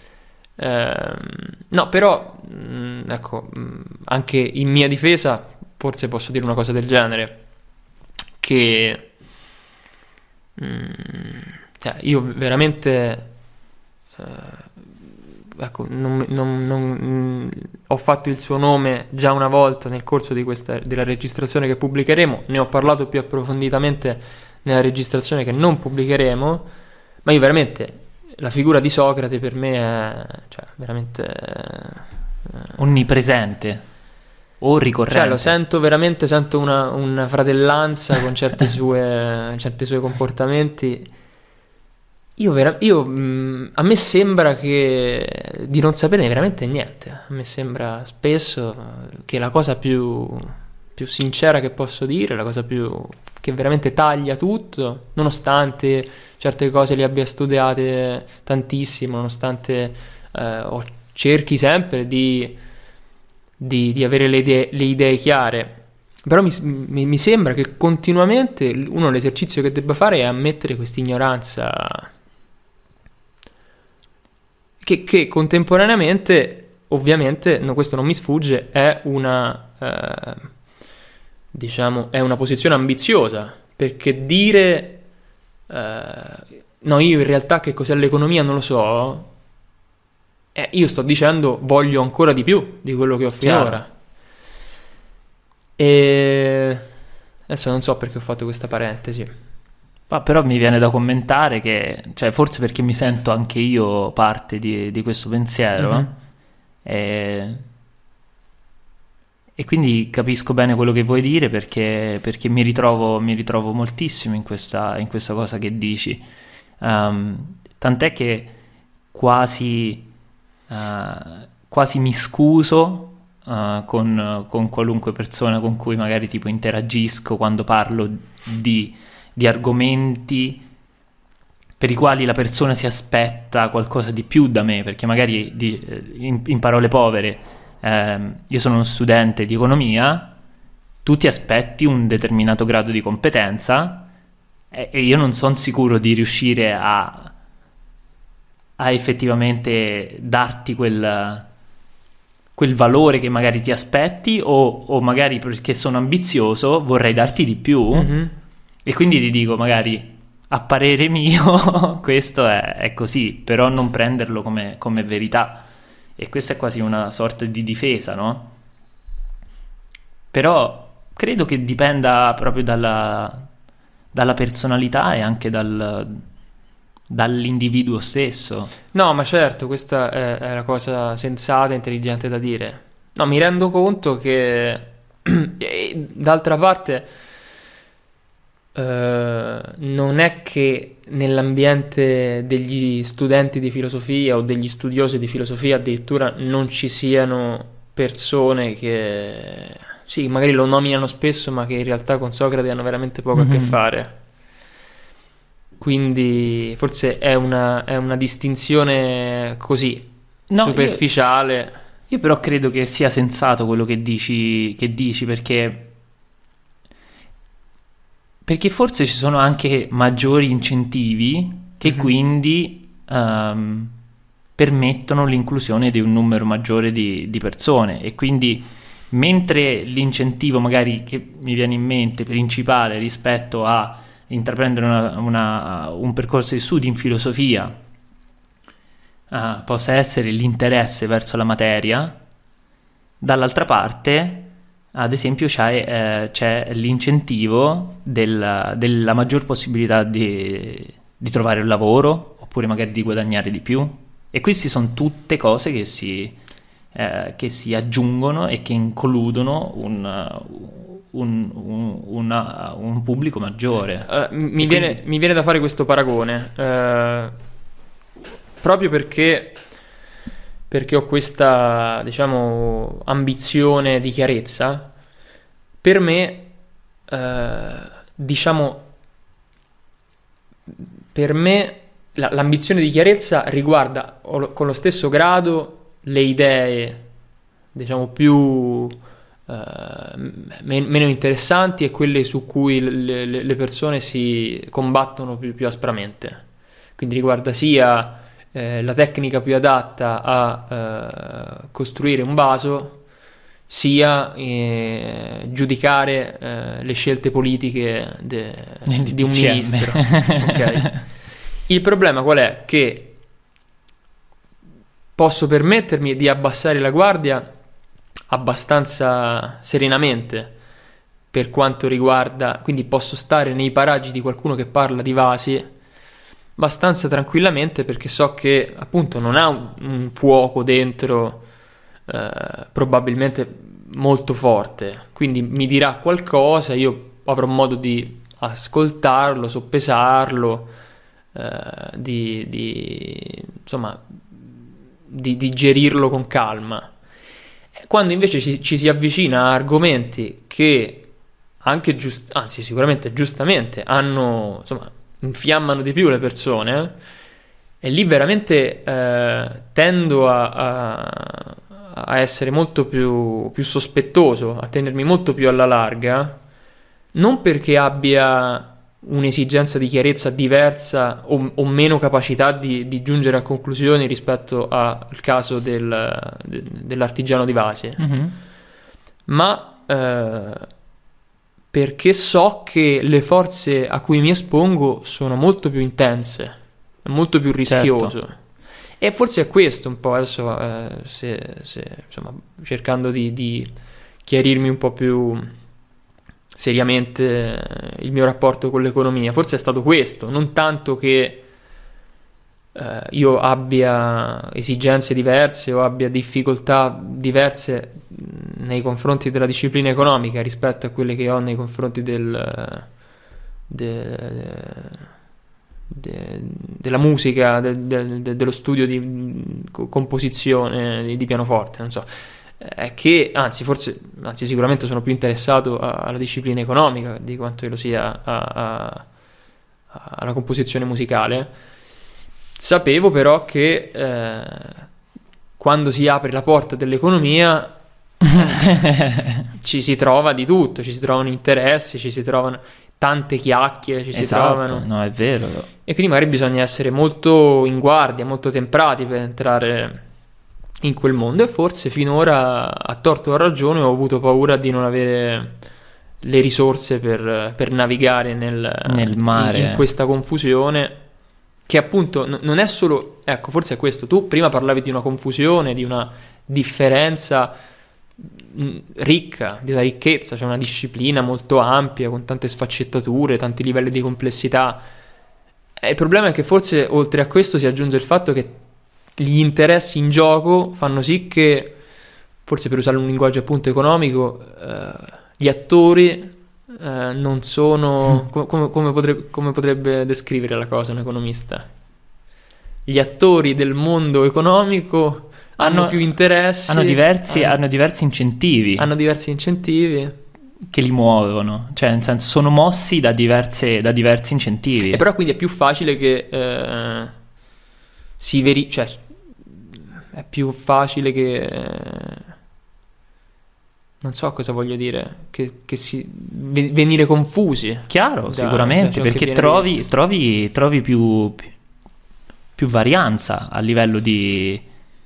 Eh, no, però, mh, ecco, mh, anche in mia difesa, forse posso dire una cosa del genere, che mh, cioè, io veramente eh, ecco, non, non, non, mh, ho fatto il suo nome già una volta nel corso di questa, della registrazione che pubblicheremo, ne ho parlato più approfonditamente nella registrazione che non pubblicheremo, ma io veramente... La figura di Socrate per me è cioè, veramente eh, onnipresente o ricorrente. Cioè, lo sento veramente, sento una, una fratellanza con certe sue, certi suoi comportamenti. Io, vera- io mh, a me sembra che di non saperne veramente niente. A me sembra spesso che la cosa più, più sincera che posso dire, la cosa più che veramente taglia tutto, nonostante certe cose le abbia studiate tantissimo, nonostante eh, o cerchi sempre di, di, di avere le idee, le idee chiare, però mi, mi, mi sembra che continuamente uno l'esercizio che debba fare è ammettere questa ignoranza che, che contemporaneamente, ovviamente, no, questo non mi sfugge, è una eh, diciamo è una posizione ambiziosa, perché dire Uh, no, io in realtà che cos'è l'economia non lo so, eh, io sto dicendo voglio ancora di più di quello che ho finora. E adesso non so perché ho fatto questa parentesi, ma però mi viene da commentare che, cioè, forse perché mi sento anche io parte di, di questo pensiero, mm-hmm. e... E quindi capisco bene quello che vuoi dire, perché, perché mi ritrovo, mi ritrovo moltissimo in questa, in questa cosa che dici. Um, tant'è che quasi, uh, quasi mi scuso uh, con, con qualunque persona con cui magari tipo interagisco quando parlo di, di argomenti per i quali la persona si aspetta qualcosa di più da me, perché magari di, in, in parole povere ehm, io sono uno studente di economia, tu ti aspetti un determinato grado di competenza e, e io non sono sicuro di riuscire a, a effettivamente darti quel, quel valore che magari ti aspetti, o, o magari perché sono ambizioso vorrei darti di più, mm-hmm. e quindi ti dico magari a parere mio questo è, è così, però non prenderlo come, come verità, e questa è quasi una sorta di difesa, no? Però credo che dipenda proprio dalla, dalla personalità e anche dal, dall'individuo stesso. No, ma certo, questa è, è una cosa sensata e intelligente da dire. No, mi rendo conto che d'altra parte Uh, non è che nell'ambiente degli studenti di filosofia o degli studiosi di filosofia addirittura non ci siano persone che sì, magari lo nominano spesso, ma che in realtà con Socrate hanno veramente poco mm-hmm. a che fare. Quindi forse è una, è una distinzione così no, superficiale. Io, io però credo che sia sensato quello che dici, che dici perché Perché forse ci sono anche maggiori incentivi che mm-hmm. quindi um, permettono l'inclusione di un numero maggiore di, di persone, e quindi mentre l'incentivo magari che mi viene in mente principale rispetto a intraprendere una, una, un percorso di studi in filosofia uh, possa essere l'interesse verso la materia, dall'altra parte ad esempio c'è, eh, c'è l'incentivo del, della maggior possibilità di, di trovare un lavoro, oppure magari di guadagnare di più, e queste sono tutte cose che si, eh, che si aggiungono e che includono un, un, un, una, un pubblico maggiore. Uh, mi, viene, quindi... mi viene da fare questo paragone uh, proprio perché perché ho questa, diciamo, ambizione di chiarezza. Per me, eh, diciamo, per me la, l'ambizione di chiarezza riguarda con lo stesso grado le idee, diciamo, più eh, men- meno interessanti e quelle su cui le, le, le persone si combattono più, più aspramente. Quindi riguarda sia Eh, la tecnica più adatta a eh, costruire un vaso, sia eh, giudicare eh, le scelte politiche de, di un ministro. Okay. Il problema qual è? Che posso permettermi di abbassare la guardia abbastanza serenamente per quanto riguarda, quindi posso stare nei paraggi di qualcuno che parla di vasi abbastanza tranquillamente, perché so che appunto non ha un, un fuoco dentro eh, probabilmente molto forte, quindi mi dirà qualcosa, io avrò modo di ascoltarlo, soppesarlo, eh, di, di insomma di digerirlo con calma. Quando invece ci, ci si avvicina a argomenti che anche giust- anzi sicuramente giustamente hanno, insomma, infiammano di più le persone, e lì veramente eh, tendo a, a, a essere molto più, più sospettoso, a tenermi molto più alla larga, non perché abbia un'esigenza di chiarezza diversa o, o meno capacità di, di giungere a conclusioni rispetto al caso del, de, dell'artigiano di vasi, mm-hmm. ma eh, perché so che le forze a cui mi espongo sono molto più intense, molto più rischioso. Certo. E forse è questo un po', adesso eh, se, se, insomma, cercando di, di chiarirmi un po' più seriamente il mio rapporto con l'economia, forse è stato questo, non tanto che eh, io abbia esigenze diverse o abbia difficoltà diverse nei confronti della disciplina economica rispetto a quelle che ho nei confronti del, de, de, della musica, de, de, de, dello studio di composizione di, di pianoforte, non so, è che anzi forse anzi sicuramente sono più interessato a, alla disciplina economica di quanto io lo sia a, a, alla composizione musicale. Sapevo però che eh, quando si apre la porta dell'economia ci si trova di tutto, ci si trovano interessi, ci si trovano tante chiacchiere, ci si esatto, trovano. No, è vero. E quindi magari bisogna essere molto in guardia, molto temprati per entrare in quel mondo, e forse finora, a torto o a ragione, ho avuto paura di non avere le risorse per, per navigare nel, nel mare, in, in questa confusione, che appunto n- non è solo, ecco, forse è questo. Tu prima parlavi di una confusione, di una differenza mh, ricca, di una ricchezza, c'è cioè una disciplina molto ampia con tante sfaccettature, tanti livelli di complessità. E il problema è che forse oltre a questo si aggiunge il fatto che gli interessi in gioco fanno sì che, forse per usare un linguaggio appunto economico, eh, gli attori eh, non sono... com- come, come, potrebbe, come potrebbe descrivere la cosa un economista? Gli attori del mondo economico hanno, hanno più interessi, hanno diversi, hanno, hanno diversi incentivi, hanno diversi incentivi che li muovono, cioè nel senso sono mossi da, diverse, da diversi incentivi. E però quindi è più facile che eh, si veri... cioè è più facile che... Eh, non so cosa voglio dire, che, che si venire confusi. Chiaro, da, sicuramente, perché trovi, trovi, trovi più, più, più varianza a livello di...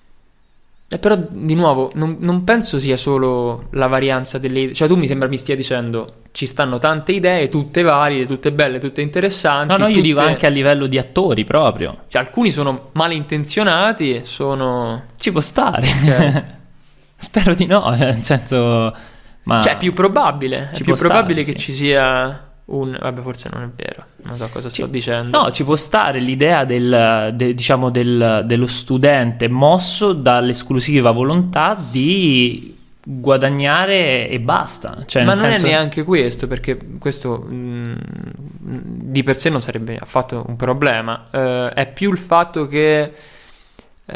E però, di nuovo, non, non penso sia solo la varianza delle idee. Cioè, tu mi sembra mi stia dicendo, ci stanno tante idee, tutte valide, tutte belle, tutte interessanti. No, no, io tutte... dico anche a livello di attori proprio. Cioè, alcuni sono malintenzionati, sono... Ci può stare. Cioè... Spero di no, nel senso... Ma cioè, è più probabile, è più probabile stare, che sì. ci sia un... Vabbè, forse non è vero, non so cosa ci... sto dicendo. No, ci può stare l'idea del, de, diciamo, del, dello studente mosso dall'esclusiva volontà di guadagnare e basta. Cioè, ma nel non senso... è neanche questo, perché questo mh, di per sé non sarebbe affatto un problema. Uh, è più il fatto che uh,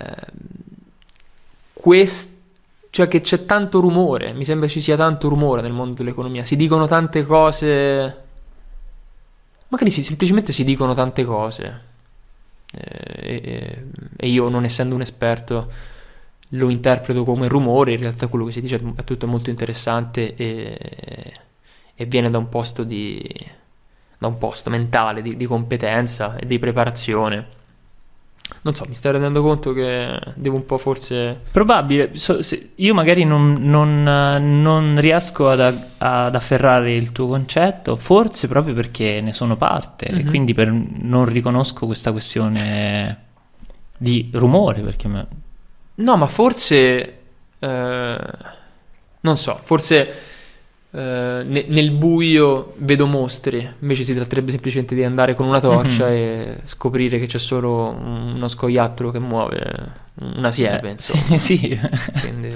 questo, cioè che c'è tanto rumore, mi sembra ci sia tanto rumore nel mondo dell'economia, si dicono tante cose, magari si, semplicemente si dicono tante cose, e, e, e io, non essendo un esperto, lo interpreto come rumore. In realtà quello che si dice è tutto molto interessante e, e viene da un posto di da un posto mentale di, di competenza e di preparazione. Non so, mi stai rendendo conto che devo un po' forse... Probabile, so, se, io magari non, non, non riesco ad, ad afferrare il tuo concetto, forse proprio perché ne sono parte, mm-hmm. e quindi per, non riconosco questa questione di rumore, perché... Me... No, ma forse... Eh, non so, forse... Uh, ne- nel buio vedo mostri, invece si tratterebbe semplicemente di andare con una torcia, mm-hmm. e scoprire che c'è solo uno scoiattolo che muove una siepe, eh, insomma. Sì, sì. Quindi,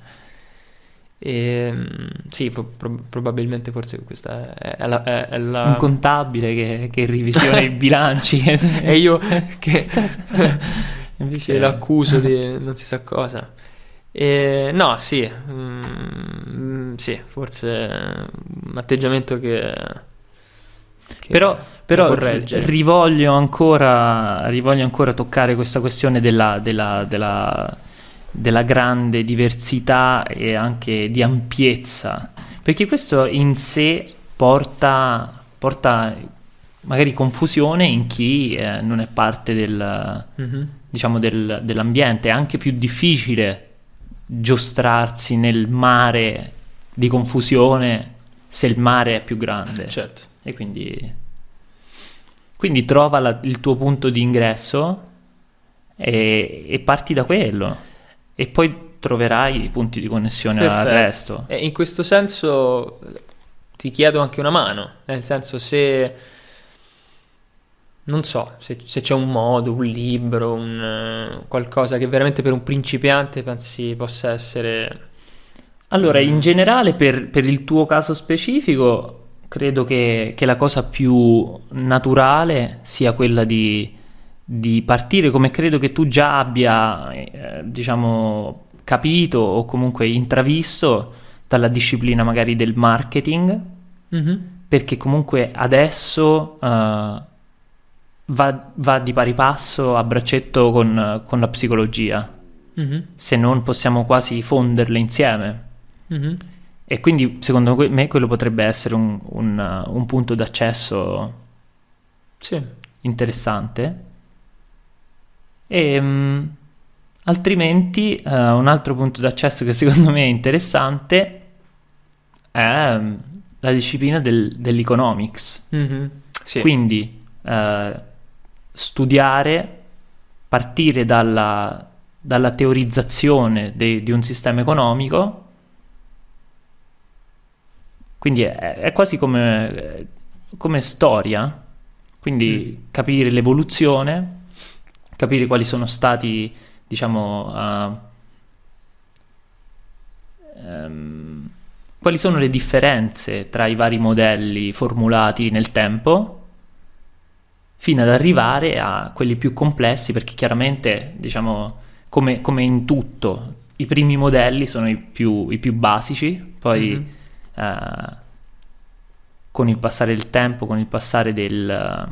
e, sì, pro- probabilmente forse questa è, è, la, è, è la... un contabile che, che rivisiona i bilanci e io che invece l'accuso di non si sa cosa. E, no, sì, mm, sì, forse un atteggiamento che, che però, però corregge. rivoglio ancora rivoglio ancora toccare questa questione della, della, della, della grande diversità e anche di ampiezza, perché questo in sé porta, porta magari confusione in chi eh, non è parte del, mm-hmm. diciamo del, dell'ambiente. È anche più difficile giostrarsi nel mare di confusione se il mare è più grande, certo, e quindi quindi trova la, il tuo punto di ingresso e, e parti da quello, e poi troverai i punti di connessione. Perfetto. Al resto, e in questo senso ti chiedo anche una mano, nel senso, se non so, se, se c'è un modo, un libro, un, uh, qualcosa che veramente per un principiante pensi possa essere... Allora, in generale, per, per il tuo caso specifico, credo che, che la cosa più naturale sia quella di, di partire, come credo che tu già abbia, eh, diciamo, capito o comunque intravisto, dalla disciplina magari del marketing, mm-hmm. perché comunque adesso uh, va, va di pari passo a braccetto con, con la psicologia, mm-hmm. se non possiamo quasi fonderle insieme. Mm-hmm. E quindi secondo me quello potrebbe essere un, un, un punto d'accesso sì. interessante. E um, altrimenti uh, un altro punto d'accesso che secondo me è interessante è um, la disciplina del, dell'economics. Mm-hmm. Sì. Quindi uh, studiare, partire dalla, dalla teorizzazione de, di un sistema economico. Quindi è, è quasi come, come storia, quindi mm. capire l'evoluzione, capire quali sono stati, diciamo, uh, um, quali sono le differenze tra i vari modelli formulati nel tempo, fino ad arrivare a quelli più complessi, perché chiaramente, diciamo, come, come in tutto, i primi modelli sono i più, i più basici, poi... Mm-hmm. Uh, con il passare del tempo, con il passare del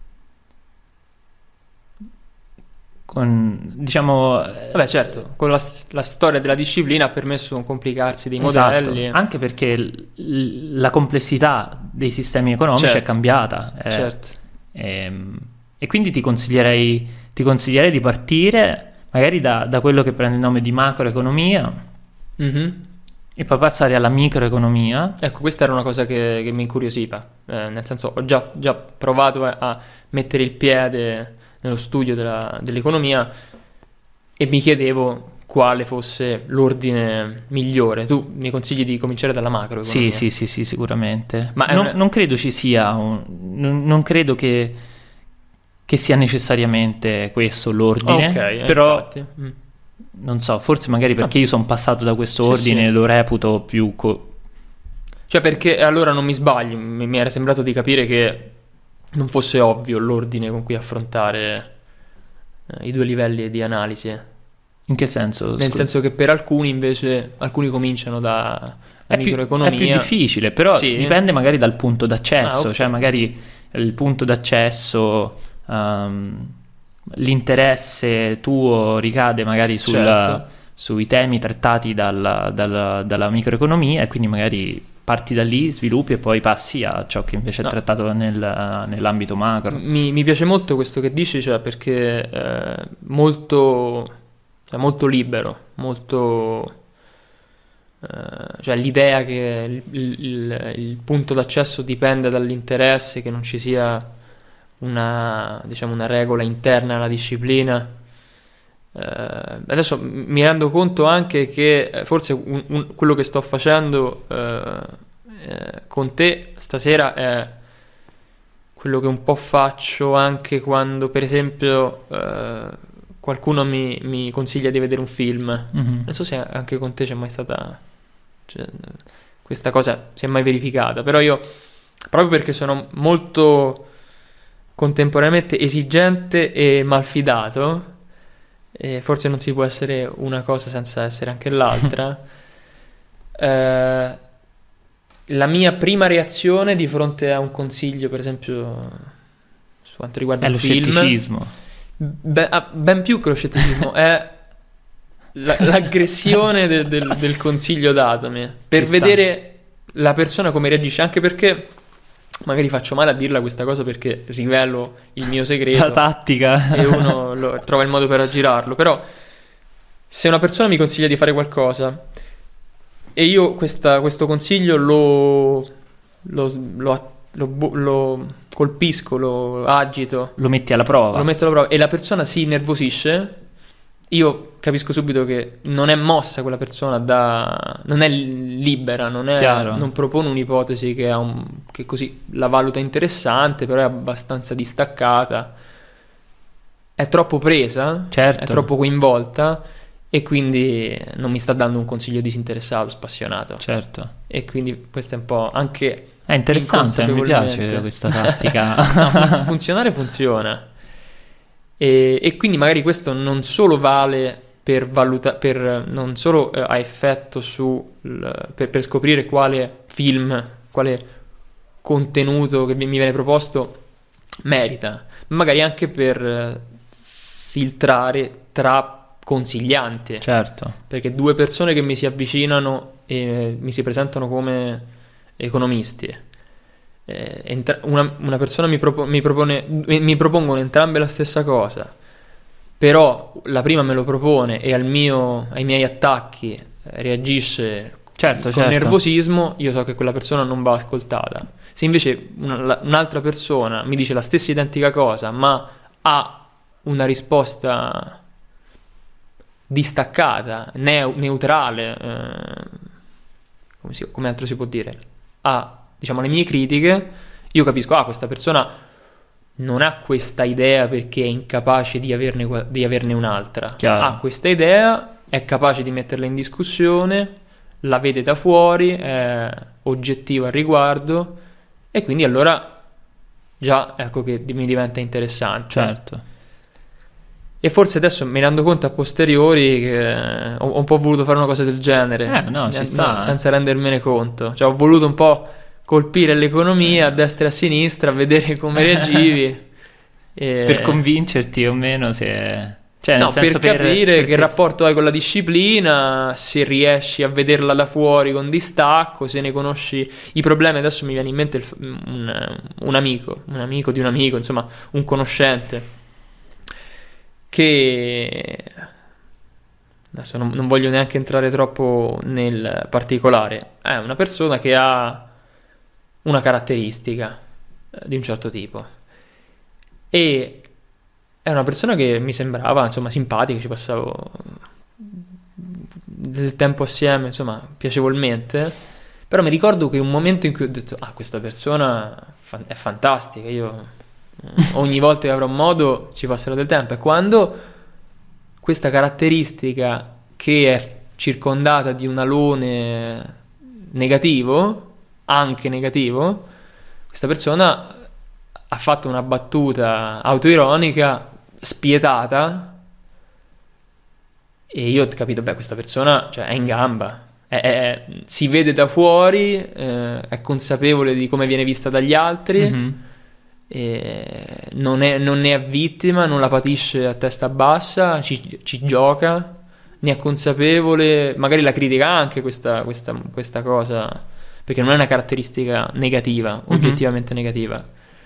uh, con, diciamo, vabbè, certo, con la, la storia della disciplina ha permesso un complicarsi dei esatto, modelli, anche perché l- la complessità dei sistemi economici certo. è cambiata, eh, certo. e, e quindi ti consiglierei ti consiglierei di partire magari da, da quello che prende il nome di macroeconomia. Mm-hmm. E poi passare alla microeconomia. Ecco, questa era una cosa che, che mi incuriosiva, eh, nel senso ho già, già provato a, a mettere il piede nello studio della, dell'economia e mi chiedevo quale fosse l'ordine migliore. Tu mi consigli di cominciare dalla macroeconomia? Sì, sì, sì, sì, sicuramente. Ma non, una... non credo ci sia, un, non, non credo che, che sia necessariamente questo l'ordine, ok, però... infatti. Mm. Non so, forse magari perché io sono passato da questo sì, ordine, sì. lo reputo più... Co- cioè perché allora non mi sbaglio, mi, mi era sembrato di capire che non fosse ovvio l'ordine con cui affrontare eh, i due livelli di analisi. In che senso? Nel scusa. senso che per alcuni invece, alcuni cominciano da, da è microeconomia. Più, è più difficile, però sì. dipende magari dal punto d'accesso, ah, okay. cioè magari il punto d'accesso... Um, l'interesse tuo ricade magari sul, certo. sui temi trattati dalla, dalla, dalla microeconomia e quindi magari parti da lì, sviluppi e poi passi a ciò che invece no. è trattato nel, nell'ambito macro. Mi, mi piace molto questo che dici, cioè perché è molto, è molto libero, molto eh, cioè l'idea che il, il, il punto d'accesso dipende dall'interesse, che non ci sia una, diciamo, una regola interna alla disciplina. Eh, adesso mi rendo conto anche che forse un, un, quello che sto facendo eh, eh, con te stasera è quello che un po' faccio anche quando, per esempio, eh, qualcuno mi, mi consiglia di vedere un film. Mm-hmm. Non so se anche con te c'è mai stata, cioè, questa cosa si è mai verificata, però io, proprio perché sono molto contemporaneamente esigente e malfidato, e forse non si può essere una cosa senza essere anche l'altra, eh, la mia prima reazione di fronte a un consiglio, per esempio su quanto riguarda è il lo film, scetticismo, ben, ben più che lo scetticismo è la, l'aggressione de, del, del consiglio datomi, per Ci vedere sta. La persona come reagisce, anche perché magari faccio male a dirla questa cosa perché rivelo il mio segreto, la tattica, e uno lo, trova il modo per aggirarlo. Però se una persona mi consiglia di fare qualcosa e io questa, questo consiglio lo, lo, lo, lo, lo colpisco, lo agito, lo metti alla prova, lo metto alla prova e la persona si innervosisce, io capisco subito che non è mossa quella persona, da, non è libera, non, è, non propone un'ipotesi che, ha un, che così la valuta interessante, però è abbastanza distaccata, è troppo presa, certo. è troppo coinvolta e quindi non mi sta dando un consiglio disinteressato, spassionato. Certo. E quindi questo è un po' anche è interessante, mi piace questa tattica. No, fun- funzionare funziona. E, e quindi magari questo non solo vale per valutare, per non solo eh, ha effetto su l- per, per scoprire quale film, quale contenuto che mi viene proposto merita, magari anche per filtrare tra consiglianti. Certo. Perché due persone che mi si avvicinano e mi si presentano come economisti, eh, entra- una, una persona mi, propo- mi propone mi propongono entrambe la stessa cosa, però la prima me lo propone e al mio, ai miei attacchi eh, reagisce Certo, con certo. nervosismo, io so che quella persona non va ascoltata. Se invece una- la- un'altra persona mi dice la stessa identica cosa ma ha una risposta distaccata, neu- neutrale, eh, come, si- come altro si può dire, a, diciamo, le mie critiche, io capisco, ah, questa persona non ha questa idea perché è incapace di averne, qua- di averne un'altra. Chiaro. Ha questa idea, è capace di metterla in discussione, la vede da fuori, è oggettiva al riguardo, e quindi allora già ecco che di- mi diventa interessante. Certo. E forse adesso mi rendo conto a posteriori che ho, ho un po' voluto fare una cosa del genere, Eh, no, ci eh, sta, no, eh. senza rendermene conto. Cioè, ho voluto un po' colpire l'economia a destra e a sinistra, vedere come reagivi. e... Per convincerti o meno se... Cioè, nel No, per senso capire per che te- rapporto hai con la disciplina, se riesci a vederla da fuori con distacco, se ne conosci i problemi. Adesso mi viene in mente il f- un, un amico, un amico di un amico, insomma, un conoscente, che adesso non, non voglio neanche entrare troppo nel particolare, è una persona che ha una caratteristica eh, di un certo tipo, e è una persona che mi sembrava, insomma, simpatica, ci passavo del tempo assieme, insomma, piacevolmente. Però mi ricordo che un momento in cui ho detto, ah, questa persona fa- è fantastica, io eh, ogni volta che avrò modo ci passerò del tempo. E quando questa caratteristica, che è circondata di un alone negativo, anche negativo, questa persona ha fatto una battuta autoironica spietata, e io ho capito, beh, questa persona, cioè, è in gamba, è- è- si vede da fuori, eh, è consapevole di come viene vista dagli altri, Mhm. e non è, non ne è vittima, non la patisce a testa bassa, ci, ci gioca, ne è consapevole, magari la critica anche questa, questa, questa cosa, perché non è una caratteristica negativa, oggettivamente negativa,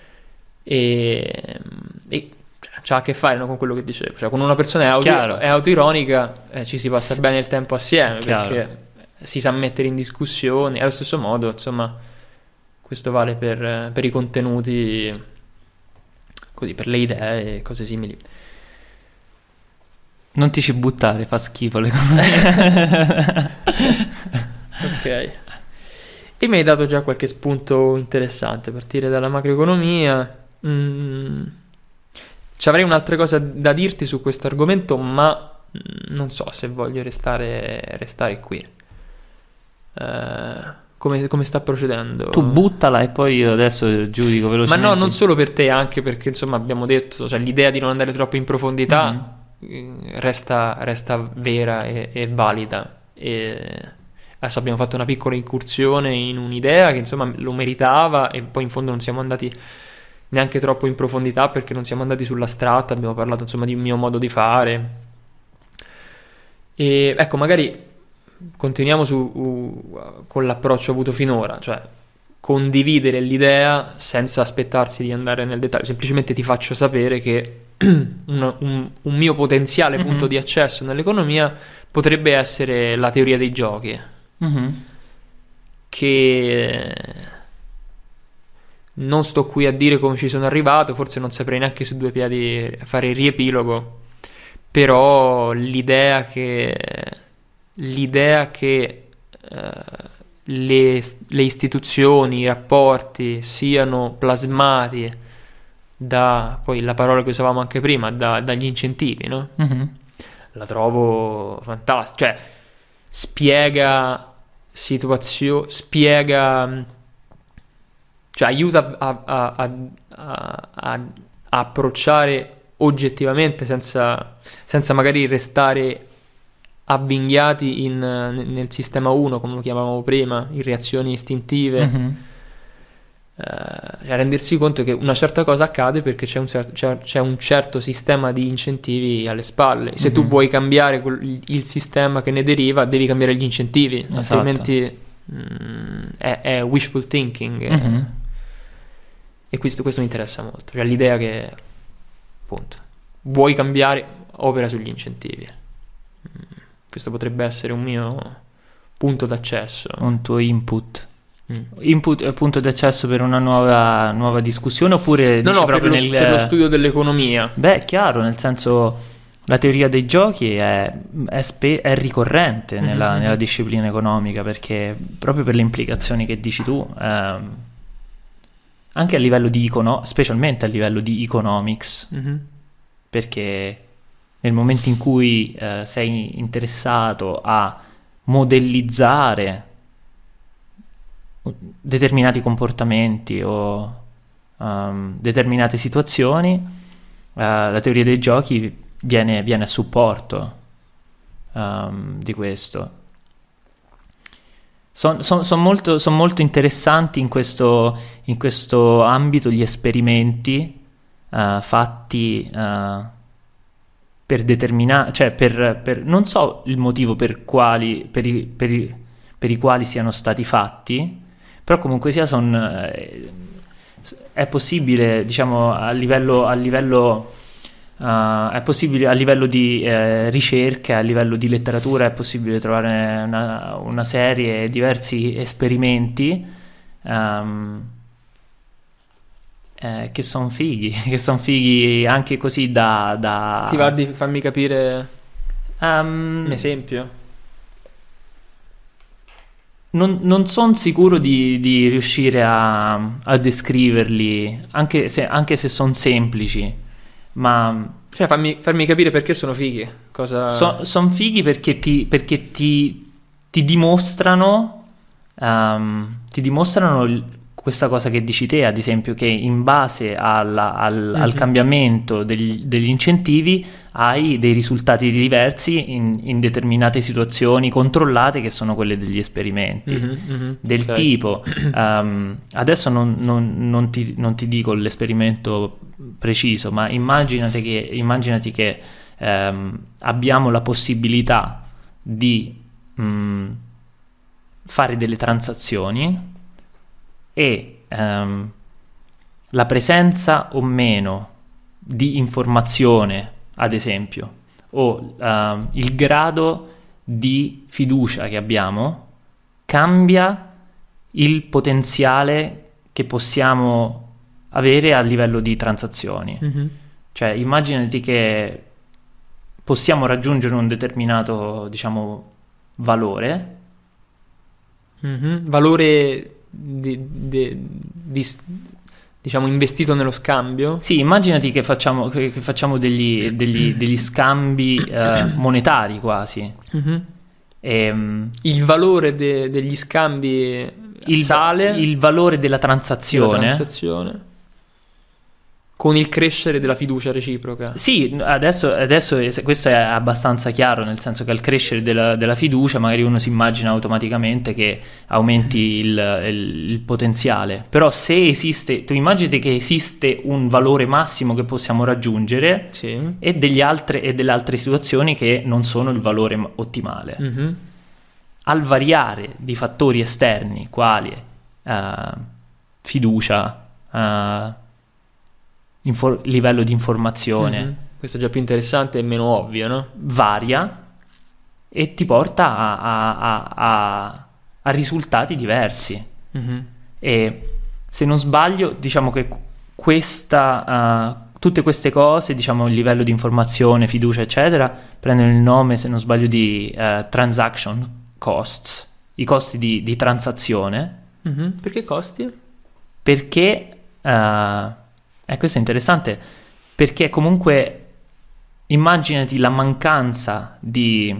e, e c'ha a che fare, no, con quello che dicevo, cioè con una persona è, auto, Chiaro. è autoironica, eh, ci si passa Sì. bene il tempo assieme, Chiaro. perché si sa mettere in discussione. Allo stesso modo, insomma, questo vale per, per i contenuti, così, per le idee e cose simili. Non ti ci buttare, fa schifo le cose. Ok. E mi hai dato già qualche spunto interessante, partire dalla macroeconomia. Mm. Ci avrei un'altra cosa da dirti su questo argomento, ma mm, non so se voglio restare, restare qui. Eh, come, come sta procedendo? Tu buttala e poi io adesso giudico Ma velocemente. no, non solo per te, anche perché insomma abbiamo detto, cioè, l'idea di non andare troppo in profondità Mhm. eh, resta, resta vera e, e valida. E adesso abbiamo fatto una piccola incursione in un'idea che insomma lo meritava, e poi in fondo non siamo andati neanche troppo in profondità perché non siamo andati sull'astratto, abbiamo parlato insomma di un mio modo di fare. E ecco, magari continuiamo su, uh, con l'approccio avuto finora, cioè condividere l'idea senza aspettarsi di andare nel dettaglio. Semplicemente ti faccio sapere che un, un- un mio potenziale Mhm. punto di accesso nell'economia potrebbe essere la teoria dei giochi, Mhm. che non sto qui a dire come ci sono arrivato, forse non saprei neanche su due piedi fare il riepilogo, però l'idea che l'idea che eh, le, le istituzioni, i rapporti siano plasmati da, poi la parola che usavamo anche prima, da- dagli incentivi, no? Mhm. La trovo fantastica, cioè spiega situazioni, spiega, mh, cioè aiuta a, a- a- a- a- a approcciare oggettivamente senza, senza magari restare avvinghiati in, nel sistema uno, come lo chiamavamo prima, in reazioni istintive. Mhm. eh, cioè rendersi conto che una certa cosa accade perché c'è un, cer- c'è, c'è un certo sistema di incentivi alle spalle. Se mm-hmm. tu vuoi cambiare quel, il sistema che ne deriva, devi cambiare gli incentivi, esatto. altrimenti mm, è, è wishful thinking. Mm-hmm. E questo, questo mi interessa molto, cioè l'idea che appunto vuoi cambiare, opera sugli incentivi. Mm, questo potrebbe essere un mio punto d'accesso, un tuo input. Mm. Input e punto di accesso per una nuova, nuova discussione, oppure no, no, proprio per lo, nel... per lo studio dell'economia. Beh, è chiaro, nel senso, la teoria dei giochi è, è, spe- è ricorrente nella, mm-hmm. nella disciplina economica, perché proprio per le implicazioni che dici tu, ehm, anche a livello di econo- specialmente a livello di economics, mm-hmm. perché nel momento in cui eh, sei interessato a modellizzare determinati comportamenti o um, determinate situazioni, uh, la teoria dei giochi viene, viene a supporto um, di questo. Sono son, son molto, son molto interessanti in questo, in questo ambito gli esperimenti uh, fatti uh, per determinare, cioè per, per non so il motivo per quali per i, per i, per i quali siano stati fatti, però comunque sia son, eh, è possibile, diciamo, a livello a livello uh, è possibile a livello di eh, ricerca, a livello di letteratura è possibile trovare una, una serie, diversi esperimenti um, eh, che sono fighi, che sono fighi anche così da, da... Ti va di farmi capire um, un esempio? Non, non sono sicuro di, di riuscire a, a descriverli, anche se, anche se sono semplici, ma... Cioè fammi, farmi capire perché sono fighi. Cosa... So, sono fighi perché ti, perché ti, ti dimostrano, um, ti dimostrano il, questa cosa che dici te, ad esempio, che in base alla, al, mm-hmm. al cambiamento degli, degli incentivi hai dei risultati diversi in, in determinate situazioni controllate, che sono quelle degli esperimenti, mm-hmm, mm-hmm, del okay. tipo um, adesso non, non, non, ti, non ti dico l'esperimento preciso, ma immaginati che, immaginati che um, abbiamo la possibilità di um, fare delle transazioni e um, la presenza o meno di informazione, ad esempio, o uh, il grado di fiducia che abbiamo cambia il potenziale che possiamo avere a livello di transazioni. Mm-hmm. Cioè, immaginati che possiamo raggiungere un determinato, diciamo, valore. Mm-hmm. Valore di, di, di, diciamo investito nello scambio. Sì, immaginati che facciamo, che, che facciamo degli, degli, degli scambi eh, monetari quasi. Mm-hmm. E, il valore de, degli scambi il, sale, il valore della transazione, della transazione con il crescere della fiducia reciproca. Sì, adesso, adesso questo è abbastanza chiaro, nel senso che al crescere della, della fiducia magari uno si immagina automaticamente che aumenti il, il, il potenziale, però se esiste, tu immagini che esiste un valore massimo che possiamo raggiungere, sì. e, degli altre, e delle altre situazioni che non sono il valore ottimale. Mm-hmm. Al variare di fattori esterni, quali uh, fiducia, uh, Infor- livello di informazione, mm-hmm. questo è già più interessante e meno ovvio, no? Varia e ti porta a, a, a, a, a risultati diversi. Mm-hmm. E se non sbaglio, diciamo che questa uh, tutte queste cose, diciamo il livello di informazione, fiducia eccetera, prendono il nome, se non sbaglio, di uh, transaction costs, i costi di, di transazione. Mm-hmm. Perché costi? Perché uh, E questo è interessante, perché comunque immaginati la mancanza di,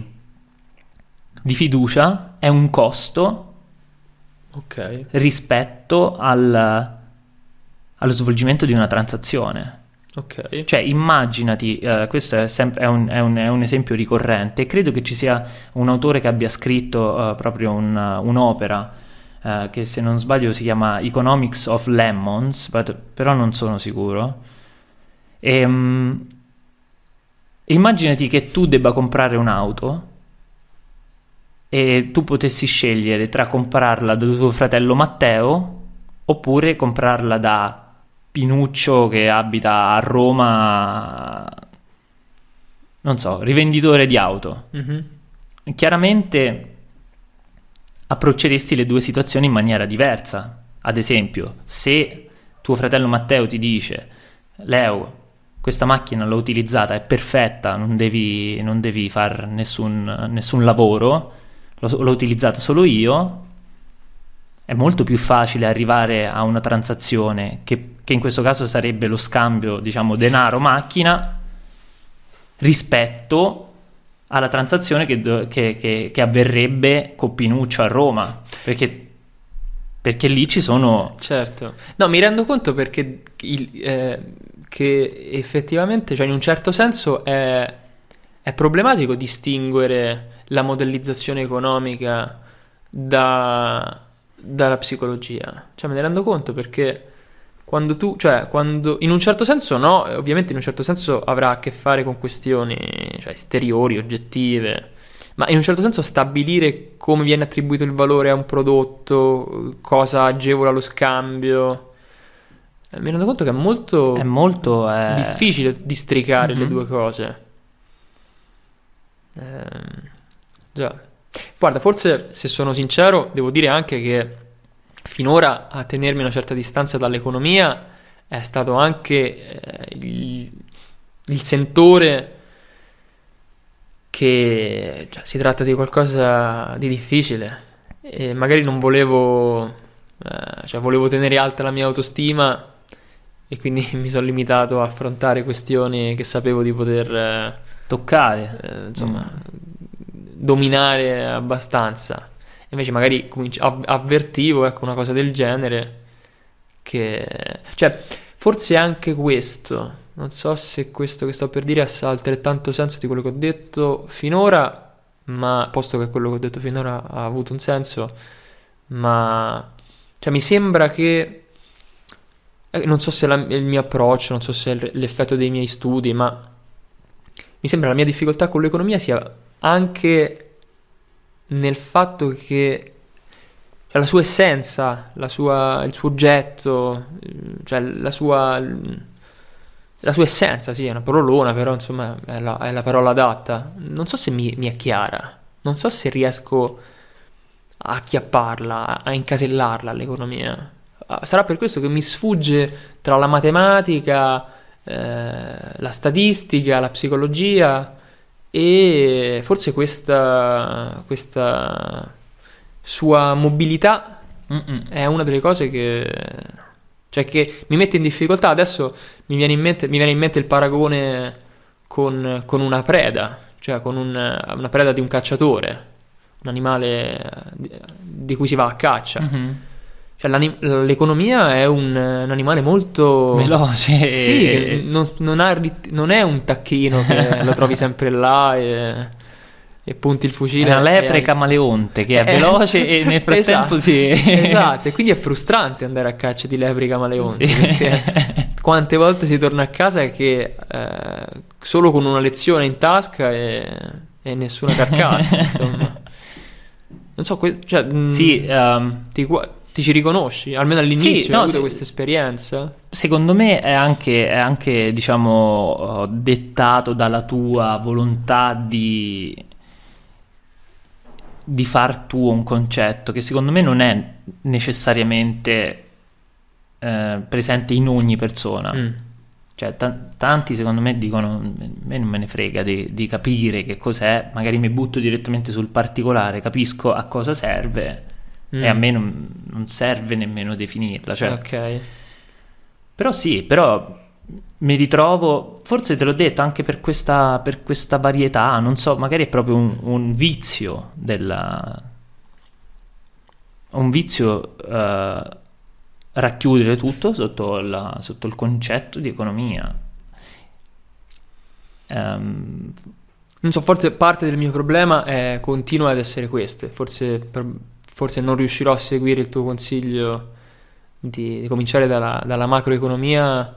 di fiducia è un costo, okay. rispetto al, allo svolgimento di una transazione. Okay. Cioè immaginati, eh, questo è, sempre, è, un, è, un, è un esempio ricorrente, e credo che ci sia un autore che abbia scritto uh, proprio un, un'opera uh, che se non sbaglio si chiama Economics of Lemons, but, però non sono sicuro. E, um, immaginati che tu debba comprare un'auto e tu potessi scegliere tra comprarla da tuo fratello Matteo oppure comprarla da Pinuccio che abita a Roma, non so, rivenditore di auto. Mm-hmm. Chiaramente approcceresti le due situazioni in maniera diversa. Ad esempio, se tuo fratello Matteo ti dice: Leo, questa macchina l'ho utilizzata, è perfetta, non devi, non devi far nessun, nessun lavoro, l'ho, l'ho utilizzata solo io, è molto più facile arrivare a una transazione che, che in questo caso sarebbe lo scambio, diciamo, denaro-macchina rispetto alla transazione che, che, che, che avverrebbe con Pinuccio a Roma, perché, perché lì ci sono... Certo. No, mi rendo conto perché il, eh, che effettivamente, cioè in un certo senso è, è problematico distinguere la modellizzazione economica da, dalla psicologia. Cioè me ne rendo conto perché quando tu, cioè quando, in un certo senso no, ovviamente in un certo senso avrà a che fare con questioni, cioè esteriori, oggettive, ma in un certo senso stabilire come viene attribuito il valore a un prodotto, cosa agevola lo scambio, eh, mi rendo conto che è molto, è molto eh... difficile districare mm-hmm. le due cose. Eh, già. Guarda, forse se sono sincero devo dire anche che finora a tenermi una certa distanza dall'economia è stato anche eh, il, il sentore che cioè, si tratta di qualcosa di difficile e magari non volevo eh, cioè volevo tenere alta la mia autostima e quindi mi sono limitato a affrontare questioni che sapevo di poter eh, toccare, eh, insomma mm. dominare abbastanza. Invece magari cominci- avvertivo, ecco, una cosa del genere che... Cioè, forse anche questo, non so se questo che sto per dire ha altrettanto senso di quello che ho detto finora, ma posto che quello che ho detto finora ha avuto un senso, ma... Cioè, mi sembra che... Eh, non so se la, il mio approccio, non so se è l'effetto dei miei studi, ma mi sembra la mia difficoltà con l'economia sia anche... nel fatto che la sua essenza, la sua, il suo oggetto, cioè la sua, la sua essenza, sì, è una parolona, però insomma è la, è la parola adatta. Non so se mi, mi è chiara, non so se riesco a acchiapparla, a incasellarla l'economia. Sarà per questo che mi sfugge tra la matematica, eh, la statistica, la psicologia... E forse questa, questa sua mobilità Mm-mm. è una delle cose che, cioè che mi mette in difficoltà. Adesso mi viene in mente, mi viene in mente il paragone con, con una preda, cioè con un, una preda di un cacciatore, un animale di, di cui si va a caccia. Mm-hmm. Cioè, l'economia è un, un animale molto veloce, sì, che non, non, ha, non è un tacchino che lo trovi sempre là e, e punti il fucile. È una lepre e... camaleonte che è veloce e nel frattempo esatto, si... esatto, e quindi è frustrante andare a caccia di lepri camaleonti, sì. Perché quante volte si torna a casa che eh, solo con una lezione in tasca e, e nessuna carcassa, insomma. Non so, que- cioè, sì, um... ti Ti ci riconosci? Almeno all'inizio sì, no, hai avuto se, questa esperienza? Secondo me è anche, è anche diciamo, dettato dalla tua volontà di, di far tuo un concetto che secondo me non è necessariamente eh, presente in ogni persona. Mm. Cioè, t- tanti secondo me dicono: a me non me ne frega di, di capire che cos'è, magari mi butto direttamente sul particolare, capisco a cosa serve. Mm. E a me non, non serve nemmeno definirla, cioè. Ok. Però sì, però mi ritrovo, forse te l'ho detto, anche per questa, per questa varietà, non so, magari è proprio un, un vizio della... un vizio uh, racchiudere tutto sotto, la, sotto il concetto di economia. Um, non so, forse parte del mio problema è, continua ad essere questo, forse... Per... forse non riuscirò a seguire il tuo consiglio di, di cominciare dalla, dalla macroeconomia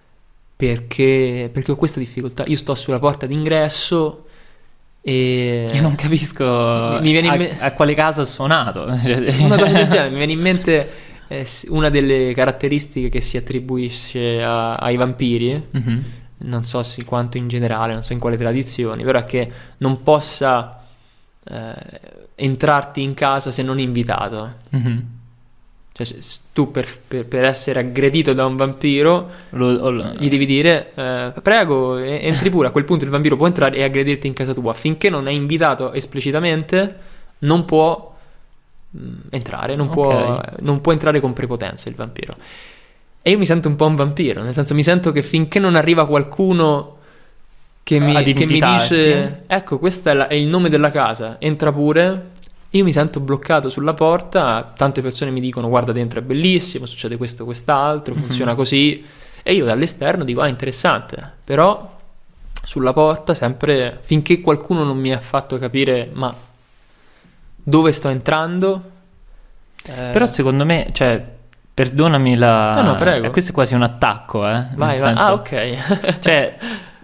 perché, perché ho questa difficoltà. Io sto sulla porta d'ingresso e... E non capisco mi, mi viene in a, me... a quale casa ho suonato. Una cosa del genere, mi viene in mente eh, una delle caratteristiche che si attribuisce a, ai vampiri, Mm-hmm. non so se quanto in generale, non so in quale tradizioni, però è che non possa eh, entrarti in casa se non invitato. Mm-hmm. Cioè, se tu per, per, per essere aggredito da un vampiro Lo, lo, gli devi dire eh, prego, e- entri pure. A quel punto il vampiro può entrare e aggredirti in casa tua. Finché non è invitato esplicitamente, non può mh, entrare, non, può, Ok. non può entrare con prepotenza il vampiro. E io mi sento un po' un vampiro, nel senso, mi sento che finché non arriva qualcuno che mi, Ad che mi invitarti. dice ecco, questo è, la- è il nome della casa, entra pure, io mi sento bloccato sulla porta. Tante persone mi dicono guarda dentro è bellissimo, succede questo, quest'altro, funziona Mhm. così, e io dall'esterno dico ah, interessante, però sulla porta sempre, finché qualcuno non mi ha fatto capire ma dove sto entrando. eh, Però secondo me, cioè, perdonami la... No, no, prego. eh, Questo è quasi un attacco, eh. vai, nel vai. senso- Ah, ok. Cioè,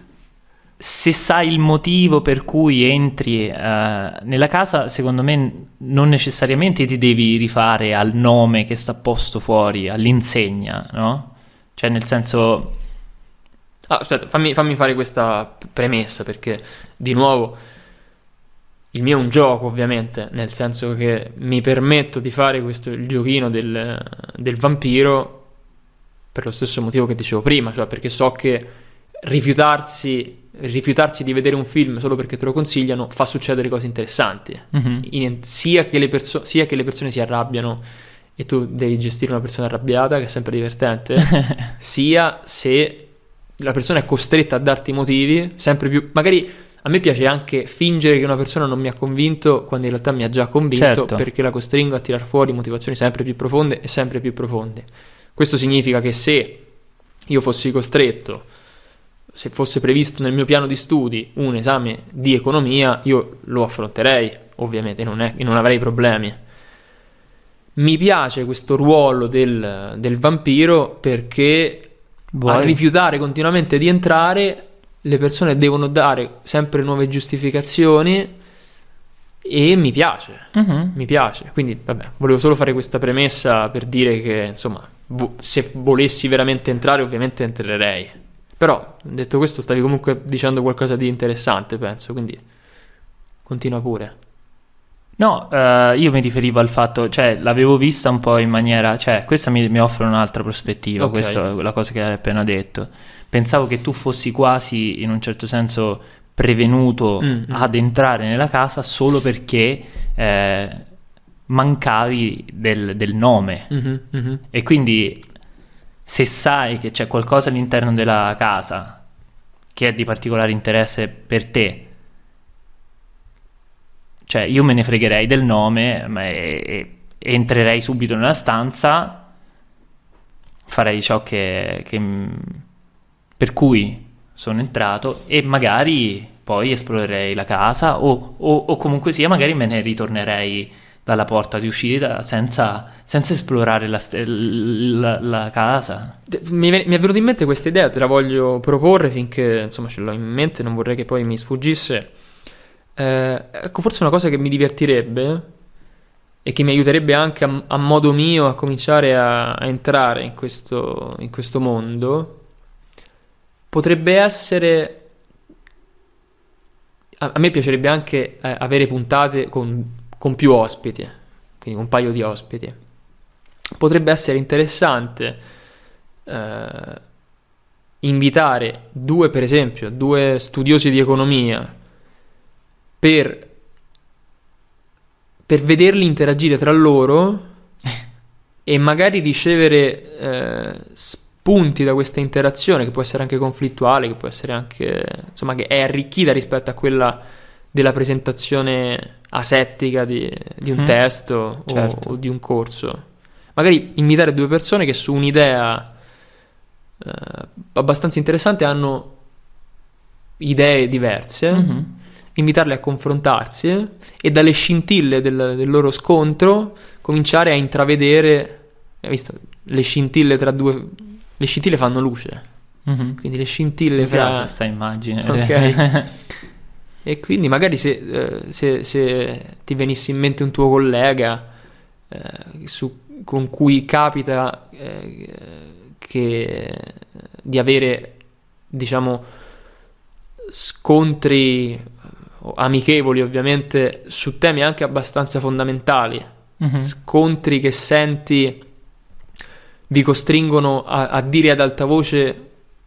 se sai il motivo per cui entri eh, nella casa, secondo me non necessariamente ti devi rifare al nome che sta posto fuori, all'insegna, no? Cioè, nel senso... Ah, aspetta, fammi, fammi fare questa p- premessa, perché di nuovo il mio è un gioco, ovviamente, nel senso che mi permetto di fare questo il giochino del, del vampiro per lo stesso motivo che dicevo prima, cioè perché so che rifiutarsi rifiutarsi di vedere un film solo perché te lo consigliano fa succedere cose interessanti. Mhm. In- sia che le perso- sia che le persone si arrabbiano e tu devi gestire una persona arrabbiata, che è sempre divertente, sia se la persona è costretta a darti motivi sempre più. Magari a me piace anche fingere che una persona non mi ha convinto quando in realtà mi ha già convinto, Certo. perché la costringo a tirar fuori motivazioni sempre più profonde e sempre più profonde. Questo significa che se io fossi costretto, se fosse previsto nel mio piano di studi un esame di economia, io lo affronterei, ovviamente, non, è, non avrei problemi. Mi piace questo ruolo del, del vampiro perché Vuoi? a rifiutare continuamente di entrare le persone devono dare sempre nuove giustificazioni e mi piace, Mhm. mi piace. Quindi vabbè, volevo solo fare questa premessa per dire che insomma, vo- se volessi veramente entrare ovviamente entrerei. Però detto questo stavi comunque dicendo qualcosa di interessante, penso, quindi continua pure. No, eh, io mi riferivo al fatto, cioè l'avevo vista un po' in maniera, cioè questa mi, mi offre un'altra prospettiva, Ok. questa è la cosa che hai appena detto. Pensavo che tu fossi quasi in un certo senso prevenuto Mm, mm. ad entrare nella casa solo perché eh, mancavi del, del nome. Mhm, mhm. E quindi se sai che c'è qualcosa all'interno della casa che è di particolare interesse per te, cioè io me ne fregherei del nome, ma e- e- entrerei subito nella stanza, farei ciò che, che m- per cui sono entrato e magari poi esplorerei la casa o, o- o comunque sia magari me ne ritornerei dalla porta di uscita senza, senza esplorare la, st- la- la casa. Mi, mi è venuta in mente questa idea, te la voglio proporre finché insomma ce l'ho in mente, non vorrei che poi mi sfuggisse. Eh, ecco, forse una cosa che mi divertirebbe e che mi aiuterebbe anche a, a modo mio a cominciare a, a entrare in questo, in questo mondo potrebbe essere. A, a me piacerebbe anche eh, avere puntate con, con più ospiti, quindi un paio di ospiti. Potrebbe essere interessante eh, invitare due, per esempio, due studiosi di economia per, per vederli interagire tra loro e magari ricevere eh, spunti da questa interazione, che può essere anche conflittuale, che può essere anche, insomma, che è arricchita rispetto a quella della presentazione asettica di, di un Mhm. testo o- Certo. o di un corso. Magari invitare due persone che su un'idea eh, abbastanza interessante hanno idee diverse Mhm. invitarli a confrontarsi eh, e dalle scintille del, del loro scontro cominciare a intravedere, hai visto, le scintille tra due, le scintille fanno luce, mm-hmm. quindi le scintille Mi fra... piace questa immagine. Ok. E quindi magari se, eh, se, se ti venisse in mente un tuo collega eh, su, con cui capita eh, che di avere, diciamo, scontri amichevoli ovviamente su temi anche abbastanza fondamentali, mm-hmm. scontri che senti vi costringono a, a dire ad alta voce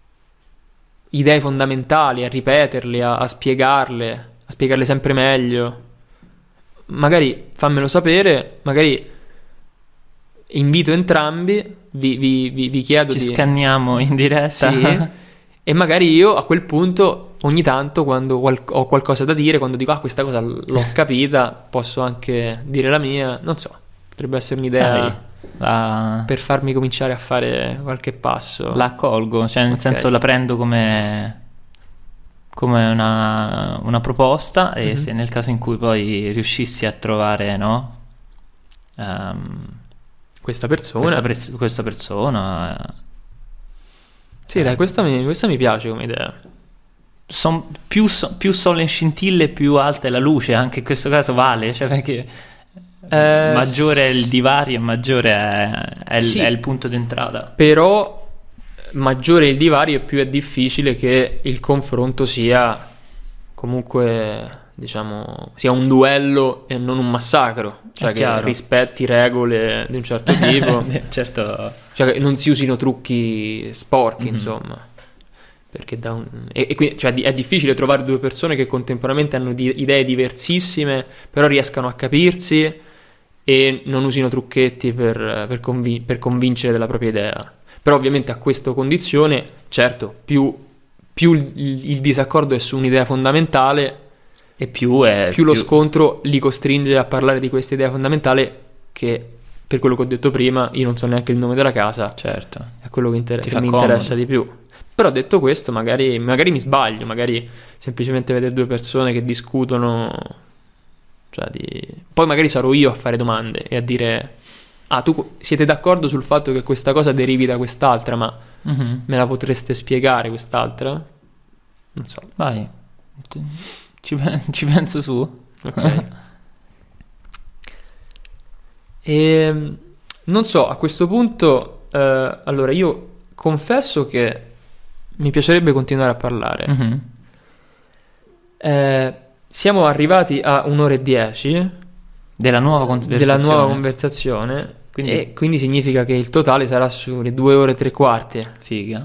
idee fondamentali, a ripeterle, a, a spiegarle, a spiegarle sempre meglio. Magari fammelo sapere, magari invito entrambi, vi, vi, vi, vi chiedo Ci di... scanniamo in diretta. Sì, e magari io a quel punto, ogni tanto, quando qual- ho qualcosa da dire, quando dico, ah, questa cosa l'ho capita, posso anche dire la mia, non so, potrebbe essere un'idea... Dai. La... per farmi cominciare a fare qualche passo. La accolgo, cioè nel Okay. senso la prendo come, come una, una proposta e Mhm. se nel caso in cui poi riuscissi a trovare, no? ehm, Questa persona. questa, pres- questa persona, eh, Sì, dai, questa mi, questa mi piace come idea. son- più, so- più sono le scintille, più alta è la luce, anche in questo caso vale, cioè perché Eh, maggiore è il divario, maggiore è, è il, sì. è il punto d'entrata. Però maggiore il divario e più è difficile che il confronto sia comunque, diciamo, sia un duello e non un massacro. Cioè È che chiaro. rispetti regole di un certo tipo. Certo. Cioè che non si usino trucchi sporchi, Mhm. insomma. Perché da un... e, e quindi, cioè, di- è difficile trovare due persone che contemporaneamente hanno di- idee diversissime, però riescano a capirsi e non usino trucchetti per, per, convin- per convincere della propria idea. Però ovviamente a questa condizione, certo, più, più il, il disaccordo è su un'idea fondamentale, E più è più lo scontro li costringe a parlare di questa idea fondamentale che, per quello che ho detto prima, io non so neanche il nome della casa, Certo. è quello che, inter- Ti che fa mi comodo. interessa di più. Però detto questo, magari, magari mi sbaglio, magari semplicemente vedere due persone che discutono, cioè di... poi magari sarò io a fare domande e a dire, ah, tu siete d'accordo sul fatto che questa cosa derivi da quest'altra, ma Mhm. me la potreste spiegare quest'altra? Non so. Vai. Ci, pe- ci penso su. Ok. E non so, a questo punto, eh, allora io confesso che mi piacerebbe continuare a parlare. Mhm. Eh, siamo arrivati a un'ora e dieci Della nuova conversazione. della nuova conversazione, Quindi- e quindi significa che il totale sarà sulle due ore e tre quarti. Figa.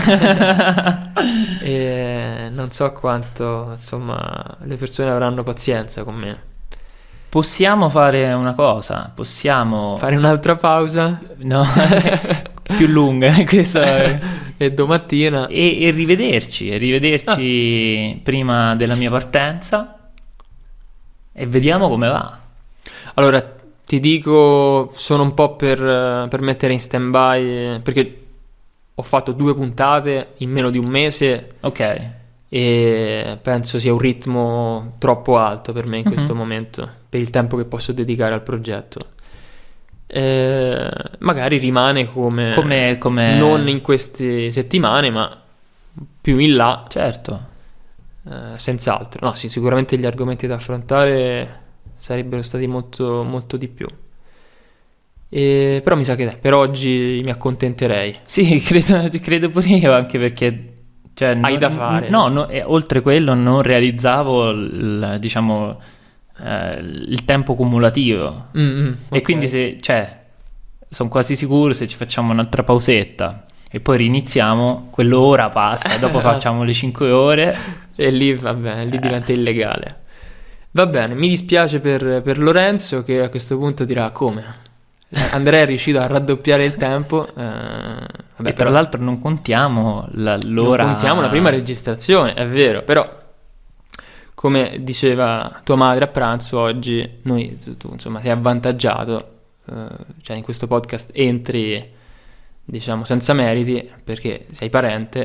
E non so quanto, insomma, le persone avranno pazienza con me. Possiamo fare una cosa. Possiamo... Fare un'altra pausa No, più lunga. Questo è- e domattina. E, e rivederci. E rivederci prima della mia partenza. E vediamo come va. Allora, ti dico, sono un po' per, eh, per mettere in stand-by, eh, perché ho fatto due puntate in meno di un mese Ok. e penso sia un ritmo troppo alto per me in questo Mhm. momento, per il tempo che posso dedicare al progetto. Eh, magari rimane come, Come... come... non in queste settimane, ma più in là, Certo. eh, senz'altro. No, sì, sicuramente gli argomenti da affrontare sarebbero stati molto, molto di più. E, però mi sa che dai, per oggi mi accontenterei. Sì, credo, credo pure io, anche perché... Cioè, Hai non- da fare. No, no, e oltre quello non realizzavo, il, diciamo, eh, il tempo cumulativo. Mm, mm, E ok. quindi se, cioè, sono quasi sicuro se ci facciamo un'altra pausetta e poi riniziamo, quell'ora passa, dopo facciamo le cinque ore. E lì, vabbè, lì Eh. diventa illegale. Va bene, mi dispiace per, per Lorenzo che a questo punto dirà come? Andrea è riuscito a raddoppiare il tempo. eh, vabbè, E tra però l'altro non contiamo la- non l'ora... contiamo la prima registrazione, è vero, però come diceva tua madre a pranzo oggi, noi, tu, tu, insomma sei avvantaggiato, eh, cioè in questo podcast entri, diciamo, senza meriti perché sei parente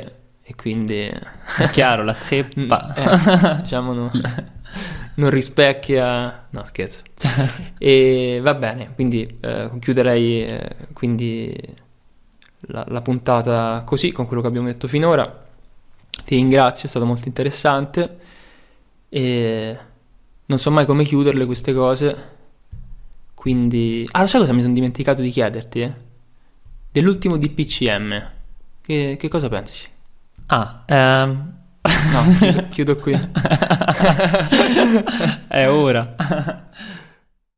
e quindi è chiaro, la zeppa eh, diciamo no, non rispecchia, no scherzo. E va bene, quindi eh, chiuderei eh, quindi la, la puntata così, con quello che abbiamo detto finora. Ti ringrazio, è stato molto interessante e non so mai come chiuderle queste cose, quindi... Ah, lo sai cosa mi sono dimenticato di chiederti? Eh? Dell'ultimo D P C M, che, che cosa pensi? Ah, ehm... no, chiudo, chiudo qui. È ora.